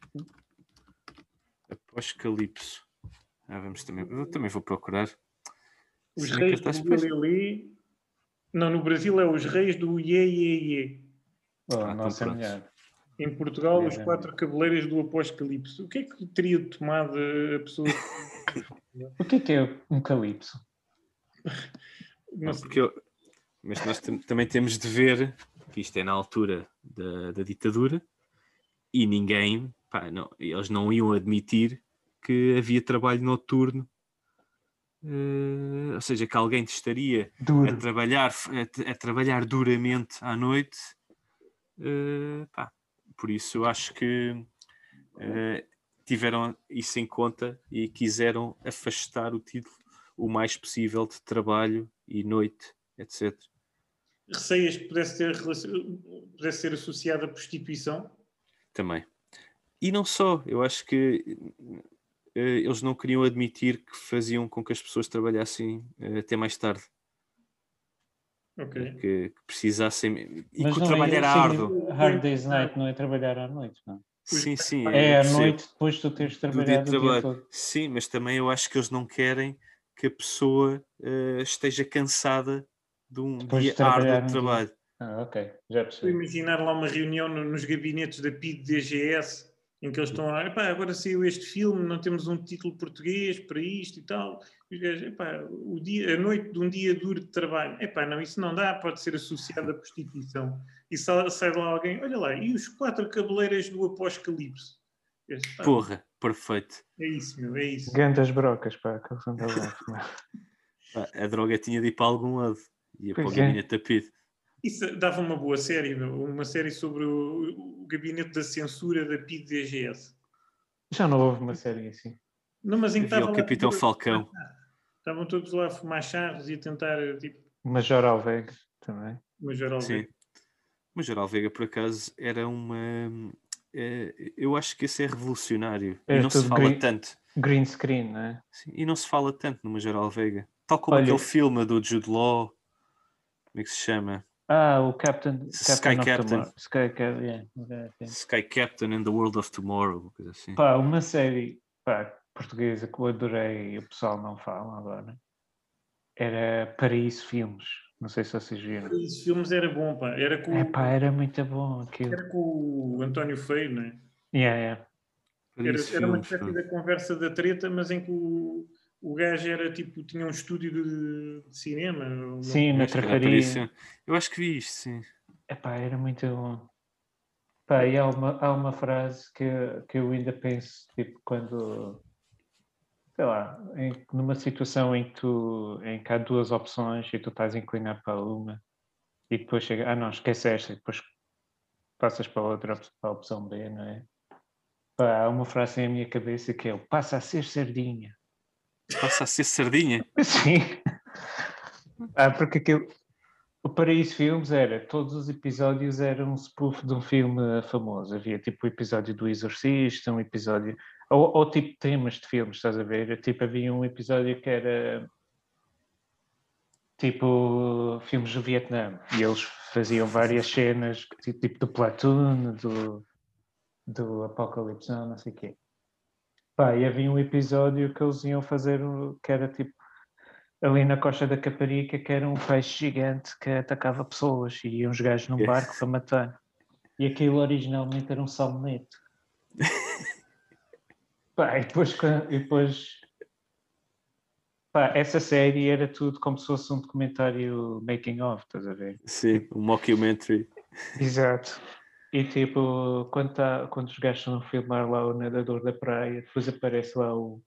[SPEAKER 3] Apocalipse. Ah, vamos também. Eu também vou procurar.
[SPEAKER 7] Os
[SPEAKER 3] Sim,
[SPEAKER 7] reis
[SPEAKER 3] cartaz,
[SPEAKER 7] do
[SPEAKER 3] pois.
[SPEAKER 7] Lelê. Não, no Brasil é os reis do Iê Iê Iê.
[SPEAKER 8] Oh,
[SPEAKER 3] Ah,
[SPEAKER 8] nossa, é
[SPEAKER 3] então pronto.
[SPEAKER 8] melhor.
[SPEAKER 7] Em Portugal, os
[SPEAKER 8] É, é.
[SPEAKER 7] quatro cabeleiras do Apocalipse. O que é que teria tomado a pessoa?
[SPEAKER 8] O que é que é um calipso?
[SPEAKER 7] Não
[SPEAKER 3] Não,
[SPEAKER 7] sei.
[SPEAKER 3] porque eu- Mas nós tam- também temos de ver que isto é na altura da, da ditadura e ninguém, pá, não, eles não iam admitir que havia trabalho noturno, eh, ou seja, que alguém estaria a
[SPEAKER 8] Duro.
[SPEAKER 3] trabalhar, a, a trabalhar duramente à noite. eh, pá, por isso eu acho que eh, tiveram isso em conta e quiseram afastar o título o mais possível de trabalho e noite, etcétera.
[SPEAKER 7] Receias que pudesse, ter, relacion- pudesse ser associado à prostituição?
[SPEAKER 3] Também. E não só, eu acho que eh, eles não queriam admitir que faziam com que as pessoas trabalhassem eh, até mais tarde,
[SPEAKER 7] Ok.
[SPEAKER 3] que, que precisassem, e
[SPEAKER 8] Mas
[SPEAKER 3] que o
[SPEAKER 8] não
[SPEAKER 3] trabalho
[SPEAKER 8] é,
[SPEAKER 3] era
[SPEAKER 8] significa-
[SPEAKER 3] árduo.
[SPEAKER 8] Hard Day's Night não é trabalhar à noite, não.
[SPEAKER 3] Sim, sim,
[SPEAKER 8] É
[SPEAKER 3] eu
[SPEAKER 8] à
[SPEAKER 3] percebo.
[SPEAKER 8] noite depois de tu teres
[SPEAKER 3] Do dia de
[SPEAKER 8] trabalhado o dia
[SPEAKER 3] trabalho.
[SPEAKER 8] todo.
[SPEAKER 3] Sim, mas também eu acho que eles não querem que a pessoa eh, esteja cansada de um
[SPEAKER 8] Depois de
[SPEAKER 3] dia árduo
[SPEAKER 8] trabalhar
[SPEAKER 3] de
[SPEAKER 8] um dia.
[SPEAKER 3] trabalho.
[SPEAKER 8] Ah, ok, já
[SPEAKER 7] Estou a
[SPEAKER 8] percebi.
[SPEAKER 7] imaginar lá uma reunião no- nos gabinetes da P I D G S em que eles estão a epá, agora saiu este filme, não temos um título português para isto e tal. E os gajos, epá, o dia, a noite de um dia duro de trabalho. Epá, não, isso não dá, pode ser associado à prostituição. E sai, sai lá alguém, olha lá, e os quatro cabeleiras do Apocalipse? Este, pá,
[SPEAKER 3] Porra, perfeito.
[SPEAKER 7] é isso, meu, é isso.
[SPEAKER 8] Gandas brocas, pá, que eles andam lá a fumar.
[SPEAKER 3] A droga tinha de ir para algum lado. Ia para o
[SPEAKER 8] Pois é.
[SPEAKER 3] gabinete da P I D.
[SPEAKER 7] Isso dava uma boa série, meu. Uma série sobre o, o gabinete da censura da P I D G S.
[SPEAKER 8] Já não houve uma série assim.
[SPEAKER 7] Não, mas em que
[SPEAKER 3] Havia o
[SPEAKER 7] estavam lá
[SPEAKER 3] Capitão
[SPEAKER 7] todos-
[SPEAKER 3] Falcão.
[SPEAKER 7] Estavam todos lá a fumar charros e a tentar, tipo,
[SPEAKER 8] Major Alveg também.
[SPEAKER 7] Major Alveg.
[SPEAKER 3] Sim. Mas Geral Veiga, por acaso, era uma... é, eu acho que esse é revolucionário.
[SPEAKER 8] Era
[SPEAKER 3] e não se
[SPEAKER 8] tudo
[SPEAKER 3] fala
[SPEAKER 8] green-
[SPEAKER 3] tanto.
[SPEAKER 8] Green screen, não é?
[SPEAKER 3] Sim, e não se fala tanto numa Geral Veiga. Tal como
[SPEAKER 8] Olha-
[SPEAKER 3] aquele filme do Jude Law. Como é que se chama?
[SPEAKER 8] Ah, o Captain,
[SPEAKER 3] Sky
[SPEAKER 8] Captain of
[SPEAKER 3] Captain.
[SPEAKER 8] Tomorrow. Sky Captain, yeah. Okay, okay.
[SPEAKER 3] Sky Captain and the World of Tomorrow. Uma coisa assim.
[SPEAKER 8] Pá, uma série pá, portuguesa que eu adorei e o pessoal não fala agora. Era Paraíso Filmes. Não sei se vocês viram.
[SPEAKER 7] Esses filmes era bom, pá. Era com,
[SPEAKER 8] É pá, era muito bom aquilo.
[SPEAKER 7] era com o António Feio, não é?
[SPEAKER 8] Yeah, yeah.
[SPEAKER 3] Para
[SPEAKER 7] Era,
[SPEAKER 3] isso,
[SPEAKER 7] era uma
[SPEAKER 3] filmes,
[SPEAKER 7] espécie
[SPEAKER 3] pá.
[SPEAKER 7] da conversa da treta, mas em que o, o gajo era tipo, tinha um estúdio de, de cinema. ou-
[SPEAKER 8] Sim, na
[SPEAKER 3] Acho que era para
[SPEAKER 8] Trafaria.
[SPEAKER 3] isso. Eu acho que vi isto, sim.
[SPEAKER 8] É pá, era muito bom. Pá, e há uma, há uma frase que, que eu ainda penso, tipo, quando, sei lá, em- numa situação em que, tu, em que há duas opções e tu estás inclinado para uma e depois chega, ah não, esquece esta, e depois passas para a outra, op- para a opção B, não é? Pá, há uma frase na minha cabeça que é o passa a ser sardinha.
[SPEAKER 3] Passa a ser sardinha.
[SPEAKER 8] Sim. Ah, porque aquilo, o Paraíso Filmes era, todos os episódios eram um spoof de um filme famoso. Havia tipo o episódio do Exorcista, um episódio, ou, ou tipo temas de filmes, estás a ver? Tipo, havia um episódio que era tipo filmes do Vietnã e eles faziam várias cenas, tipo, tipo do Platoon, do, do Apocalipse, Now, não sei o quê. Pá, e havia um episódio que eles iam fazer, o- que era tipo ali na Costa da Caparica, que era um peixe gigante que atacava pessoas e iam os gajos num
[SPEAKER 3] Yes.
[SPEAKER 8] barco para matar. E aquilo originalmente era um salmonete. Pá, e depois, quan- e depois pá, essa série era tudo como se fosse um documentário making of, estás a ver?
[SPEAKER 3] Sim, um mockumentary.
[SPEAKER 8] Exato. E tipo, quando, tá, quando os gajos estão a filmar lá o nadador da praia, depois aparece lá o,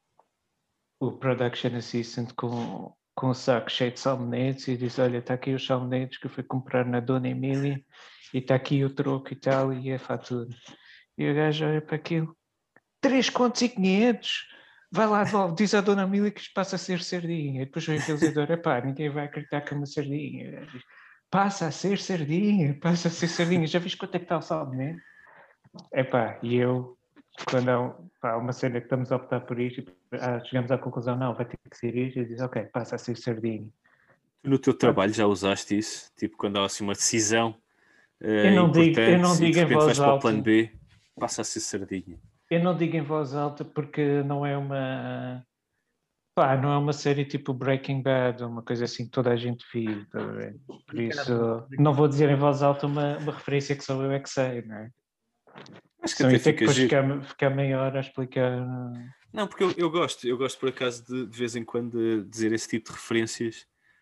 [SPEAKER 8] o production assistant com, com um saco cheio de salmonetes e diz, olha, está aqui os salmonetes que eu fui comprar na Dona Emília e está aqui o troco e tal e a fatura. E o gajo olha para aquilo, três contos e quinhentos, vai lá, devolve, diz à Dona Emília que isto passa a ser sardinha. E depois vem aquele dizedor, epá, ninguém vai acreditar que é uma sardinha. O gajo diz, passa a ser sardinha, passa a ser sardinha. Já viste quanto é que está o salmonete? Epá, e eu, quando há um- pá, uma cena que estamos a optar por isto, ah, chegamos à conclusão, não, vai ter que ser isto, e diz, ok, passa a ser sardinha.
[SPEAKER 3] Tu no teu trabalho já usaste isso? Tipo, quando há assim uma decisão eh,
[SPEAKER 8] Eu não digo-
[SPEAKER 3] importante
[SPEAKER 8] eu não
[SPEAKER 3] e
[SPEAKER 8] digo
[SPEAKER 3] de
[SPEAKER 8] em
[SPEAKER 3] repente
[SPEAKER 8] voz
[SPEAKER 3] vais para o
[SPEAKER 8] alta.
[SPEAKER 3] plano B, passa a ser sardinha.
[SPEAKER 8] Eu não digo em voz alta porque não é uma... Pá, não é uma série tipo Breaking Bad, uma coisa assim que toda a gente vive, tá a ver? Por isso, não vou dizer em voz alta uma, uma referência que só eu é que sei, não é?
[SPEAKER 3] Acho que
[SPEAKER 8] Senão
[SPEAKER 3] até
[SPEAKER 8] ia ter que
[SPEAKER 3] fica
[SPEAKER 8] depois
[SPEAKER 3] giro.
[SPEAKER 8] ficar, ficar meia hora a explicar.
[SPEAKER 3] Não, porque eu, eu gosto, eu gosto por acaso de, de vez em quando de dizer esse tipo de referências,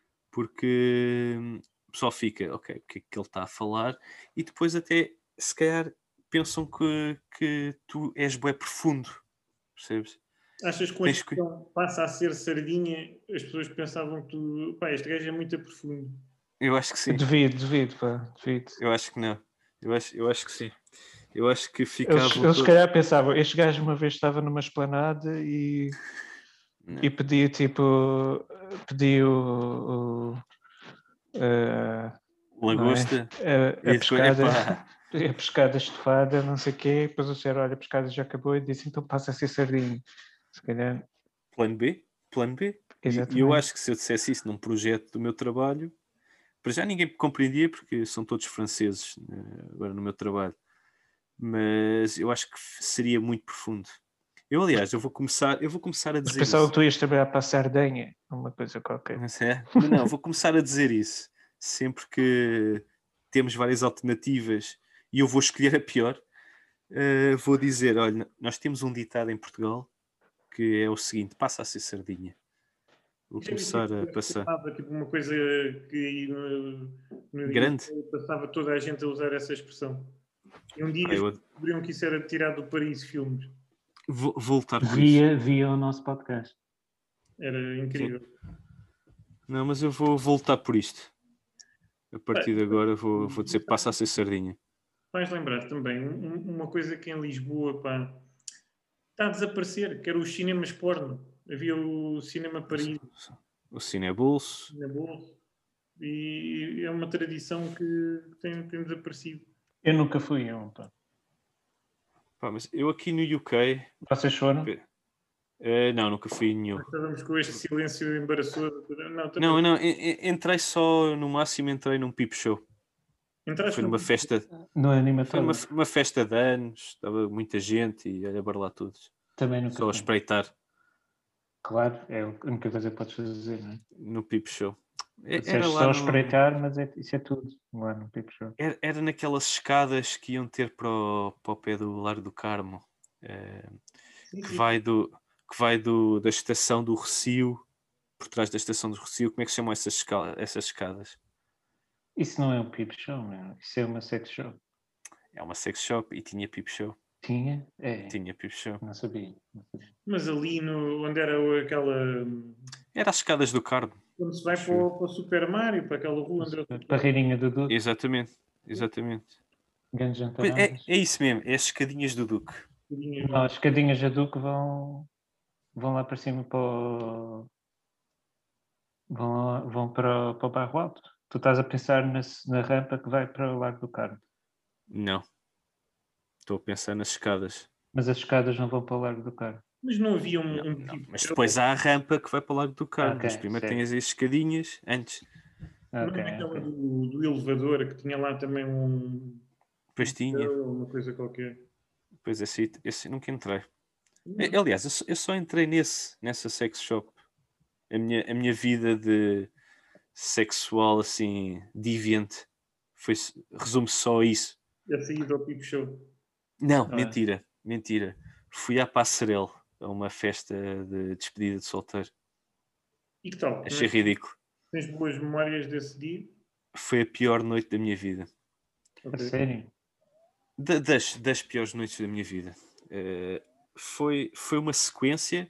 [SPEAKER 3] porque hum, o pessoal fica, ok, o que é que ele está a falar, e depois até, se calhar, pensam que, que tu és bué profundo, percebes?
[SPEAKER 7] Achas que com a
[SPEAKER 3] Tens que-
[SPEAKER 7] expressão passa a ser sardinha, as pessoas pensavam que tu, pá, este gajo é muito profundo.
[SPEAKER 3] Eu acho que sim,
[SPEAKER 8] Devido, devido, pá, devido.
[SPEAKER 3] eu acho que não, eu acho, eu acho que sim. Eu acho que ficava...
[SPEAKER 8] Eles, eles se calhar pensavam, este gajo uma vez estava numa esplanada e,
[SPEAKER 3] Não.
[SPEAKER 8] e pedia tipo, pedia o, o, eh,
[SPEAKER 3] Lagosta,
[SPEAKER 8] a, a
[SPEAKER 3] e depois,
[SPEAKER 8] pescada,
[SPEAKER 3] epá,
[SPEAKER 8] a pescada estufada, não sei o quê, depois o senhor, olha, a pescada já acabou e disse, então passa a ser sardinha. Se calhar,
[SPEAKER 3] plano B, plano B. E- E eu
[SPEAKER 8] Exatamente.
[SPEAKER 3] acho que se eu dissesse isso num projeto do meu trabalho, para já ninguém me compreendia porque são todos franceses eh, agora no meu trabalho. Mas eu acho que f- seria muito profundo. Eu, aliás, eu vou começar, eu vou começar a dizer
[SPEAKER 8] pensava
[SPEAKER 3] isso.
[SPEAKER 8] que tu ias trabalhar para a Sardenha, uma coisa qualquer.
[SPEAKER 3] Não sei. Não, não, vou começar a dizer isso. Sempre que temos várias alternativas e eu vou escolher a pior, eh, vou dizer, olha, nós temos um ditado em Portugal que é o seguinte, passa a ser sardinha. Vou
[SPEAKER 7] Já viste
[SPEAKER 3] começar a
[SPEAKER 7] que
[SPEAKER 3] passar.
[SPEAKER 7] passava, tipo, uma coisa que aí no, no
[SPEAKER 3] Grande.
[SPEAKER 7] passava toda a gente a usar essa expressão. E um dia
[SPEAKER 3] Ah, eu
[SPEAKER 7] descobriram que isso era tirado do Paraíso Filmes.
[SPEAKER 3] vou, vou lutar por isso.
[SPEAKER 8] Via, via o nosso podcast.
[SPEAKER 7] Era incrível.
[SPEAKER 3] Não, mas eu vou voltar por isto. A partir de agora vou, vou dizer passa a ser sardinha.
[SPEAKER 7] Vais lembrar também um- um- uma coisa que em Lisboa, pá, está a desaparecer, que era os cinemas porno. Havia o Cinema Paris
[SPEAKER 3] O Cinebulso.
[SPEAKER 7] na Bolsa e é uma tradição que tem, tem desaparecido.
[SPEAKER 8] Eu nunca fui a um, pá.
[SPEAKER 3] Pá, mas eu aqui no U K...
[SPEAKER 8] Vocês foram?
[SPEAKER 3] eh, não, nunca fui em nenhum.
[SPEAKER 7] Estávamos com este silêncio embaraçoso. Não, também.
[SPEAKER 3] Não, não, en- en- entrei só, no máximo entrei num peep show.
[SPEAKER 7] Entraste
[SPEAKER 3] Foi
[SPEAKER 7] no-
[SPEAKER 3] numa festa,
[SPEAKER 8] No
[SPEAKER 3] foi
[SPEAKER 8] animatório?
[SPEAKER 3] uma, uma festa de anos, estava muita gente e olha para lá todos.
[SPEAKER 8] Também nunca
[SPEAKER 3] Só a
[SPEAKER 8] fui.
[SPEAKER 3] espreitar
[SPEAKER 8] Claro, é a única coisa que podes fazer, não é?
[SPEAKER 3] no peep show. E-
[SPEAKER 8] Disseste
[SPEAKER 3] Era
[SPEAKER 8] só
[SPEAKER 3] lá no,
[SPEAKER 8] espreitar, mas é, isso é tudo. Lá no Pipo Show.
[SPEAKER 3] era, era naquelas escadas que iam ter para o, para o pé do Largo do Carmo, eh,
[SPEAKER 7] Sim,
[SPEAKER 3] que
[SPEAKER 7] sim.
[SPEAKER 3] vai, do, que vai do, da estação do Recio, por trás da estação do Recio. Como é que se chamam essas, esca- essas escadas?
[SPEAKER 8] Isso não é um Pipo Show, meu. Isso é uma sex show.
[SPEAKER 3] É uma sex shop e tinha peep show.
[SPEAKER 8] Tinha? É.
[SPEAKER 3] Tinha peep show.
[SPEAKER 8] Não sabia. Não sabia.
[SPEAKER 7] Mas ali no, onde era o- aquela.
[SPEAKER 3] Era as escadas do Carmo.
[SPEAKER 7] Quando se vai para o, para o Super Mario, para aquela rua onde era.
[SPEAKER 8] Barreirinha do Duque,
[SPEAKER 3] Exatamente, exatamente.
[SPEAKER 8] grandes
[SPEAKER 3] Pois É,
[SPEAKER 8] jantaradas.
[SPEAKER 3] é isso mesmo, é as escadinhas do Duque.
[SPEAKER 8] Não, as escadinhas do Duque vão, vão lá para cima para o... Vão, lá- vão para, o- para o Bairro Alto. Tu estás a pensar na, na rampa que vai para o Largo do Carmo.
[SPEAKER 3] Não. Estou a pensar nas escadas.
[SPEAKER 8] Mas as escadas não vão para o Largo do Carmo.
[SPEAKER 7] Mas não havia um.
[SPEAKER 3] Não,
[SPEAKER 7] um
[SPEAKER 3] não.
[SPEAKER 7] tipo-
[SPEAKER 3] Mas depois há a rampa que vai para o Largo do Carmo.
[SPEAKER 8] Ok,
[SPEAKER 3] Mas primeiro
[SPEAKER 8] certo.
[SPEAKER 3] tens as escadinhas antes.
[SPEAKER 7] Não
[SPEAKER 8] Ok,
[SPEAKER 7] é aquela
[SPEAKER 8] ok.
[SPEAKER 7] do, do elevador que tinha lá também um.
[SPEAKER 3] Depois tinha.
[SPEAKER 7] Uma coisa qualquer.
[SPEAKER 3] Depois esse, esse nunca entrei. Eh, Aliás, eu só, eu só entrei nesse, nessa sex shop. A minha, a minha vida de sexual assim, deviant, foi, resume só a isso.
[SPEAKER 7] A saída ao Pipo Show.
[SPEAKER 3] Não,
[SPEAKER 8] Ah.
[SPEAKER 3] mentira, mentira. Fui à Passarel, a uma festa de despedida de solteiro.
[SPEAKER 7] E que tal?
[SPEAKER 3] Achei ridículo.
[SPEAKER 7] Tens boas memórias desse dia?
[SPEAKER 3] Foi a pior noite da minha vida.
[SPEAKER 8] A
[SPEAKER 7] Ok.
[SPEAKER 8] sério?
[SPEAKER 3] Da- das, das piores noites da minha vida. Eh, foi, foi uma sequência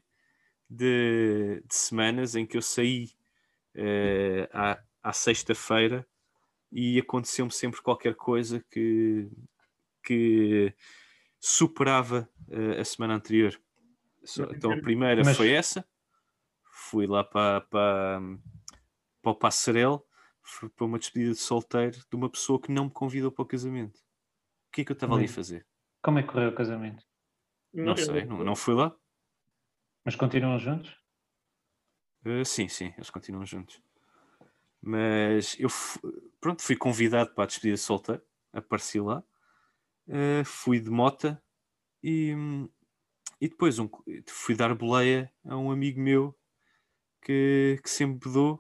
[SPEAKER 3] de, de semanas em que eu saí eh, à, à sexta-feira e aconteceu-me sempre qualquer coisa que, que superava eh, a semana anterior. So- Então a primeira
[SPEAKER 8] Mas-
[SPEAKER 3] foi essa. Fui lá para, para, para o Passarel, fui para uma despedida de solteiro de uma pessoa que não me convidou para o casamento. O que é que eu estava ali a
[SPEAKER 8] Mas-
[SPEAKER 3] fazer?
[SPEAKER 8] Como é que correu o casamento?
[SPEAKER 3] Não
[SPEAKER 7] eu-
[SPEAKER 3] sei, não, não fui lá.
[SPEAKER 8] Mas continuam juntos?
[SPEAKER 3] Uh, sim, sim, eles continuam juntos. Mas eu fu- pronto, fui convidado para a despedida de solteiro, apareci lá, uh, fui de mota e, e depois um, fui dar boleia a um amigo meu que, que sempre bedou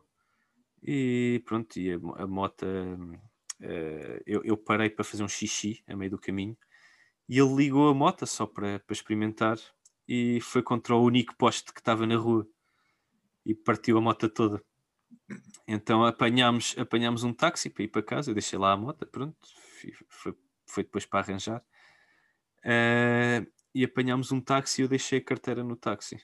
[SPEAKER 3] e pronto, e a, a mota uh, eu, eu parei para fazer um xixi a meio do caminho e ele ligou a mota só para, para experimentar e foi contra o único poste que estava na rua e partiu a moto toda. Então apanhámos, apanhámos um táxi para ir para casa, eu deixei lá a moto, pronto, foi, foi depois para arranjar. Uh, e apanhámos um táxi e eu deixei a carteira no táxi.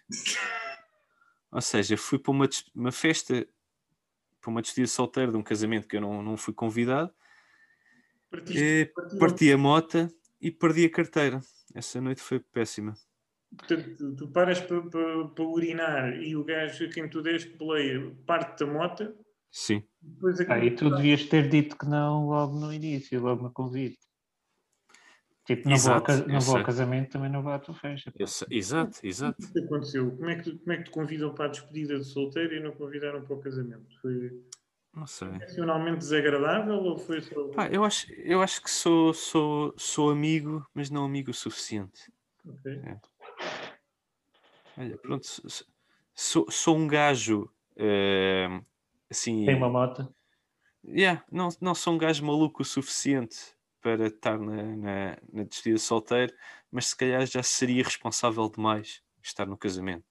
[SPEAKER 3] Ou seja, fui para uma, uma festa, para uma despedida solteira de um casamento que eu não, não fui convidado,
[SPEAKER 7] Partiste-
[SPEAKER 3] e
[SPEAKER 7] partiu-
[SPEAKER 3] parti a moto e perdi a carteira. Essa noite foi péssima.
[SPEAKER 7] Portanto, tu, tu paras para para- para urinar e o gajo a quem tu deste boleia parte da moto.
[SPEAKER 3] Sim.
[SPEAKER 7] Depois
[SPEAKER 8] Ah,
[SPEAKER 7] aquilo-
[SPEAKER 8] e tu devias ter dito que não logo no início, logo no convite. Tipo, não, vou, ao,
[SPEAKER 3] Exato,
[SPEAKER 8] cas-
[SPEAKER 3] eu
[SPEAKER 8] não vou ao
[SPEAKER 3] sei.
[SPEAKER 8] casamento, também não vou à tua festa.
[SPEAKER 3] Eu sei- exato, exato.
[SPEAKER 7] O que aconteceu? Como é, que, tu- como é que te convidam para a despedida de solteiro e não convidaram para o casamento? Foi
[SPEAKER 3] Não sei.
[SPEAKER 7] intencionalmente desagradável ou foi só.
[SPEAKER 3] Pá, eu acho, eu acho que sou, sou, sou amigo, mas não amigo o suficiente.
[SPEAKER 7] Ok.
[SPEAKER 3] Olha, pronto, s- sou, sou um gajo eh, assim.
[SPEAKER 8] Tem uma moto.
[SPEAKER 3] Yeah, não, não sou um gajo maluco o suficiente para estar na, na, na despedida de solteiro, mas se calhar já seria responsável demais estar no casamento.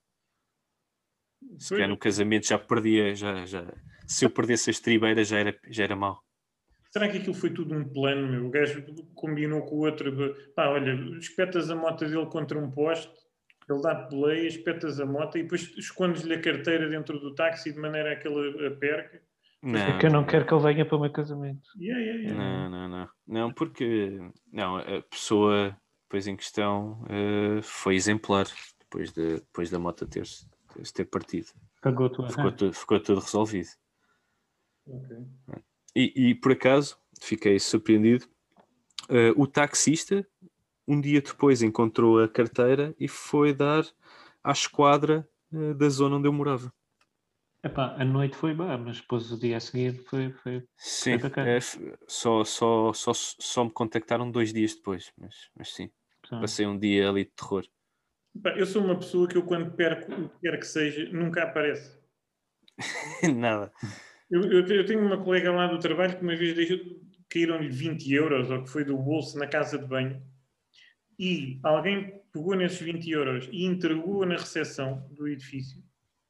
[SPEAKER 3] Se calhar no casamento já perdia, já, já, se eu perdesse as tribeiras já era, já era mau.
[SPEAKER 7] Será que aquilo foi tudo um plano, meu? O gajo combinou com o outro. Pá, olha, espetas a moto dele contra um poste Ele dá play, espetas a moto e depois escondes-lhe a carteira dentro do táxi de maneira a que ele a perca.
[SPEAKER 3] Não,
[SPEAKER 8] É que eu não quero que ele venha para o meu casamento.
[SPEAKER 7] Yeah, yeah, yeah.
[SPEAKER 3] não, não, não. Não, porque não, a pessoa depois em questão uh, foi exemplar depois, de, depois da moto ter, ter partido.
[SPEAKER 8] Pagou a tua
[SPEAKER 3] Ficou, tudo, ficou tudo resolvido.
[SPEAKER 7] Okay.
[SPEAKER 3] E, e por acaso, fiquei surpreendido, uh, o taxista um dia depois encontrou a carteira e foi dar à esquadra uh, da zona onde eu morava.
[SPEAKER 8] Epá, a noite foi boa, mas depois o dia a seguir foi, foi,
[SPEAKER 3] Sim,
[SPEAKER 8] foi bacana.
[SPEAKER 3] é, só, só, só, só me contactaram dois dias depois, mas, mas sim,
[SPEAKER 8] Portanto,
[SPEAKER 3] passei um dia ali de terror.
[SPEAKER 7] Pá, eu sou uma pessoa que eu quando perco o que quer que seja, nunca aparece.
[SPEAKER 3] Nada.
[SPEAKER 7] Eu, eu, eu tenho uma colega lá do trabalho que uma vez deixou, caíram-lhe vinte euros, ou que foi do bolso na casa de banho, e alguém pegou nesses vinte euros e entregou na recepção do edifício.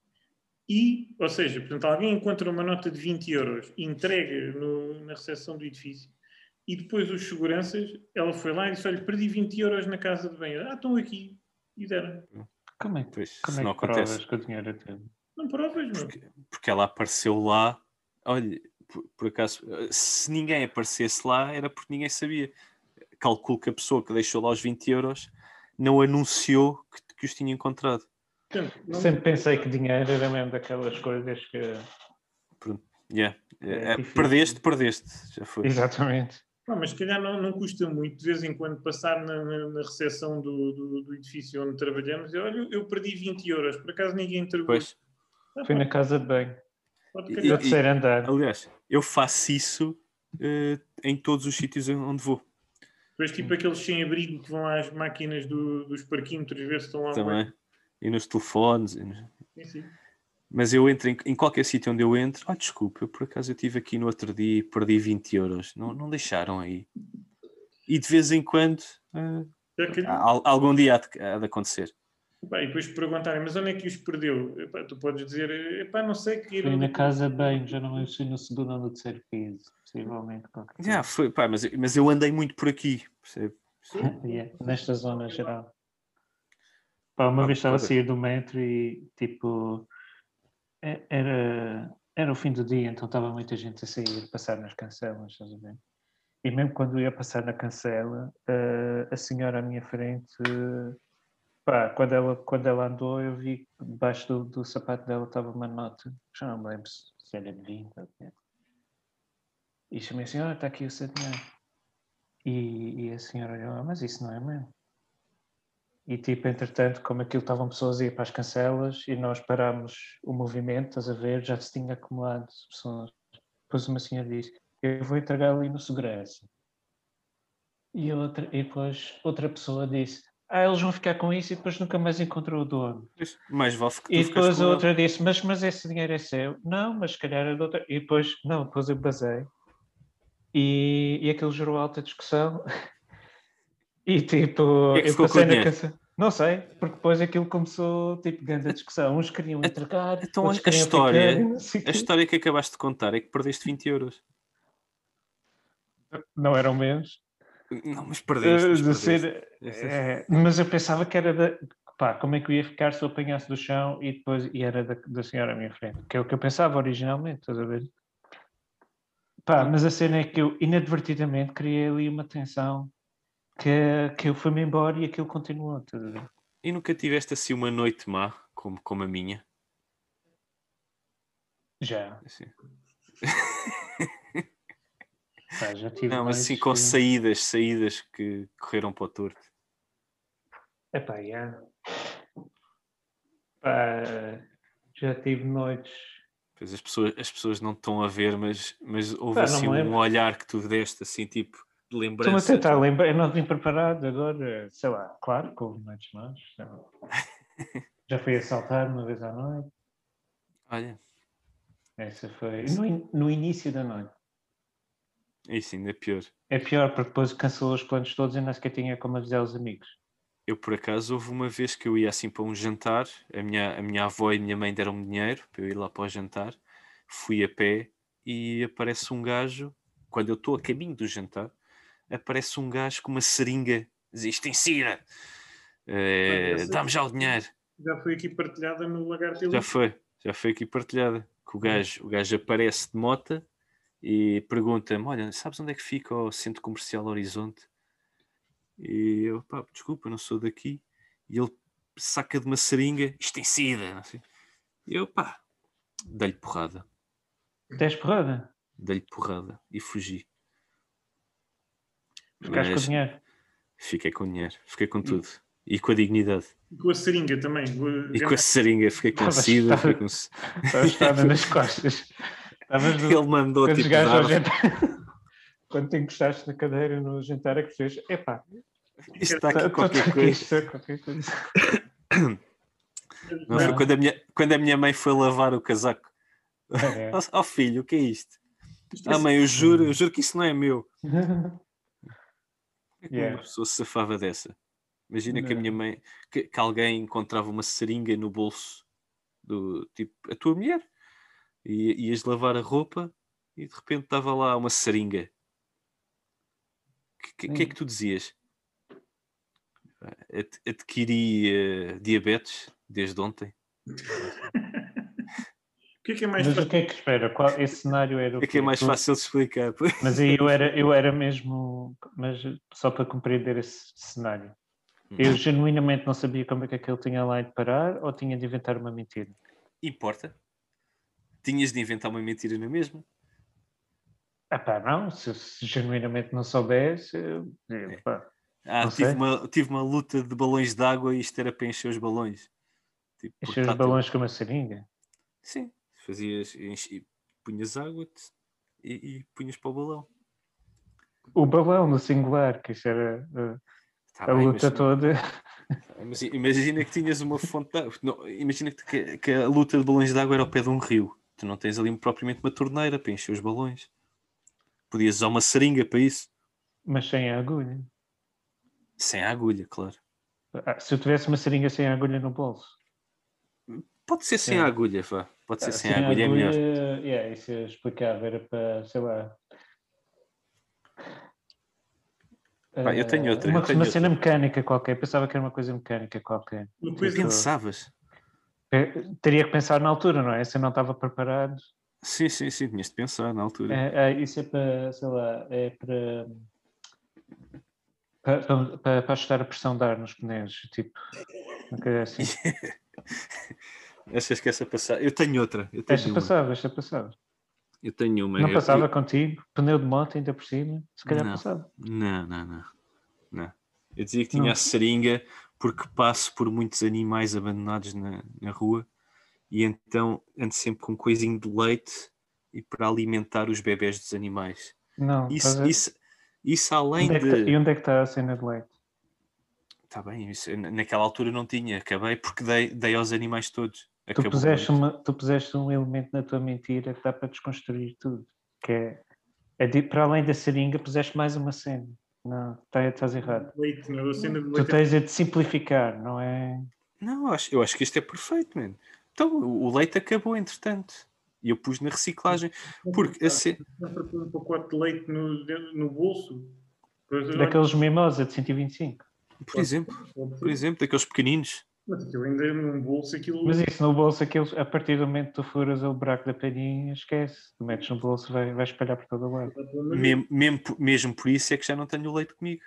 [SPEAKER 7] E, ou seja, portanto, alguém encontra uma nota de vinte euros e entrega no, na recepção do edifício, e depois os seguranças, ela foi lá e disse: olha, perdi vinte euros na casa de banho. Ah, estão aqui. E deram.
[SPEAKER 8] como é,
[SPEAKER 3] Pois,
[SPEAKER 8] como
[SPEAKER 3] se
[SPEAKER 8] é
[SPEAKER 3] não
[SPEAKER 8] que provas
[SPEAKER 3] acontece.
[SPEAKER 8] que o dinheiro é teu?
[SPEAKER 7] Não provas, meu.
[SPEAKER 3] Porque, porque ela apareceu lá. Olha, por, por acaso, se ninguém aparecesse lá, era porque ninguém sabia. Calculo que a pessoa que deixou lá os vinte euros não anunciou que, que os tinha encontrado.
[SPEAKER 7] Portanto, não-
[SPEAKER 8] Sempre pensei que dinheiro era mesmo daquelas coisas que...
[SPEAKER 3] Pronto, yeah.
[SPEAKER 8] É
[SPEAKER 3] É,
[SPEAKER 8] difícil.
[SPEAKER 3] perdeste, perdeste. Já foi.
[SPEAKER 8] Exatamente.
[SPEAKER 7] Não, mas se calhar não, não custa muito, de vez em quando, passar na, na, na recepção do, do, do edifício onde trabalhamos e olha, eu, eu perdi vinte euros, por acaso ninguém entregou.
[SPEAKER 3] Pois.
[SPEAKER 7] Ah,
[SPEAKER 8] Fui
[SPEAKER 7] pá,
[SPEAKER 8] na casa de banho.
[SPEAKER 7] pode
[SPEAKER 3] E-
[SPEAKER 7] calhar.
[SPEAKER 8] Do terceiro andar.
[SPEAKER 3] Aliás, eu faço isso eh, em todos os sítios onde vou.
[SPEAKER 7] Depois, tipo aqueles sem-abrigo que vão às máquinas do, dos parquímetros ver se estão lá.
[SPEAKER 3] Também. E nos telefones. e nos-
[SPEAKER 7] Sim, sim.
[SPEAKER 3] Mas eu entro em, em qualquer sítio onde eu entro. Ah, desculpa, eu por acaso eu estive aqui no outro dia e perdi vinte euros. Não, não deixaram aí. E de vez em quando, eh,
[SPEAKER 7] Já calhou.
[SPEAKER 3] al- algum dia há de, há de acontecer.
[SPEAKER 7] Epá, e depois perguntarem, mas onde é que os perdeu? Epá, tu podes dizer, epá, não sei que
[SPEAKER 8] Fui
[SPEAKER 7] iram.
[SPEAKER 8] na casa de banho, já não sei no segundo ou no terceiro piso. Possivelmente qualquer coisa.
[SPEAKER 3] Já foi, pá, mas, mas eu andei muito por aqui. Percebe?
[SPEAKER 8] Yeah, nesta zona geral. Pá, uma
[SPEAKER 3] Ah,
[SPEAKER 8] vez estava a
[SPEAKER 3] pode.
[SPEAKER 8] sair do metro e tipo é- era, era o fim do dia, então estava muita gente a sair, passar nas cancelas, estás a ver? E mesmo quando eu ia passar na cancela, eh, a senhora à minha frente, eh, pá, quando ela, quando ela andou, eu vi que debaixo do, do sapato dela estava uma nota, já não me lembro se se era de vinte ou quê. E chamei assim: olha, está aqui o seu dinheiro. E, e a senhora olhou: "Ah, mas isso não é mesmo." E tipo, entretanto, como aquilo estavam pessoas a ir para as cancelas e nós parámos o movimento, estás a ver, já se tinha acumulado pessoas. Depois uma senhora disse: eu vou entregar ali no segurança. E, outra, e depois outra pessoa disse: ah, eles vão ficar com isso e depois nunca mais encontrou o dono.
[SPEAKER 3] Pois, mais vale que tu
[SPEAKER 8] E
[SPEAKER 3] ficas
[SPEAKER 8] depois
[SPEAKER 3] com
[SPEAKER 8] a
[SPEAKER 3] ela.
[SPEAKER 8] outra disse: mas, mas esse dinheiro é seu? Não, mas se calhar é de outra. E depois, não, depois eu basei. E, e aquilo gerou alta discussão. E tipo,
[SPEAKER 3] Quem é que
[SPEAKER 8] eu
[SPEAKER 3] ficou com
[SPEAKER 8] passei
[SPEAKER 3] o
[SPEAKER 8] na
[SPEAKER 3] dinheiro?
[SPEAKER 8] canção. Não sei, porque depois aquilo começou tipo grande discussão. Uns queriam entregar,
[SPEAKER 3] Então a,
[SPEAKER 8] outros
[SPEAKER 3] a
[SPEAKER 8] queriam
[SPEAKER 3] história,
[SPEAKER 8] ficar. e Não, sei
[SPEAKER 3] a
[SPEAKER 8] quê.
[SPEAKER 3] história que acabaste de contar é que perdeste vinte euros.
[SPEAKER 8] Não eram meus.
[SPEAKER 3] Não, mas perdeste,
[SPEAKER 8] Uh,
[SPEAKER 3] mas
[SPEAKER 8] de
[SPEAKER 3] perdeste.
[SPEAKER 8] ser, é, mas eu pensava que era da. Pá, como é que eu ia ficar se eu apanhasse do chão e depois e era da, da senhora à minha frente? Que é o que eu pensava originalmente, estás a ver? Pá, mas a cena é que eu inadvertidamente criei ali uma tensão que, que eu fui-me embora e aquilo continuou, estás a ver?
[SPEAKER 3] E nunca tiveste assim uma noite má, como, como a minha?
[SPEAKER 8] Já.
[SPEAKER 3] Assim.
[SPEAKER 8] Pá, já tive
[SPEAKER 3] Não, mas assim
[SPEAKER 8] noites
[SPEAKER 3] com
[SPEAKER 8] que-
[SPEAKER 3] saídas, saídas que correram para o torto.
[SPEAKER 8] Epá, já. Pá, já tive noites.
[SPEAKER 3] Pois as pessoas, as pessoas não estão a ver, mas, mas houve
[SPEAKER 8] Pá, não
[SPEAKER 3] assim
[SPEAKER 8] me
[SPEAKER 3] um
[SPEAKER 8] lembro.
[SPEAKER 3] olhar que tu deste, assim, tipo, de
[SPEAKER 8] Estou-me a
[SPEAKER 3] lembrança.
[SPEAKER 8] tentar lembrar, eu não vim preparado agora, sei lá, claro que houve noites más. sei lá. Já fui assaltado uma vez à noite.
[SPEAKER 3] Olha,
[SPEAKER 8] Essa foi no, in- no início da noite.
[SPEAKER 3] isso ainda é pior.
[SPEAKER 8] É pior porque depois cancelou os planos todos e nem sequer tinha como avisar os amigos.
[SPEAKER 3] Eu, por acaso, houve uma vez que eu ia assim para um jantar, a minha, a minha avó e a minha mãe deram-me dinheiro para eu ir lá para o jantar, fui a pé e aparece um gajo, quando eu estou a caminho do jantar, aparece um gajo com uma seringa, diz, isto ensina! Eh,
[SPEAKER 7] Mas essa-
[SPEAKER 3] Dá-me já o dinheiro.
[SPEAKER 7] Já foi aqui partilhada no Lagarto
[SPEAKER 3] Já foi, já foi aqui partilhada. Que o gajo, o gajo aparece de mota e pergunta-me: olha, sabes onde é que fica o Centro Comercial Horizonte? E eu, pá, desculpa, não sou daqui. E ele saca de uma seringa: isto tem sida. Não sei. E eu, pá, dei-lhe porrada.
[SPEAKER 8] Dez porrada.
[SPEAKER 3] Dei-lhe porrada e fugi.
[SPEAKER 8] Ficaste com o
[SPEAKER 3] Mas
[SPEAKER 8] dinheiro.
[SPEAKER 3] fiquei com o dinheiro, fiquei com tudo. E com a dignidade.
[SPEAKER 7] Com a seringa também.
[SPEAKER 3] E com a seringa, fiquei com
[SPEAKER 8] Estava
[SPEAKER 3] sida.
[SPEAKER 8] estava-
[SPEAKER 3] Fiquei com...
[SPEAKER 8] Estava estada nas costas. Estavas no...
[SPEAKER 3] Ele mandou
[SPEAKER 8] Quando
[SPEAKER 3] tipo
[SPEAKER 8] chegaste ao
[SPEAKER 3] dar...
[SPEAKER 8] jantar... Quando te encostaste na cadeira no jantar é que fez. Epá,
[SPEAKER 3] Isto está
[SPEAKER 8] tá-
[SPEAKER 3] aqui
[SPEAKER 8] tá-
[SPEAKER 3] qualquer
[SPEAKER 8] tá-
[SPEAKER 3] coisa.
[SPEAKER 8] isto é qualquer coisa.
[SPEAKER 3] Não, foi
[SPEAKER 8] Não.
[SPEAKER 3] quando a, minha, quando a minha mãe foi lavar o casaco.
[SPEAKER 8] É.
[SPEAKER 3] Ó oh, filho, o que é isto?
[SPEAKER 7] Isto é
[SPEAKER 3] Ah mãe, eu juro, eu juro que isso não é meu. Como é que
[SPEAKER 8] Yeah.
[SPEAKER 3] uma pessoa se safava dessa? Imagina que a
[SPEAKER 8] Não.
[SPEAKER 3] minha mãe, que, que alguém encontrava uma seringa no bolso do tipo, a tua mulher, e ias lavar a roupa e de repente estava lá uma seringa. O que, que, que é que tu dizias? Ad- Adquiri eh, diabetes desde ontem.
[SPEAKER 7] O que é que é mais
[SPEAKER 8] Mas o
[SPEAKER 7] fácil?
[SPEAKER 8] que é que espera? Qual, esse cenário era o
[SPEAKER 3] É que é
[SPEAKER 8] quê?
[SPEAKER 3] mais
[SPEAKER 8] Tu-
[SPEAKER 3] fácil de explicar.
[SPEAKER 8] Mas aí eu era, eu era mesmo, mas só para compreender esse cenário. Eu genuinamente não sabia como é que aquele tinha lá de parar ou tinha de inventar uma mentira.
[SPEAKER 3] Importa? Tinhas de inventar uma mentira na mesma?
[SPEAKER 8] Ah pá, não, se, se genuinamente não soubesse, eu- eu,
[SPEAKER 3] É.
[SPEAKER 8] pá,
[SPEAKER 3] Ah,
[SPEAKER 8] Não
[SPEAKER 3] tive
[SPEAKER 8] sei.
[SPEAKER 3] uma, tive uma luta de balões de água e isto era para encher os balões. Tipo,
[SPEAKER 8] encher os
[SPEAKER 3] portátil.
[SPEAKER 8] balões com uma seringa.
[SPEAKER 3] Sim, fazias, enchi, punhas água te- e, e punhas para o balão.
[SPEAKER 8] O balão no singular, que isso era uh,
[SPEAKER 3] Tá
[SPEAKER 8] a
[SPEAKER 3] bem,
[SPEAKER 8] luta
[SPEAKER 3] mas-
[SPEAKER 8] toda.
[SPEAKER 3] mas imagina que tinhas uma fonte de água. Não, imagina que, que a luta de balões de água era ao pé de um rio. Tu não tens ali propriamente uma torneira para encher os balões. Podias usar uma seringa para isso.
[SPEAKER 8] Mas sem a agulha.
[SPEAKER 3] Sem a agulha, claro.
[SPEAKER 8] Ah, se eu tivesse uma seringa sem agulha no bolso.
[SPEAKER 3] Pode ser sem
[SPEAKER 8] Sim.
[SPEAKER 3] a agulha, vá. Pode ser
[SPEAKER 8] Ah,
[SPEAKER 3] sem a agulha, é melhor.
[SPEAKER 8] yeah, isso eu explicava, era para, sei lá.
[SPEAKER 3] Pá, eu tenho
[SPEAKER 8] ah,
[SPEAKER 3] outra,
[SPEAKER 8] Uma,
[SPEAKER 3] eu tenho
[SPEAKER 8] uma
[SPEAKER 3] outra.
[SPEAKER 8] cena mecânica qualquer, pensava que era uma coisa mecânica qualquer.
[SPEAKER 7] Uma coisa
[SPEAKER 3] Pensavas?
[SPEAKER 8] Eh, Teria que pensar na altura, não é? Se eu não estava preparado.
[SPEAKER 3] Sim, sim, sim, tinhas de pensar na altura.
[SPEAKER 8] É, é, isso é para, sei lá, é para, para, para, para- para ajustar a pressão de ar nos pneus, tipo, uma coisa assim.
[SPEAKER 3] Achas que essa passar? Eu tenho outra. Eu tenho
[SPEAKER 8] Esta
[SPEAKER 3] uma.
[SPEAKER 8] passava, esta passava.
[SPEAKER 3] Eu tenho uma.
[SPEAKER 8] Não
[SPEAKER 3] Eu-
[SPEAKER 8] passava
[SPEAKER 3] eu-
[SPEAKER 8] contigo? Pneu de moto ainda por cima? Se calhar
[SPEAKER 3] Não.
[SPEAKER 8] passava.
[SPEAKER 3] Não, não, não. Não. Eu dizia que tinha
[SPEAKER 8] Não.
[SPEAKER 3] a seringa porque passo por muitos animais abandonados na, na rua e então ando sempre com um coisinho de leite e para alimentar os bebés dos animais.
[SPEAKER 8] Não,
[SPEAKER 3] Isso,
[SPEAKER 8] estás a-
[SPEAKER 3] isso, isso além
[SPEAKER 8] onde é que tá-
[SPEAKER 3] de.
[SPEAKER 8] E onde é que está a cena de leite?
[SPEAKER 3] Está bem, isso, naquela altura não tinha. Acabei porque dei, dei aos animais todos.
[SPEAKER 8] Tu
[SPEAKER 3] Acabou o
[SPEAKER 8] puseste,
[SPEAKER 3] leite.
[SPEAKER 8] uma, tu puseste um elemento na tua mentira que dá para desconstruir tudo. Que é, é de- para além da seringa, puseste mais uma cena. Não, tá- estás errado.
[SPEAKER 7] leite, não é? A cena de
[SPEAKER 8] Tu
[SPEAKER 7] leite.
[SPEAKER 8] tens a de simplificar, não é?
[SPEAKER 3] Não, eu acho, eu acho que isto é perfeito, mano. Então, o, o leite acabou, entretanto. E eu pus na reciclagem. Porque assim.
[SPEAKER 7] Sempre com um pacote de leite no, no bolso. Pois, olha,
[SPEAKER 8] Daqueles mimosa de cento e vinte e cinco.
[SPEAKER 3] Por exemplo,
[SPEAKER 7] pode ser.
[SPEAKER 3] por exemplo, daqueles pequeninos.
[SPEAKER 7] Mas aquilo ainda num bolso, aquilo.
[SPEAKER 8] Mas isso no bolso, aqueles, a partir do momento que tu furas o buraco da palhinha, esquece. Tu metes no bolso, vai, vai espalhar por todo o lado.
[SPEAKER 3] Mesmo, mesmo, por- mesmo por isso é que já não tenho o leite comigo.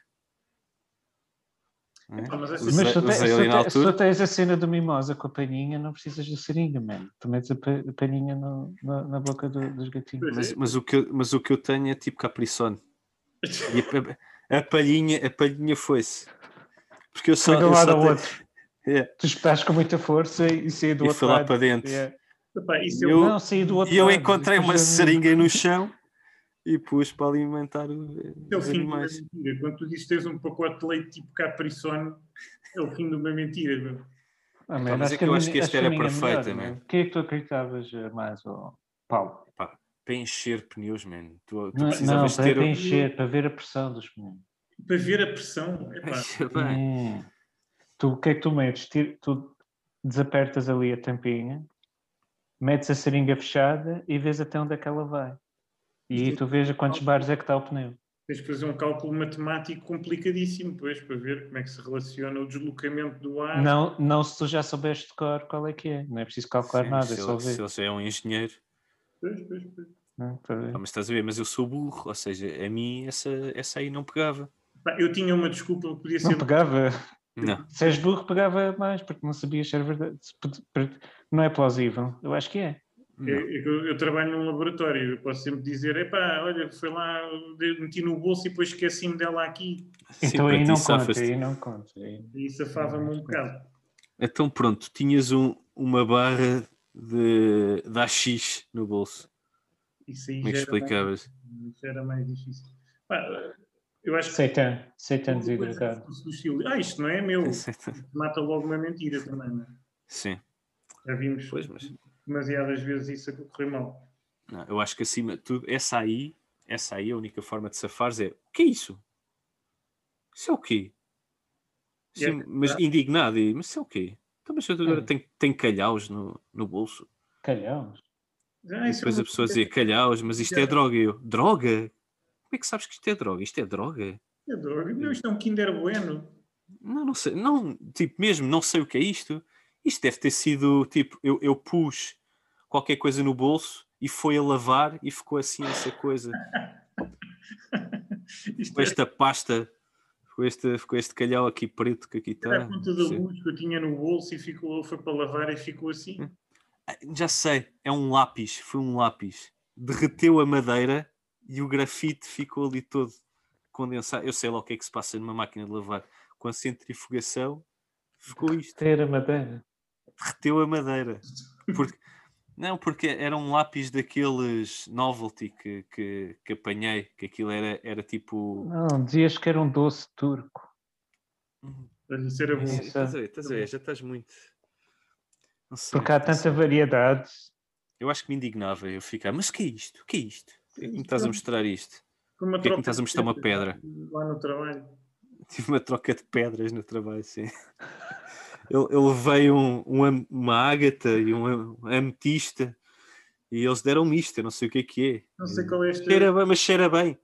[SPEAKER 3] Não é?
[SPEAKER 7] Ah, mas essa-
[SPEAKER 3] Usei,
[SPEAKER 8] Mas se tu, te-
[SPEAKER 3] usei
[SPEAKER 8] se
[SPEAKER 3] ali
[SPEAKER 8] tu
[SPEAKER 3] na
[SPEAKER 8] te- se tu
[SPEAKER 3] altura.
[SPEAKER 8] tens a cena do mimosa com a palhinha, não precisas de seringa, mano. Tu metes a, pa- a palhinha no- na, na boca do- dos gatinhos.
[SPEAKER 3] Mas, mas, o que eu, mas o que eu tenho é tipo capriçone. E a, a palhinha, a palhinha foi-se. Porque eu só.
[SPEAKER 8] Foi de um
[SPEAKER 3] eu
[SPEAKER 8] lado
[SPEAKER 3] só
[SPEAKER 8] ao
[SPEAKER 3] tenho-
[SPEAKER 8] outro.
[SPEAKER 3] É,
[SPEAKER 8] Tu espetaste com muita força e saiu do
[SPEAKER 3] e
[SPEAKER 8] outro
[SPEAKER 3] foi lá
[SPEAKER 8] lado.
[SPEAKER 3] para dentro.
[SPEAKER 8] Yeah.
[SPEAKER 7] Epá, isso
[SPEAKER 3] E
[SPEAKER 7] é
[SPEAKER 3] eu-
[SPEAKER 8] Não, saí do outro
[SPEAKER 3] E eu
[SPEAKER 8] lado.
[SPEAKER 3] encontrei
[SPEAKER 8] Depois
[SPEAKER 3] uma
[SPEAKER 8] já-
[SPEAKER 3] seringa no chão e pus para alimentar o-
[SPEAKER 7] é o
[SPEAKER 3] os
[SPEAKER 7] fim de uma
[SPEAKER 3] animais.
[SPEAKER 7] mentira. Quando tu dizes que tens um pacote de leite tipo capriçone, é o fim de uma mentira. Meu.
[SPEAKER 8] Ah, man,
[SPEAKER 3] mas é que
[SPEAKER 8] a
[SPEAKER 3] eu
[SPEAKER 8] minha-
[SPEAKER 3] acho que este
[SPEAKER 8] a
[SPEAKER 3] era
[SPEAKER 8] minha é
[SPEAKER 3] perfeito,
[SPEAKER 8] melhor,
[SPEAKER 3] man.
[SPEAKER 8] man. Quem é que tu acreditavas eh, mais, oh, Paulo?
[SPEAKER 3] Pá, para encher pneus, man. Tu, tu
[SPEAKER 8] Não, não
[SPEAKER 3] precisavas
[SPEAKER 8] para,
[SPEAKER 3] ter.
[SPEAKER 8] para
[SPEAKER 3] o-
[SPEAKER 8] encher, para ver a pressão dos pneus.
[SPEAKER 7] Para ver a pressão. Epá,
[SPEAKER 3] Bem,
[SPEAKER 8] Hum. Tu, o que é que tu metes? Tira- tu desapertas ali a tampinha, metes a seringa fechada e vês até onde é que ela vai. E aí tu vês a quantos bares é que está o pneu.
[SPEAKER 7] Tens de fazer um cálculo matemático complicadíssimo, pois, para ver como é que se relaciona o deslocamento do ar.
[SPEAKER 8] Não, não se tu já soubeste de cor qual é que é. Não é preciso calcular
[SPEAKER 3] Sim,
[SPEAKER 8] nada,
[SPEAKER 3] se
[SPEAKER 8] é só
[SPEAKER 3] ele, se
[SPEAKER 8] ver.
[SPEAKER 3] ele já é um engenheiro.
[SPEAKER 7] Pois, pois, pois.
[SPEAKER 8] Não, para ver.
[SPEAKER 3] Ah, mas estás a ver, mas eu sou burro, ou seja, a mim essa, essa aí não pegava.
[SPEAKER 7] Pá, eu tinha uma desculpa, podia
[SPEAKER 8] Não
[SPEAKER 7] ser...
[SPEAKER 8] pegava.
[SPEAKER 3] Não.
[SPEAKER 8] Se és burro, pegava mais, porque não sabias se era verdade. Se pod- porque não é plausível. Eu acho que é.
[SPEAKER 7] É- é que eu, eu trabalho num laboratório, eu posso sempre dizer, epá, olha, foi lá, de- meti no bolso e depois esqueci-me dela aqui.
[SPEAKER 3] Sim,
[SPEAKER 8] Então
[SPEAKER 3] para
[SPEAKER 8] aí
[SPEAKER 3] ti
[SPEAKER 8] não conta,
[SPEAKER 3] safas-te.
[SPEAKER 8] aí não conta. Aí...
[SPEAKER 7] E isso afava-me um bocado.
[SPEAKER 3] Então pronto, tinhas um, uma barra de, de A X no bolso.
[SPEAKER 7] Isso aí
[SPEAKER 3] Como é que
[SPEAKER 7] já era, mais,
[SPEAKER 3] explicavas?
[SPEAKER 7] isso era mais difícil. Pá, eu acho que
[SPEAKER 8] Seitan, Seitan
[SPEAKER 7] uma coisa que
[SPEAKER 8] desidratado.
[SPEAKER 7] fosse do estilo, ah, isto não é meu, mata logo uma mentira também, não é?
[SPEAKER 3] Sim,
[SPEAKER 7] Já vimos
[SPEAKER 3] pois, mas
[SPEAKER 7] demasiadas vezes isso a correr mal.
[SPEAKER 3] não, eu acho que acima de tudo, essa aí, essa aí, a única forma de safares é: o que é isso? Isso é o quê?
[SPEAKER 7] E é
[SPEAKER 3] Sim, mas indignado, e, mas isso é o quê? Então, mas eu agora
[SPEAKER 8] É.
[SPEAKER 3] tenho, tenho calhaus no, no bolso.
[SPEAKER 8] Calhaus.
[SPEAKER 7] Ah,
[SPEAKER 3] E
[SPEAKER 7] isso é
[SPEAKER 3] depois
[SPEAKER 7] uma
[SPEAKER 3] a pessoa
[SPEAKER 7] coisa
[SPEAKER 3] dizia calhaus, mas isto é droga. E eu, droga? Como é que sabes que isto é droga? Isto é droga?
[SPEAKER 7] que é droga. Não, isto é um Kinder Bueno.
[SPEAKER 3] Não, não sei, não, tipo, mesmo não sei o que é isto. Isto deve ter sido, tipo, eu, eu pus qualquer coisa no bolso e foi a lavar e ficou assim essa coisa.
[SPEAKER 7] Isto
[SPEAKER 3] Com
[SPEAKER 7] é
[SPEAKER 3] esta pasta, com este, com este calhau aqui preto que aqui
[SPEAKER 7] era
[SPEAKER 3] está.
[SPEAKER 7] a ponta da luz que eu tinha no bolso e ficou, foi para lavar e ficou assim.
[SPEAKER 3] Já sei, é um lápis, foi um lápis. Derreteu a madeira e o grafite ficou ali todo condensado. Eu sei lá o que é que se passa numa máquina de lavar. Com a centrifugação, ficou isto.
[SPEAKER 8] Ter a madeira.
[SPEAKER 3] Derreteu a madeira. Porque, não, porque era um lápis daqueles novelty que, que, que apanhei, que aquilo era, era tipo...
[SPEAKER 8] Não, dizias que era um doce turco.
[SPEAKER 7] Olha, isso era bom.
[SPEAKER 8] Isso.
[SPEAKER 3] Estás a ver, estás a ver, já estás muito... Não sei,
[SPEAKER 8] Porque há
[SPEAKER 3] não
[SPEAKER 8] tanta
[SPEAKER 3] sei.
[SPEAKER 8] variedade.
[SPEAKER 3] Eu acho que me indignava eu ficar, mas que é isto? O que é isto? Por que é que me estás a mostrar isto?
[SPEAKER 7] Foi uma
[SPEAKER 3] Porquê é que me
[SPEAKER 7] troca
[SPEAKER 3] estás a
[SPEAKER 7] de
[SPEAKER 3] mostrar uma
[SPEAKER 7] pedras
[SPEAKER 3] pedra?
[SPEAKER 7] lá no trabalho.
[SPEAKER 3] Tive uma troca de pedras no trabalho, sim. Eu, eu levei um, um am- uma ágata e um, am- um ametista e eles deram-me isto, eu não sei o que é que é.
[SPEAKER 7] Não sei qual é este.
[SPEAKER 3] Cheira bem, mas cheira bem.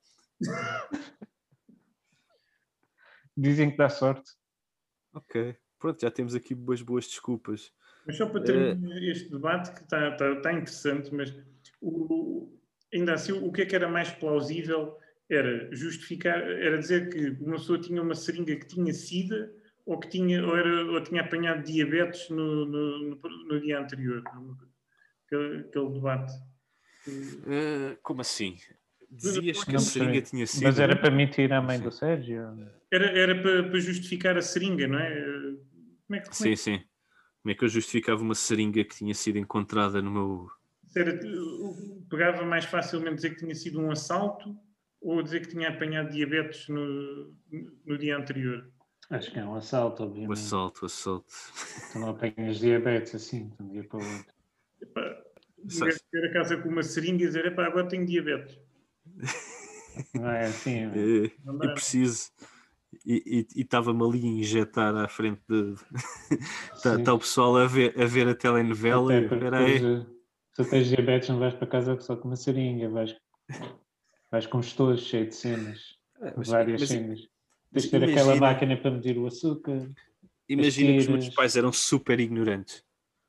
[SPEAKER 8] Dizem que dá sorte.
[SPEAKER 3] Ok, pronto, já temos aqui boas, boas desculpas.
[SPEAKER 7] Mas só para terminar este debate, que está, está, está interessante, mas o, ainda assim, o que é que era mais plausível era justificar, era dizer que uma pessoa tinha uma seringa que tinha sida ou que tinha, ou era, ou tinha apanhado diabetes no, no, no, no dia anterior. Aquele, aquele debate.
[SPEAKER 3] Uh, como assim? Dizias que
[SPEAKER 8] Não
[SPEAKER 3] a seringa
[SPEAKER 8] percebi.
[SPEAKER 3] tinha sido...
[SPEAKER 8] Mas era para mentir à mãe
[SPEAKER 3] Sim.
[SPEAKER 8] do Sérgio?
[SPEAKER 7] Era, era para, para justificar a seringa, não é? Como é que, como
[SPEAKER 3] Sim,
[SPEAKER 7] é
[SPEAKER 3] sim. Como é que eu justificava uma seringa que tinha sido encontrada no meu...
[SPEAKER 7] que era, pegava mais facilmente dizer que tinha sido um assalto ou dizer que tinha apanhado diabetes no, no dia anterior?
[SPEAKER 8] Acho que é um assalto,
[SPEAKER 3] O
[SPEAKER 8] obviamente.
[SPEAKER 3] assalto, o assalto.
[SPEAKER 8] Tu não apanhas diabetes assim, de um dia para o outro.
[SPEAKER 7] Epá,
[SPEAKER 3] Sabes?
[SPEAKER 7] ir a casa com uma seringa e dizer, epá, agora tenho diabetes.
[SPEAKER 8] Não é assim, não é?
[SPEAKER 3] Eh,
[SPEAKER 7] Não dá.
[SPEAKER 3] eu preciso. E estava-me ali a injetar à frente de. Está
[SPEAKER 8] Sim.
[SPEAKER 3] tá o pessoal a ver a, ver a telenovela
[SPEAKER 8] Até
[SPEAKER 3] e
[SPEAKER 8] porque
[SPEAKER 3] espera aí.
[SPEAKER 8] depois, eh, se tens diabetes, não vais para casa só com uma seringa, vais, vais com estojos cheios de cenas,
[SPEAKER 3] Ah, mas-
[SPEAKER 8] várias
[SPEAKER 3] mas-
[SPEAKER 8] cenas.
[SPEAKER 3] mas
[SPEAKER 8] Tens de ter aquela
[SPEAKER 3] imagina-
[SPEAKER 8] máquina para medir o açúcar.
[SPEAKER 3] Imagina que os
[SPEAKER 8] tiras.
[SPEAKER 3] meus pais eram super ignorantes.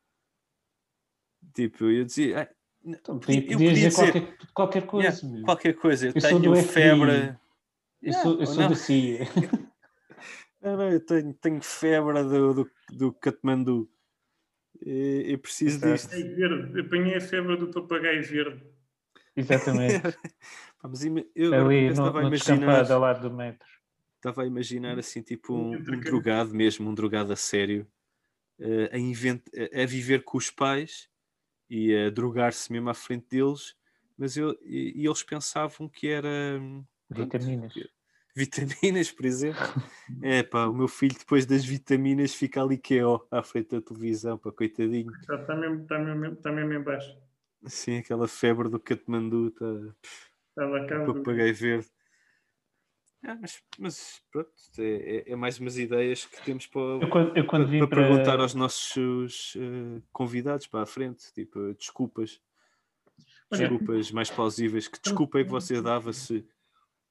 [SPEAKER 3] Tipo, eu dizia. ah,
[SPEAKER 8] Então,
[SPEAKER 3] podia-
[SPEAKER 8] podia,
[SPEAKER 3] eu
[SPEAKER 8] podias
[SPEAKER 3] podia
[SPEAKER 8] dizer
[SPEAKER 3] dizer
[SPEAKER 8] qualquer, qualquer coisa.
[SPEAKER 3] yeah,
[SPEAKER 8] meu.
[SPEAKER 3] qualquer coisa. Eu,
[SPEAKER 8] Eu sou
[SPEAKER 3] tenho
[SPEAKER 8] do F B I.
[SPEAKER 3] febre.
[SPEAKER 8] Eu
[SPEAKER 3] Yeah,
[SPEAKER 8] sou, eu
[SPEAKER 3] ou
[SPEAKER 8] sou
[SPEAKER 3] não.
[SPEAKER 8] da C I A.
[SPEAKER 3] Não, não, eu tenho, tenho febre do, do, do Katmandu. E, eu preciso
[SPEAKER 8] Exato.
[SPEAKER 3] disto.
[SPEAKER 7] Ei, verde. Apanhei a febre do papagaio verde.
[SPEAKER 8] Exatamente.
[SPEAKER 3] Pá, mas ima- eu agora por
[SPEAKER 8] Ali
[SPEAKER 3] acaso
[SPEAKER 8] no,
[SPEAKER 3] estava a
[SPEAKER 8] no
[SPEAKER 3] imaginar.
[SPEAKER 8] descampado ao lado do metro.
[SPEAKER 3] Estava a imaginar assim, tipo, um,
[SPEAKER 7] Entre
[SPEAKER 3] um
[SPEAKER 7] quem?
[SPEAKER 3] drogado mesmo, um drogado a sério, eh, a, invent... a a viver com os pais e a drogar-se mesmo à frente deles, mas eu... e, e eles pensavam que era hum, pronto,
[SPEAKER 8] Vitaminas.
[SPEAKER 3] que- vitaminas, por exemplo. É pá, o meu filho depois das vitaminas fica ali que é ó, à frente da televisão, pá, coitadinho.
[SPEAKER 7] Já está mesmo, está mesmo, está mesmo em baixo.
[SPEAKER 3] Assim, aquela febre do Katmandu, tá,
[SPEAKER 7] Está lá
[SPEAKER 3] o
[SPEAKER 7] cá do...
[SPEAKER 3] papagaio verde. Ah, mas, mas pronto, é, é- é mais umas ideias que temos para,
[SPEAKER 8] Eu quando, eu quando
[SPEAKER 3] para,
[SPEAKER 8] vim
[SPEAKER 3] para
[SPEAKER 8] para...
[SPEAKER 3] perguntar aos nossos eh, convidados para a frente, tipo, desculpas,
[SPEAKER 7] Olha,
[SPEAKER 3] desculpas mais plausíveis, que desculpa é que você dava se...
[SPEAKER 7] estamos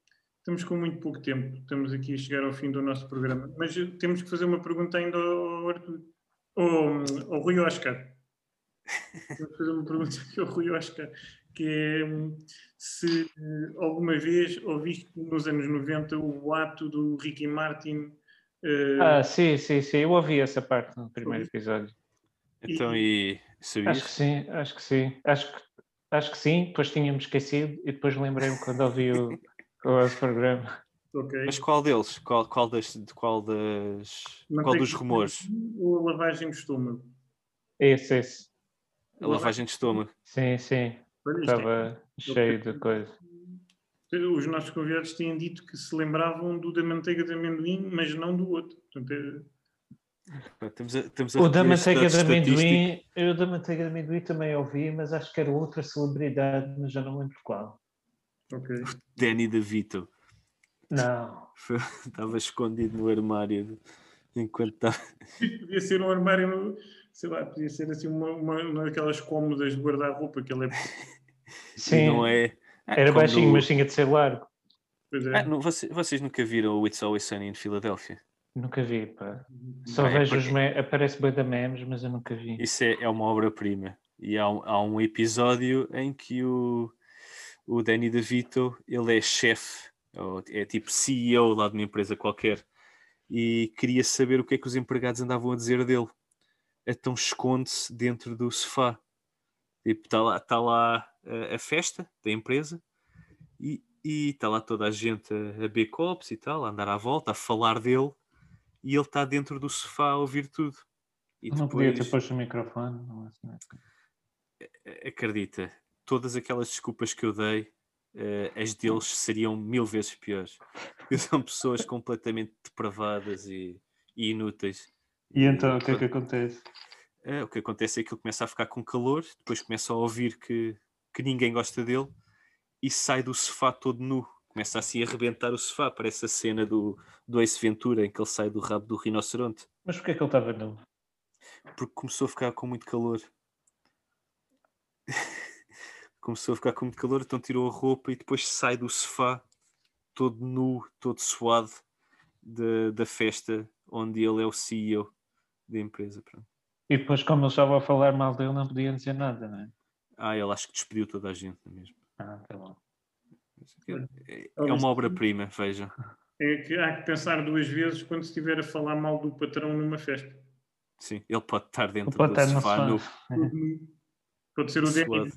[SPEAKER 7] estamos com muito pouco tempo. Estamos aqui a chegar ao fim do nosso programa. Mas temos que fazer uma pergunta ainda ao Arthur. Ao, ao Rui Oscar. Temos que fazer uma pergunta aqui ao Rui Oscar. Que é se uh, alguma vez ouviste nos anos noventa o boato do Ricky Martin. Uh,
[SPEAKER 8] Ah, sim, sim, sim. Eu ouvi essa parte no primeiro episódio.
[SPEAKER 3] Então, e sabias?
[SPEAKER 8] Acho que sim, acho que sim. Acho que, acho que sim, depois tínhamos esquecido e depois lembrei-me quando ouvi o, o nosso programa.
[SPEAKER 7] okay.
[SPEAKER 3] Mas qual deles? Qual, qual das, de qual das, qual dos rumores?
[SPEAKER 7] Ou a lavagem de estômago?
[SPEAKER 8] Esse, esse.
[SPEAKER 3] A lavagem de estômago.
[SPEAKER 8] Sim, sim.
[SPEAKER 7] Olha, isto é-
[SPEAKER 8] Estava cheio de coisa.
[SPEAKER 7] Os nossos convidados têm dito que se lembravam do da manteiga de amendoim, mas não do outro. Portanto, é...
[SPEAKER 3] Estamos a, estamos a
[SPEAKER 8] O da
[SPEAKER 3] recolher este
[SPEAKER 8] manteiga
[SPEAKER 3] dado
[SPEAKER 8] de amendoim,
[SPEAKER 3] estatístico.
[SPEAKER 8] eu da manteiga de amendoim também ouvi, mas acho que era outra celebridade, mas já não lembro qual.
[SPEAKER 7] Ok.
[SPEAKER 3] Danny DeVito.
[SPEAKER 8] Não.
[SPEAKER 3] Estava escondido no armário enquanto estava.
[SPEAKER 7] Podia ser um armário, no- sei lá, podia ser assim uma, uma, uma daquelas cômodas de guardar roupa que ele é.
[SPEAKER 8] Sim,
[SPEAKER 3] E não é. Ah,
[SPEAKER 8] era
[SPEAKER 3] como
[SPEAKER 8] baixinho,
[SPEAKER 3] no-
[SPEAKER 8] mas tinha de ser largo.
[SPEAKER 7] Pois é.
[SPEAKER 3] Ah, não, vocês, vocês nunca viram o It's Always Sunny em Filadélfia?
[SPEAKER 8] Nunca vi, pá. Só
[SPEAKER 3] Ah, é
[SPEAKER 8] vejo
[SPEAKER 3] porque-
[SPEAKER 8] os me... aparece bem da memes, mas eu nunca vi.
[SPEAKER 3] Isso é, é uma obra-prima. E há, um- há um episódio em que o, o Danny DeVito, ele é chefe, ou é tipo C E O lá de uma empresa qualquer, e queria saber o que é que os empregados andavam a dizer dele. Então esconde-se dentro do sofá. Tipo, está lá, tá lá a, a festa da empresa e está lá toda a gente a, a beber copos e tal, a andar à volta, a falar dele, e ele está dentro do sofá a ouvir tudo. E
[SPEAKER 8] Não podia ter
[SPEAKER 3] depois,
[SPEAKER 8] posto o microfone. Não, assim, não.
[SPEAKER 3] acredita, todas aquelas desculpas que eu dei, eh, as deles seriam mil vezes piores. Porque são pessoas completamente depravadas e, e inúteis.
[SPEAKER 8] E então, o que é que acontece?
[SPEAKER 3] Eh, o que acontece é que ele começa a ficar com calor, depois começa a ouvir que, que ninguém gosta dele e sai do sofá todo nu. Começa assim a arrebentar o sofá. Parece a cena do, do Ace Ventura em que ele sai do rabo do rinoceronte.
[SPEAKER 8] Mas porquê que ele estava nu?
[SPEAKER 3] Porque começou a ficar com muito calor. Começou a ficar com muito calor, então tirou a roupa e depois sai do sofá todo nu, todo suado da, da festa onde ele é o C E O da empresa. Pronto.
[SPEAKER 8] E depois, como ele estava a falar mal dele, não podia dizer nada, não é?
[SPEAKER 3] Ah, ele acho que despediu toda a gente mesmo.
[SPEAKER 8] Ah, tá bom.
[SPEAKER 3] É, é uma obra-prima, veja.
[SPEAKER 7] É que há que pensar duas vezes quando se estiver a falar mal do patrão numa festa.
[SPEAKER 3] Sim, ele pode estar dentro
[SPEAKER 8] Pode
[SPEAKER 3] do
[SPEAKER 8] estar no
[SPEAKER 3] sofá nu.
[SPEAKER 8] sofá.
[SPEAKER 7] Pode ser o
[SPEAKER 3] Suado.
[SPEAKER 7] Danny.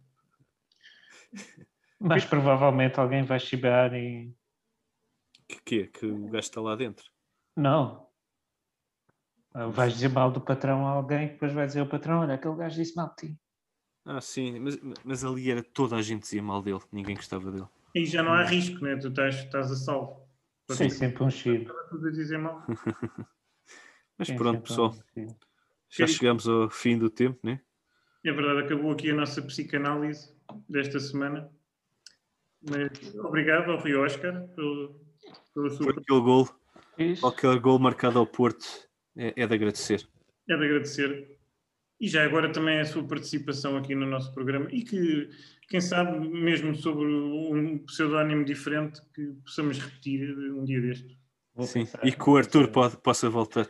[SPEAKER 8] Mas provavelmente alguém vai chibar e...
[SPEAKER 3] Que que é? Que o gajo está lá dentro.
[SPEAKER 8] Não. Vais dizer mal do patrão a alguém, depois vai dizer ao patrão, olha, aquele gajo disse mal de ti.
[SPEAKER 3] Ah, sim, mas, mas ali era toda a gente dizia mal dele, ninguém gostava dele.
[SPEAKER 7] E já não há risco, né? Tu estás, estás a salvo.
[SPEAKER 8] Sim, sempre um chibo.
[SPEAKER 7] Estava tudo a dizer mal.
[SPEAKER 3] Mas
[SPEAKER 8] Sim,
[SPEAKER 3] pronto,
[SPEAKER 8] sempre
[SPEAKER 3] pessoal,
[SPEAKER 8] um chibo.
[SPEAKER 3] já chegamos ao fim do tempo, né?
[SPEAKER 7] É verdade, acabou aqui a nossa psicanálise desta semana. Mas obrigado ao Rui Oscar pelo, pela sua.
[SPEAKER 3] Por aquele gol,
[SPEAKER 8] Isso.
[SPEAKER 3] qualquer gol marcado ao Porto é, é de agradecer.
[SPEAKER 7] É de agradecer. E já agora também a sua participação aqui no nosso programa e que, quem sabe, mesmo sobre um pseudónimo diferente, que possamos repetir um dia deste.
[SPEAKER 8] Vou
[SPEAKER 3] Sim,
[SPEAKER 8] pensar.
[SPEAKER 3] e que o Arthur pode, possa voltar.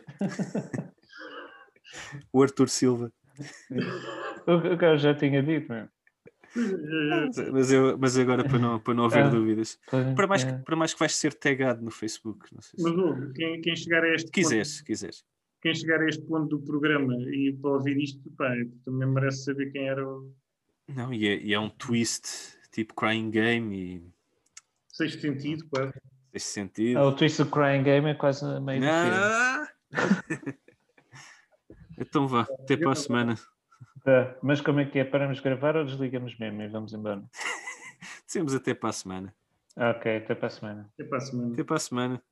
[SPEAKER 3] O Arthur Silva.
[SPEAKER 8] O o que eu já tinha dito, não é?
[SPEAKER 3] Mas, eu, mas agora para não, para não haver
[SPEAKER 8] Ah.
[SPEAKER 3] dúvidas.
[SPEAKER 8] Pois,
[SPEAKER 3] Para mais, que,
[SPEAKER 8] é.
[SPEAKER 3] para mais que vais ser tagado no Facebook, não sei se
[SPEAKER 7] Mas ouve, quem, quem chegar a este
[SPEAKER 3] se quiseres, se quiseres.
[SPEAKER 7] ponto, quem chegar a este ponto do programa e para ouvir isto, pá, também merece saber quem era o
[SPEAKER 3] Não, e é, e é um twist tipo Crying Game e
[SPEAKER 7] sexto sentido, quase.
[SPEAKER 3] esse sentido.
[SPEAKER 8] Ah, o Twist do Crying Game é quase a meio do filme.
[SPEAKER 3] Não. Então vá, até para a semana.
[SPEAKER 8] Tá, mas como é que é? Paramos de gravar ou desligamos mesmo e vamos embora?
[SPEAKER 3] Dizemos até para a semana.
[SPEAKER 8] Ah, ok, até para a semana.
[SPEAKER 7] É para a semana.
[SPEAKER 3] Até para a semana.